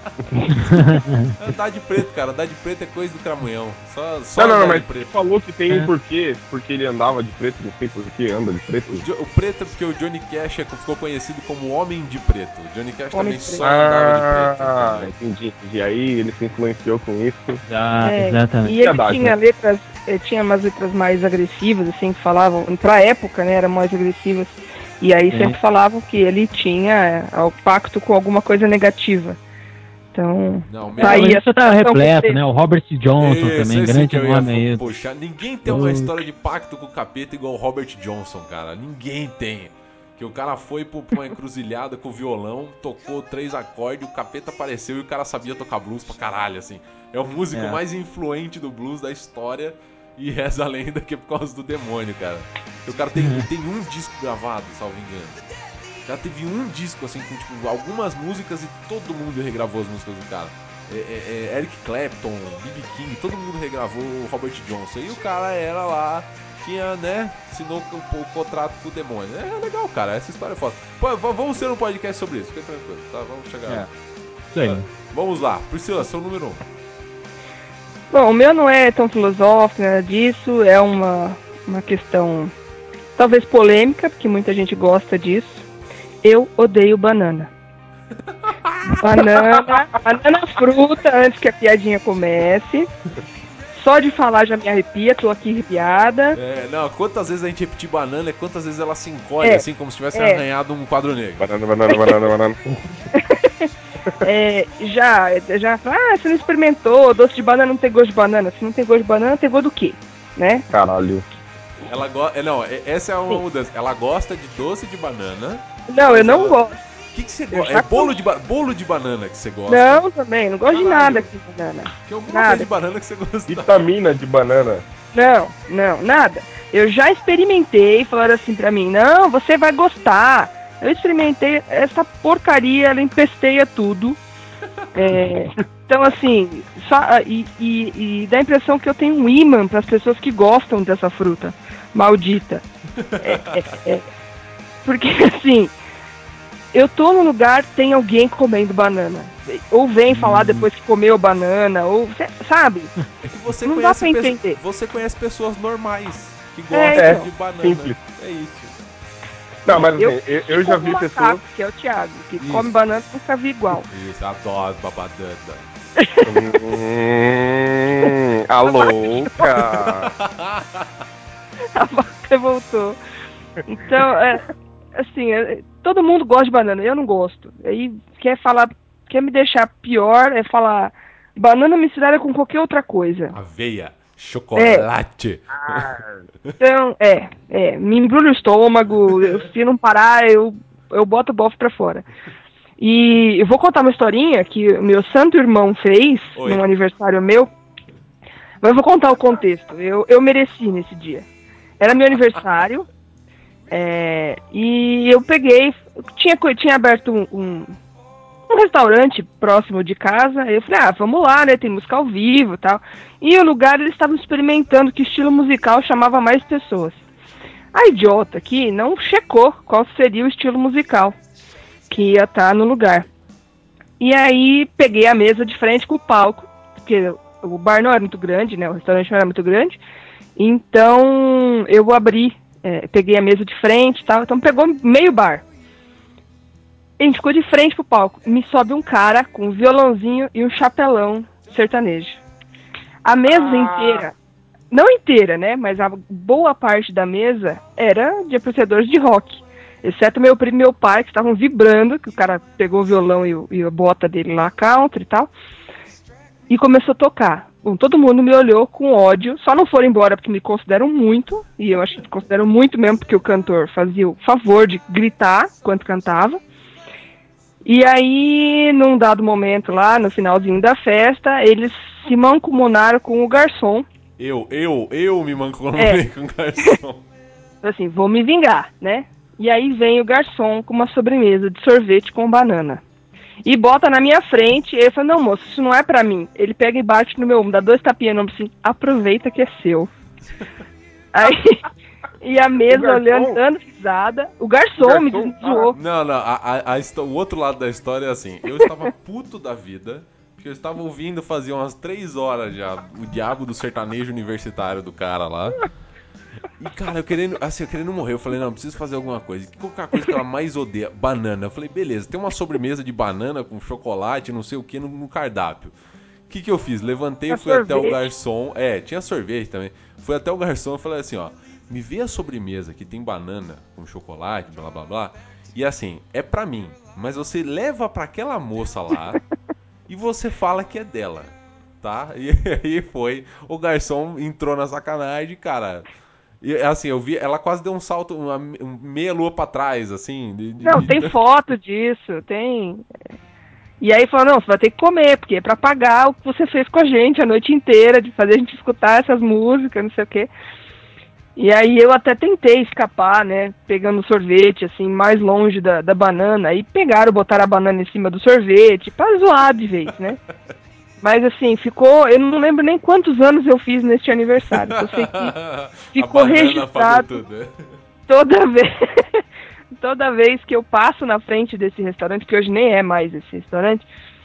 Andar de preto, cara. Andar de preto é coisa do cramunhão. Só, só Não, não, não, andar mas de você preto. falou que tem É. um porquê, porque ele andava de preto, não sei por que anda de preto. O, Jo- o preto é porque o Johnny Cash é- ficou conhecido como Homem de Preto. O Johnny Cash Homem também de só andava de preto. Ah, entendeu? entendi, entendi. Aí ele se influenciou com isso. Já, É, exatamente. E ele Verdade, tinha né? letras, eh, tinha umas letras mais agressivas, assim, que falavam, pra época, né, eram mais agressivas. E aí Sim. sempre falavam que ele tinha eh, o pacto com alguma coisa negativa. Então, Não, É, meu- Tá aí mas a isso tá situação repleto, que né? O Robert Johnson Esse, também, esse grande que eu ia nome aí. puxar. Ninguém tem uma Oh. história de pacto com o capeta igual o Robert Johnson, cara. Ninguém tem. Que o cara foi pro- pra uma encruzilhada com o violão, tocou três acordes, o capeta apareceu e o cara sabia tocar blues pra caralho, assim. É o músico É. mais influente do blues da história e reza a lenda que é por causa do demônio, cara. O cara tem, ele tem um disco gravado, salvo engano. O cara teve um disco, assim, com tipo, algumas músicas e todo mundo regravou as músicas do cara. É, é, é, Eric Clapton, B B King, todo mundo regravou o Robert Johnson. E o cara era lá, tinha, né, assinou o, o contrato com o demônio. É legal, cara, essa história é foda. Pô, v- vamos ter um podcast sobre isso, fica tranquilo, tá? Vamos chegar. É. Isso aí. Vamos lá, Priscila, seu número um. Bom, o meu não é tão filosófico, nada disso, é uma, uma questão talvez polêmica, porque muita gente gosta disso. Eu odeio banana. Banana, banana fruta, antes que a piadinha comece. Só de falar já me arrepia, tô aqui arrepiada. É, não, quantas vezes a gente repetir banana é quantas vezes ela se encolhe, É, assim, como se tivesse é. arranhado um quadro negro. Banana, banana, banana, banana. É, já, já, ah, você não experimentou, doce de banana não tem gosto de banana. Se não tem gosto de banana, tem gosto do quê? Né? Caralho. Ela gosta. Não, é- essa é uma mudança. Ela gosta de doce de banana. Não, eu mas não ela- gosto. O que, que você gosta? É bolo de, ba... bolo de banana que você gosta? Não, também. Não gosto Caralho. de nada com banana. Que alguma Nada. coisa de banana que você gosta? Vitamina de banana. Não, não, nada. Eu já experimentei, falaram assim pra mim, não, você vai gostar. Eu experimentei essa porcaria, ela empesteia tudo. É, então, assim, só, e, e, e dá a impressão que eu tenho um imã para as pessoas que gostam dessa fruta maldita. É, é, é, porque, assim, eu tô num lugar, tem alguém comendo banana. Ou vem falar depois que comeu banana, ou, sabe? É que você Não dá conhece pra entender. pe... Você conhece pessoas normais que gostam É, então. de banana. Simples. É isso. Não, mas assim, Eu, eu, eu já vi um pessoas. macaco, que é o Thiago, que Isso. come banana e nunca vi igual. Isso, adoro babadana. Hum, a louca! A vaca voltou. Então, é, assim, é, todo mundo gosta de banana, eu não gosto. Aí quer falar, quer me deixar pior, é falar banana misturada com qualquer outra coisa. Aveia, chocolate. Então, é, é, me embrulha o estômago, eu, se não parar, eu, eu boto o bofe pra fora. E eu vou contar uma historinha que o meu santo irmão fez Oi. num aniversário meu. Mas eu vou contar o contexto. Eu, eu mereci nesse dia. Era meu aniversário. É, e eu peguei. Tinha, tinha aberto um, um, um restaurante próximo de casa. Eu falei, ah, vamos lá, né? Tem música ao vivo e tal. E o lugar eles estavam experimentando que estilo musical chamava mais pessoas. A idiota aqui não checou qual seria o estilo musical que ia estar no lugar. E aí peguei a mesa de frente com o palco, porque o bar não era muito grande, né? O restaurante não era muito grande. Então eu abri, é, peguei a mesa de frente e tal. Então pegou meio bar. A gente ficou de frente pro palco. Me sobe um cara com um violãozinho e um chapelão sertanejo. A mesa ah. inteira, não inteira, né? Mas a boa parte da mesa era de apreciadores de rock. Exceto meu primo e meu pai, que estavam vibrando, que o cara pegou o violão e, o, e a bota dele lá, country e tal, e começou a tocar. Bom, todo mundo me olhou com ódio, só não foram embora porque me consideram muito, e eu acho que me consideram muito mesmo, porque o cantor fazia o favor de gritar enquanto cantava. E aí, num dado momento lá, no finalzinho da festa, eles se mancomunaram com o garçom. Eu, eu, eu me mancomunei é. com o garçom. Assim, vou me vingar, né? E aí vem o garçom com uma sobremesa de sorvete com banana. E bota na minha frente, e eu falo, não, moço, isso não é pra mim. Ele pega e bate no meu ombro, dá dois tapinhas no ombro assim, aproveita que é seu. Aí, e a mesa olhando, dando risada. O garçom, o garçom me desviou. Ah, não, não, a, a, a, o outro lado da história é assim, eu estava puto da vida, porque eu estava ouvindo fazia umas três horas já o diabo do sertanejo universitário do cara lá. E, cara, eu querendo, assim, eu querendo morrer, eu falei, não, preciso fazer alguma coisa. Qual é a coisa que ela mais odeia? Banana. Eu falei, beleza, tem uma sobremesa de banana com chocolate, não sei o que, no, no cardápio. O que que eu fiz? Levantei, fui sorvete. Até o garçom. É, tinha sorvete também. Fui até o garçom e falei assim, ó, me vê a sobremesa que tem banana com chocolate, blá, blá, blá. E assim, é pra mim, mas você leva pra aquela moça lá e você fala que é dela, tá? E aí foi, o garçom entrou na sacanagem, cara... E assim, eu vi, ela quase deu um salto, uma meia lua pra trás, assim. De, de, não, de... tem foto disso, tem. E aí falou, não, você vai ter que comer, porque é pra pagar o que você fez com a gente a noite inteira, de fazer a gente escutar essas músicas, não sei o quê. E aí eu até tentei escapar, né, pegando sorvete, assim, mais longe da, da banana. Aí pegaram, botaram a banana em cima do sorvete, pra zoar de vez, né. Mas assim, ficou. Eu não lembro nem quantos anos eu fiz neste aniversário. Eu sei que ficou registrado tudo. toda vez. Toda vez que eu passo na frente desse restaurante, que hoje nem é mais esse restaurante,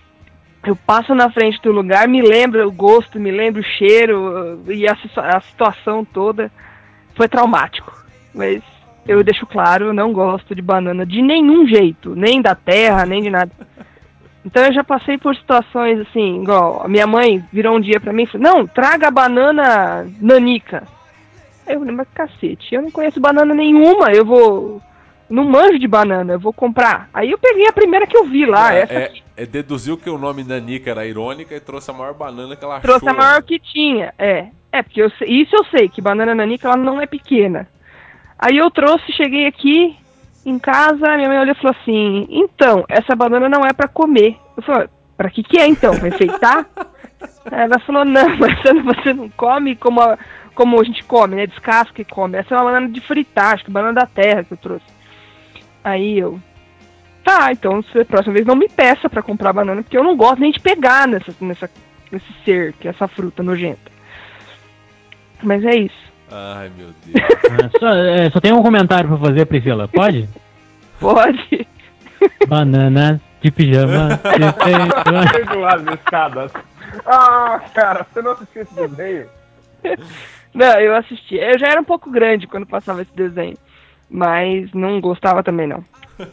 eu passo na frente do lugar, me lembra o gosto, me lembra o cheiro e a, a situação toda. Foi traumático. Mas eu deixo claro, eu não gosto de banana de nenhum jeito, nem da terra, nem de nada. Então eu já passei por situações assim, igual a minha mãe virou um dia pra mim e falou, não, traga a banana nanica. Aí eu falei, mas cacete, eu não conheço banana nenhuma, eu vou, não manjo de banana, eu vou comprar. Aí eu peguei a primeira que eu vi lá, é, essa é, aqui. É, deduziu que o nome nanica era irônica e trouxe a maior banana que ela trouxe achou. Trouxe a maior né? que tinha, é. É, porque eu sei, isso eu sei, que banana nanica ela não é pequena. Aí eu trouxe, cheguei aqui, em casa, minha mãe olhou e falou assim, então, essa banana não é pra comer. Eu falei, pra que que é então? Pra enfeitar? Ela falou, não, mas você não come como a, como a gente come, né? Descasca e come. Essa é uma banana de fritar, acho que banana da terra que eu trouxe. Aí eu, tá, então se a próxima vez não me peça pra comprar banana, porque eu não gosto nem de pegar nessa, nessa, nesse ser, que é essa fruta nojenta. Mas é isso. Ai, meu Deus. Ah, só, é, só tem um comentário pra fazer, Priscila. Pode? Pode. Banana de pijama. Pegou as escadas. Ah, cara, você não assistiu esse desenho? Não, eu assisti. Eu já era um pouco grande quando passava esse desenho. Mas não gostava também, não.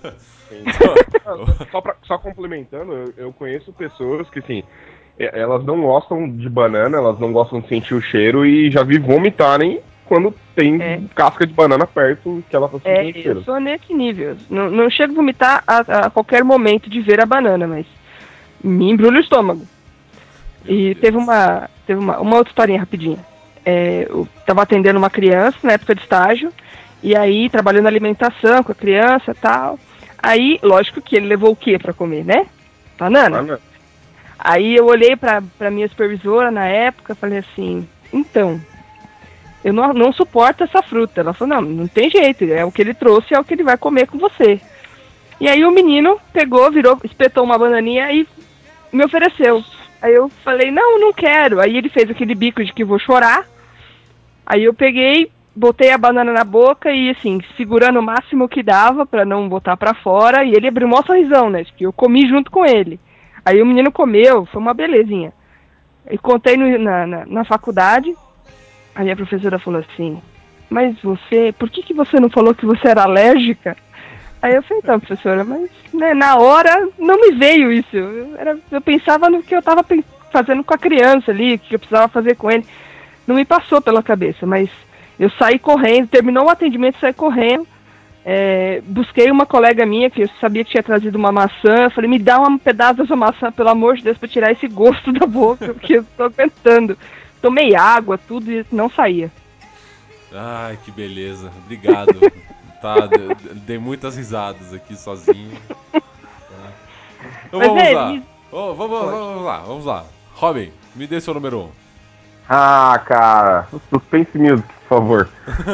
só, pra, só complementando, eu, eu conheço pessoas que, assim, elas não gostam de banana, elas não gostam de sentir o cheiro e já vi vomitarem quando tem É. casca de banana perto que ela tá sentindo É, o cheiro. eu sou nesse nível. Não, não chego a vomitar a, a qualquer momento de ver a banana, mas me embrulha o estômago. Meu E Deus. teve uma teve uma, uma outra historinha rapidinha. É, eu tava atendendo uma criança na época de estágio, e aí trabalhando alimentação com a criança e tal. Aí, lógico que ele levou o quê pra comer, né? Banana. Banana. Aí eu olhei pra, pra minha supervisora na época, falei assim, então, eu não, não suporto essa fruta. Ela falou, não, não tem jeito, é o que ele trouxe, é o que ele vai comer com você. E aí o menino pegou, virou, espetou uma bananinha e me ofereceu. Aí eu falei, não, não quero. Aí ele fez aquele bico de que vou chorar. Aí eu peguei, botei a banana na boca e assim, segurando o máximo que dava pra não botar pra fora. E ele abriu um maior sorrisão, né? Que eu comi junto com ele. Aí o menino comeu, foi uma belezinha. E contei no, na, na, na faculdade. Aí a professora falou assim, mas você, por que que você não falou que você era alérgica? Aí eu falei, então, professora, mas né, na hora não me veio isso. Eu, era, eu pensava no que eu tava fazendo com a criança ali, o que eu precisava fazer com ele. Não me passou pela cabeça, mas eu saí correndo, terminou o atendimento, saí correndo. É, busquei uma colega minha que eu sabia que tinha trazido uma maçã. Falei, me dá um pedaço dessa maçã, pelo amor de Deus, pra tirar esse gosto da boca, porque eu tô aguentando. Tomei água, tudo, e não saía. Ai, que beleza. Obrigado. Tá, dei muitas risadas aqui sozinho. Tá. Então Mas vamos é, lá. me- Oh, vamos, Pode. vamos lá, vamos lá. Robin, me dê seu número um. Ah, cara, suspense music, por favor.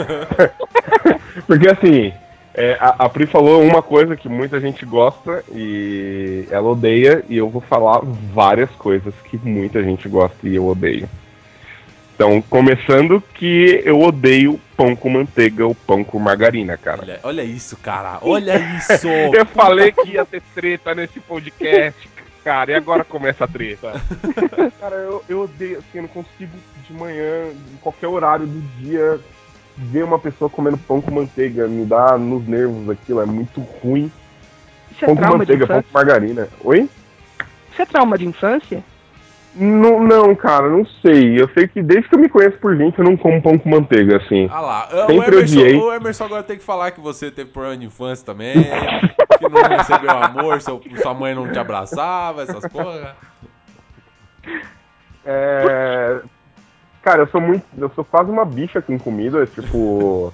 Porque assim, é, a, a Pri falou uma coisa que muita gente gosta e ela odeia, e eu vou falar várias coisas que muita gente gosta e eu odeio. Então, começando que eu odeio pão com manteiga ou pão com margarina, cara. Olha, olha isso, cara. Olha isso. Eu falei que ia ter treta nesse podcast, cara, e agora começa a treta. Cara, eu, eu odeio, assim, eu não consigo de manhã, em qualquer horário do dia, ver uma pessoa comendo pão com manteiga. Me dá nos nervos aquilo, é muito ruim. Isso é Pão com trauma de manteiga, pão infância? com margarina. Oi? Isso é trauma de infância? Não, não, cara, não sei. Eu sei que desde que eu me conheço por gente, eu não como pão com manteiga, assim. Ah lá, o Sempre Emerson, odiei. o Emerson agora tem que falar que você teve problema de infância também, que não recebeu amor, seu, sua mãe não te abraçava, essas porra. É... Cara, eu sou muito. Eu sou quase uma bicha com comida, tipo.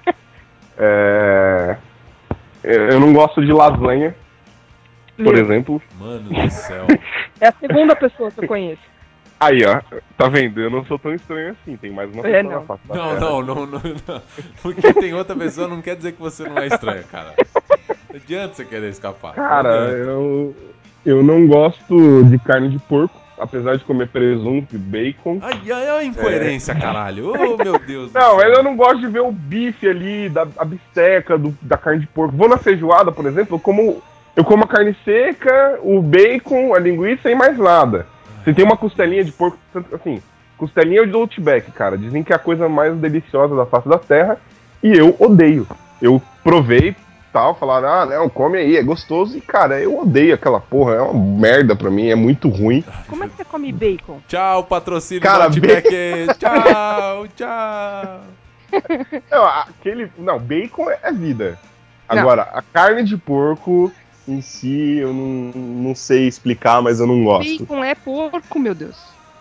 é... Eu não gosto de lasanha, por Meu, exemplo. Mano do céu. é a segunda pessoa que eu conheço. Aí, ó, tá vendo? Eu não sou tão estranho assim, tem mais uma É, pessoa não. na face da Não, terra. não, não, não, não. Porque tem outra pessoa não quer dizer que você não é estranho, cara. Não adianta você querer escapar. Não Cara, adianta. eu, eu não gosto de carne de porco, apesar de comer presunto e bacon. Ai, ai, ai, incoerência, caralho. Oh, meu Deus do Não, céu. eu não gosto de ver o bife ali, da, a bisteca do, da carne de porco. Vou na feijoada, por exemplo, eu como, eu como a carne seca, o bacon, a linguiça e mais nada. Se tem uma costelinha de porco, assim, costelinha de Outback, cara. Dizem que é a coisa mais deliciosa da face da terra e eu odeio. Eu provei, tal, falaram, ah, não, come aí, é gostoso. E, cara, eu odeio aquela porra, é uma merda pra mim, é muito ruim. Como é que você come bacon? Tchau, patrocínio Cara, do Outback. Tchau, tchau. Não, aquele, não, bacon é vida. Não. Agora, a carne de porco em si, eu não, não sei explicar, mas eu não gosto. Bacon é porco, meu Deus.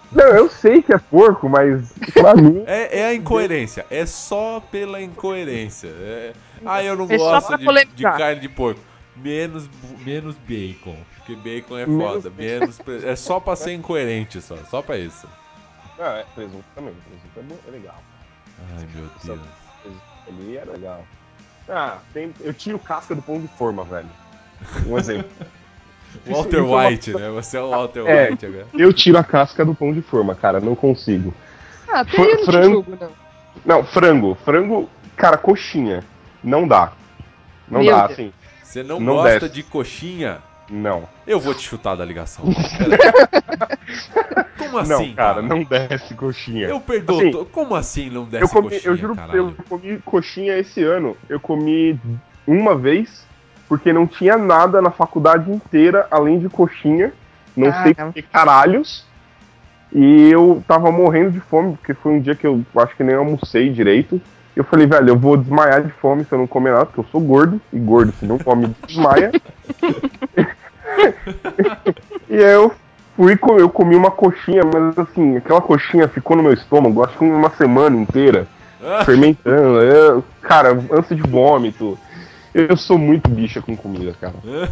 Não, eu sei que é porco, mas pra mim... É, é a incoerência. É só pela incoerência. É... Ah, eu não É só gosto pra de, de polemizar. carne de porco. Menos, menos bacon. Porque bacon é Menos foda. Menos, pre- é só pra ser incoerente, só. Só pra isso. Ah, é, presunto também. Presunto é, bom, é legal. Ai, meu Deus. Presunto ali é legal. Ah, tem, eu tiro casca do pão de forma, velho. Um exemplo. Walter Isso é uma White, né? Você é o Walter É. White agora. Eu tiro a casca do pão de forma, cara, não consigo. Ah, até Fr- eu não te frango- julgo, não. Não, frango. Frango, cara, coxinha. Não dá. Não Meu dá, Deus. assim. Você não, Não gosta desce. de coxinha? Não. Eu vou te chutar da ligação. Peraí. Como assim, não, cara, cara? não desce coxinha. Eu perdoo. Assim, to- Como assim não desce eu comi, coxinha, eu juro pra você, caralho? eu comi coxinha esse ano. Eu comi uma vez, porque não tinha nada na faculdade inteira além de coxinha. Não Ah, sei não. por que caralhos. E eu tava morrendo de fome, porque foi um dia que eu acho que nem almocei direito. Eu falei, velho, eu vou desmaiar de fome se eu não comer nada, porque eu sou gordo, e gordo se não come, desmaia. E aí eu fui, co- eu comi uma coxinha, mas assim, aquela coxinha ficou no meu estômago, acho que uma semana inteira, fermentando. Eu, cara, ânsia de vômito. Eu sou muito bicha com comida, cara.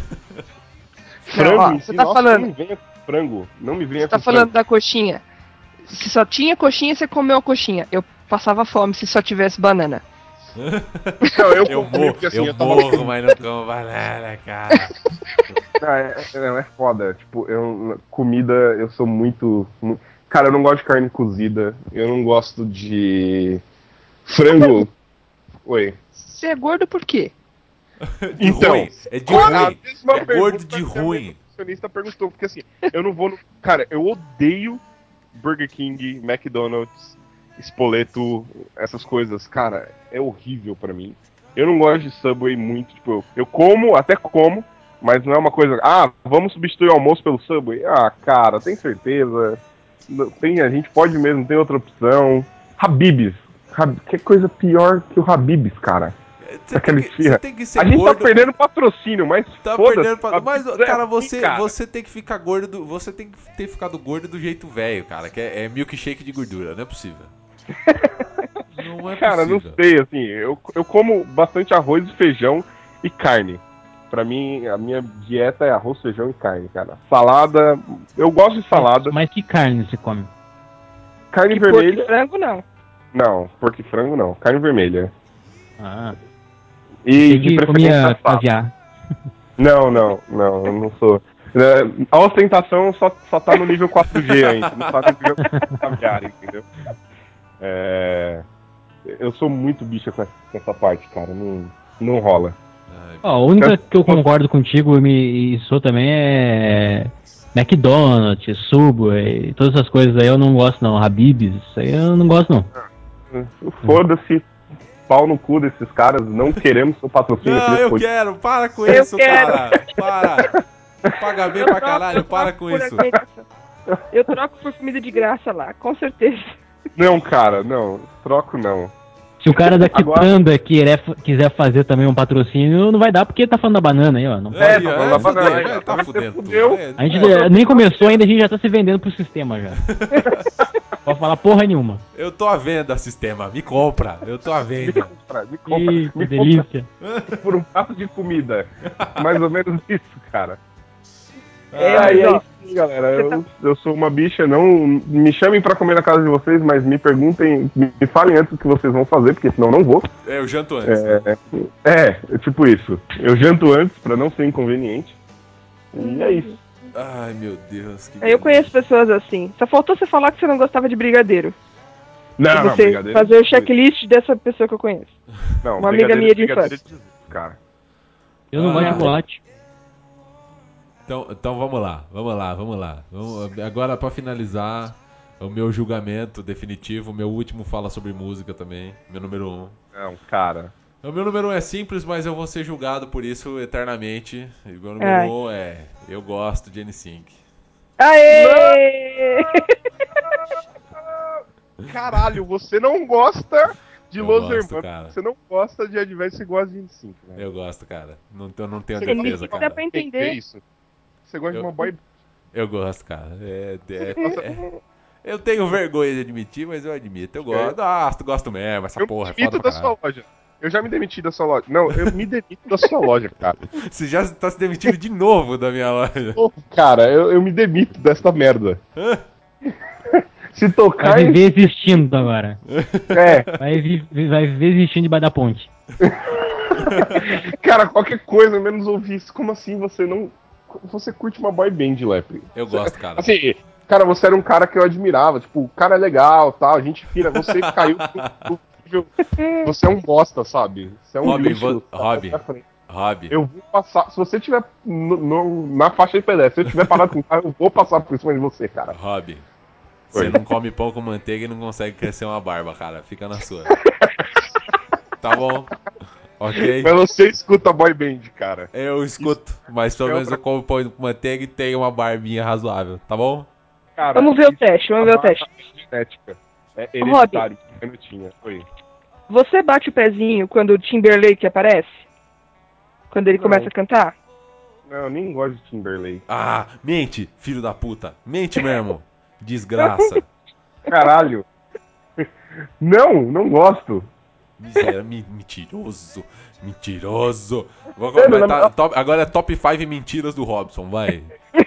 Frango ó, em você si, tá nossa, falando- não me venha com frango. Não me venha Você tá com falando frango. da coxinha. Se só tinha coxinha, você comeu a coxinha. Eu passava fome se só tivesse banana. Não, eu, Eu comi morro, porque, assim, eu eu tava morro, mas não como banana, cara. Não, é, é, é foda. Tipo, eu, comida, eu sou muito, mu- Cara, eu não gosto de carne cozida. Eu não gosto de. Frango. Oi. Você é gordo por quê? De Então, ruim. É de qual- a ruim. mesma É gordo pergunta de que a minha ruim. nutricionista perguntou, porque assim, eu não vou no. Cara, eu odeio Burger King, McDonald's, Spoleto, essas coisas. Cara, é horrível pra mim. Eu não gosto de Subway muito. Tipo, eu, eu como, até como, mas não é uma coisa. Ah, vamos substituir o almoço pelo Subway? Ah, cara, tem certeza? Não- Tem, a gente pode mesmo, tem outra opção. Habib's. Hab- que coisa pior que o Habib's, cara. Você tem, Aquela que, esfirra. você tem que ser A gente gordo. tá perdendo patrocínio, mas Tá foda-se. perdendo pra... Mas, Habib's é cara, ruim, você, cara. você tem que ficar gordo. Do... Você tem que ter ficado gordo do jeito velho, cara. Que é, é milkshake de gordura. Não é possível. Não é Cara, não possível. sei, assim, eu, eu como bastante arroz, feijão e carne. Pra mim, a minha dieta é arroz, feijão e carne, cara. Salada, eu gosto de salada. Mas que carne você come? Carne Que porco e vermelha, frango, não. não. Porco e frango, não. Carne vermelha. Ah, E tem de que comia preferência assado. caviar. Não, não, não, eu não sou. É, a ostentação só, só tá no nível quatro G ainda, não tá no nível caviar, entendeu? É, eu sou muito bicha com essa, com essa parte, cara. Não, não rola. Ai, Ó, a única que eu concordo contigo e, me, e sou também é McDonald's, Subway, todas essas coisas aí eu não gosto não. Habib's, isso aí eu não gosto não. Foda-se, pau no cu desses caras, não queremos seu patrocínio aqui Não, nesse eu podcast. quero. Para com Eu isso, quero. cara. Para. Paga bem pra caralho. Para com por isso. alimentação. Eu troco por comida de graça lá, com certeza. Não, cara, não, troco não. Se o cara da Agora- Quitanda quiser, quiser fazer também um patrocínio, não vai dar porque tá falando da banana aí, ó. Não É, pode. tá é, falando da fuder, banana, é, já. tá Você fudendo fudeu. tudo. É, A gente é, nem começou ainda, a gente já tá se vendendo pro sistema já. Não pode falar porra nenhuma. eu tô à venda, sistema. Me compra. Eu tô à Me venda. compra, me compra, Ih, que me delícia. compra por um prato de comida. Mais ou menos isso, cara. É, Ah, mas, e é ó, isso aí, galera. você tá- Eu, eu sou uma bicha, não me chamem pra comer na casa de vocês, mas me perguntem, me me falem antes o que vocês vão fazer, porque senão eu não vou. É, eu janto antes. né? É, é, é tipo isso. Eu janto antes pra não ser inconveniente. E é isso. Ai, meu Deus. Que Eu delícia. conheço pessoas assim. Só faltou você falar que você não gostava de brigadeiro. Não, Pra não, você brigadeiro. fazer o checklist dessa pessoa que eu conheço. Não, uma amiga brigadeiro- minha de brigadeiro infância. é Jesus, cara. Eu não Ah. gosto de chocolate. Então, então vamos lá, vamos lá, vamos lá. Vamos, agora pra finalizar o meu julgamento definitivo, o meu último fala sobre música também, meu número um. Não, cara. O meu número um é simples, mas eu vou ser julgado por isso eternamente. E o meu número Ai. um é Eu Gosto de N Sync. Aê! Caralho, você não gosta de Eu Los gosto, Hermanos. cara. Você não gosta de Advance, você gosta de N Sync, velho. Eu gosto, cara. Não, eu não tenho Você defesa, dá cara. pra Tem que ver entender. isso. Você gosta Eu- de uma boy. Eu gosto, cara. É, é, Nossa, é, Eu tenho vergonha de admitir, mas eu admito. Eu gosto, gosto, gosto mesmo. Essa Eu porra me é foda demito pra da caralho. sua loja. Eu já me demiti da sua loja. Não, eu me demito da sua loja, cara. Você já tá se demitindo de novo da minha loja. Ô, cara, eu, eu me demito desta merda. Se tocar Vai em... viver existindo agora. É, Vai, vi- vai viver existindo debaixo da ponte. cara, qualquer coisa menos ouvir isso. Como assim você não... Você curte uma boy band, Lepre? Eu gosto, cara. Assim, cara, você era um cara que eu admirava. Tipo, o cara é legal, tal, a gente fina. Você caiu pro nível... Você é um bosta, sabe? Você é um Robin, lixo. vo- tá Robin. na frente. Hobby. Eu vou passar... Se você tiver no- no- na faixa de pedestre, se eu tiver parado com o carro, eu vou passar por cima de você, cara. Hobby. Você Oi. não come pão com manteiga e não consegue crescer uma barba, cara. Fica na sua. Tá bom? Ok? Mas você escuta boy band, cara. Eu escuto, mas pelo é menos outra- eu como pão com manteiga e tenho uma barbinha razoável, tá bom? Cara, Vamos ver o isso teste, vamos é ver o uma teste. genética. É Rob. hereditário. Eu não tinha. Oi. Você bate o pezinho quando o Timberlake aparece? Quando ele Não. começa a cantar? Não, eu nem gosto de Timberlake. Ah, mente, filho da puta. Mente mesmo. Desgraça. Caralho. Não, não gosto. Miséria, mi- mentiroso. Mentiroso. Vou- Sério, vai na tá- minha- top- agora é top cinco mentiras do Robson, vai.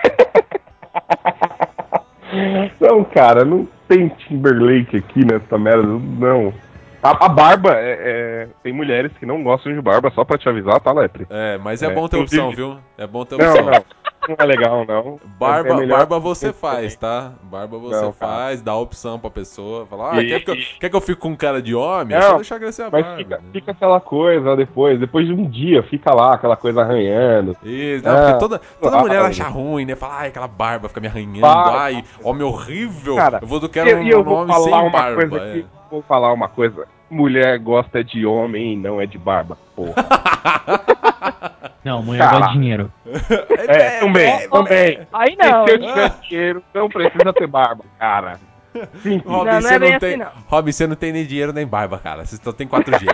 Não, cara, não tem Timberlake aqui nessa merda. Não. A, a barba, é, é- tem mulheres que não gostam de barba, só pra te avisar, tá, Lepre? É, mas é, É, bom ter inclusive- opção, viu? É bom ter Não, opção. não. Não é legal, não. Barba, É- é melhor- barba você faz, tá? Barba você Não, cara. faz, dá opção pra pessoa. Fala, ah, E- quer que, eu, quer que eu fique com cara de homem? É Não, só deixar crescer a Mas barba. fica, né? fica aquela coisa depois, depois de um dia, fica lá aquela coisa arranhando. Isso, não, Ah, porque toda, toda ah, mulher ah, acha ruim, né? Fala, ai, aquela barba fica me arranhando, Para. ai, homem horrível. Cara, eu vou do E quero eu, um, e eu um vou homem falar sem uma barba. coisa é. aqui, vou falar uma coisa. Mulher gosta de homem e não é de barba, porra. Não, mulher Caralho. gosta de dinheiro. É, também, também. Aí Se não, eu hein? tiver dinheiro, não precisa ter barba, cara. Simples. Robin, Não, não você é bem não tem, assim, não. Robin, você não tem nem dinheiro nem barba, cara. Você só tem quatro G.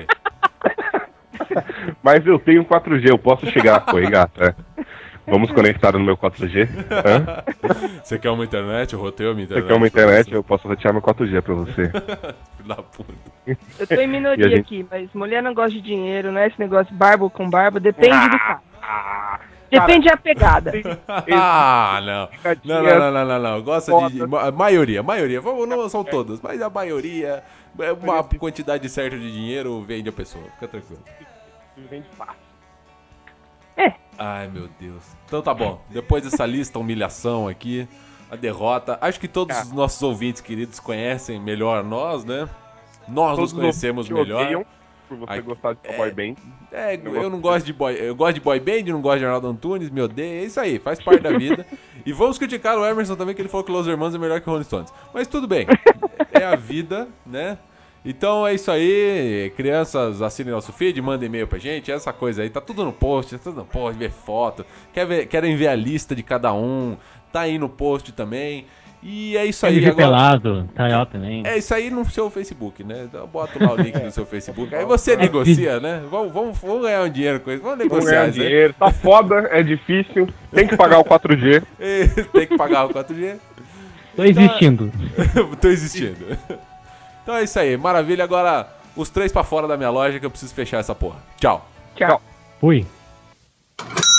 Mas eu tenho quatro G, eu posso chegar. Oi, gata. Vamos conectar no meu quatro G? Hã? Você quer uma internet? Eu rotei uma Você internet. quer uma pra internet? você. Eu posso rotear meu quatro G pra você. Filho da puta. Eu tô em E a minoria gente- aqui, mas mulher não gosta de dinheiro, não é esse negócio de barba com barba, depende do cara. Ah, Depende da pegada. Ah, não. Não, Picadinha não, não, não, não, não. Gosta de. foda. ma- maioria, maioria. Vamos, não são todas, mas a maioria. é Uma Maioria. quantidade certa de dinheiro vende a pessoa. Fica tranquilo. vende fácil. Ai, meu Deus. Então tá bom. Depois dessa lista, humilhação aqui, a derrota. Acho que todos os nossos ouvintes queridos conhecem melhor nós, né? Nós nos Todos conhecemos te melhor. odeiam por você Aqui- gostar de uma boy band. É, Não eu não gosto gosto de boy, eu gosto de boy band, não gosto de Arnaldo Antunes, me odeia, é isso aí, faz parte da vida. E vamos criticar o Emerson também, que ele falou que Los Hermanos é melhor que Rolling Stones. Mas tudo bem, é a vida, né? Então é isso aí, crianças, assinem nosso feed, mandem e-mail pra gente, essa coisa aí, tá tudo no post, tá tudo no post, ver foto, quer ver, querem ver a lista de cada um, tá aí no post também. E é isso Quer me aí ver agora. pelado, tá lá também. É isso aí no seu Facebook, né? Então bota lá o link no seu Facebook. Aí você negocia, né? Vamos, vamos, vamos ganhar um dinheiro com isso. Vamos Vamos negociar ganhar isso aí. dinheiro. Tá foda, é difícil. Tem que pagar o quatro G. Tem que pagar o quatro G. Tô existindo. Tô existindo. Então é isso aí. Maravilha. Agora, os três pra fora da minha loja que eu preciso fechar essa porra. Tchau. Tchau. Fui.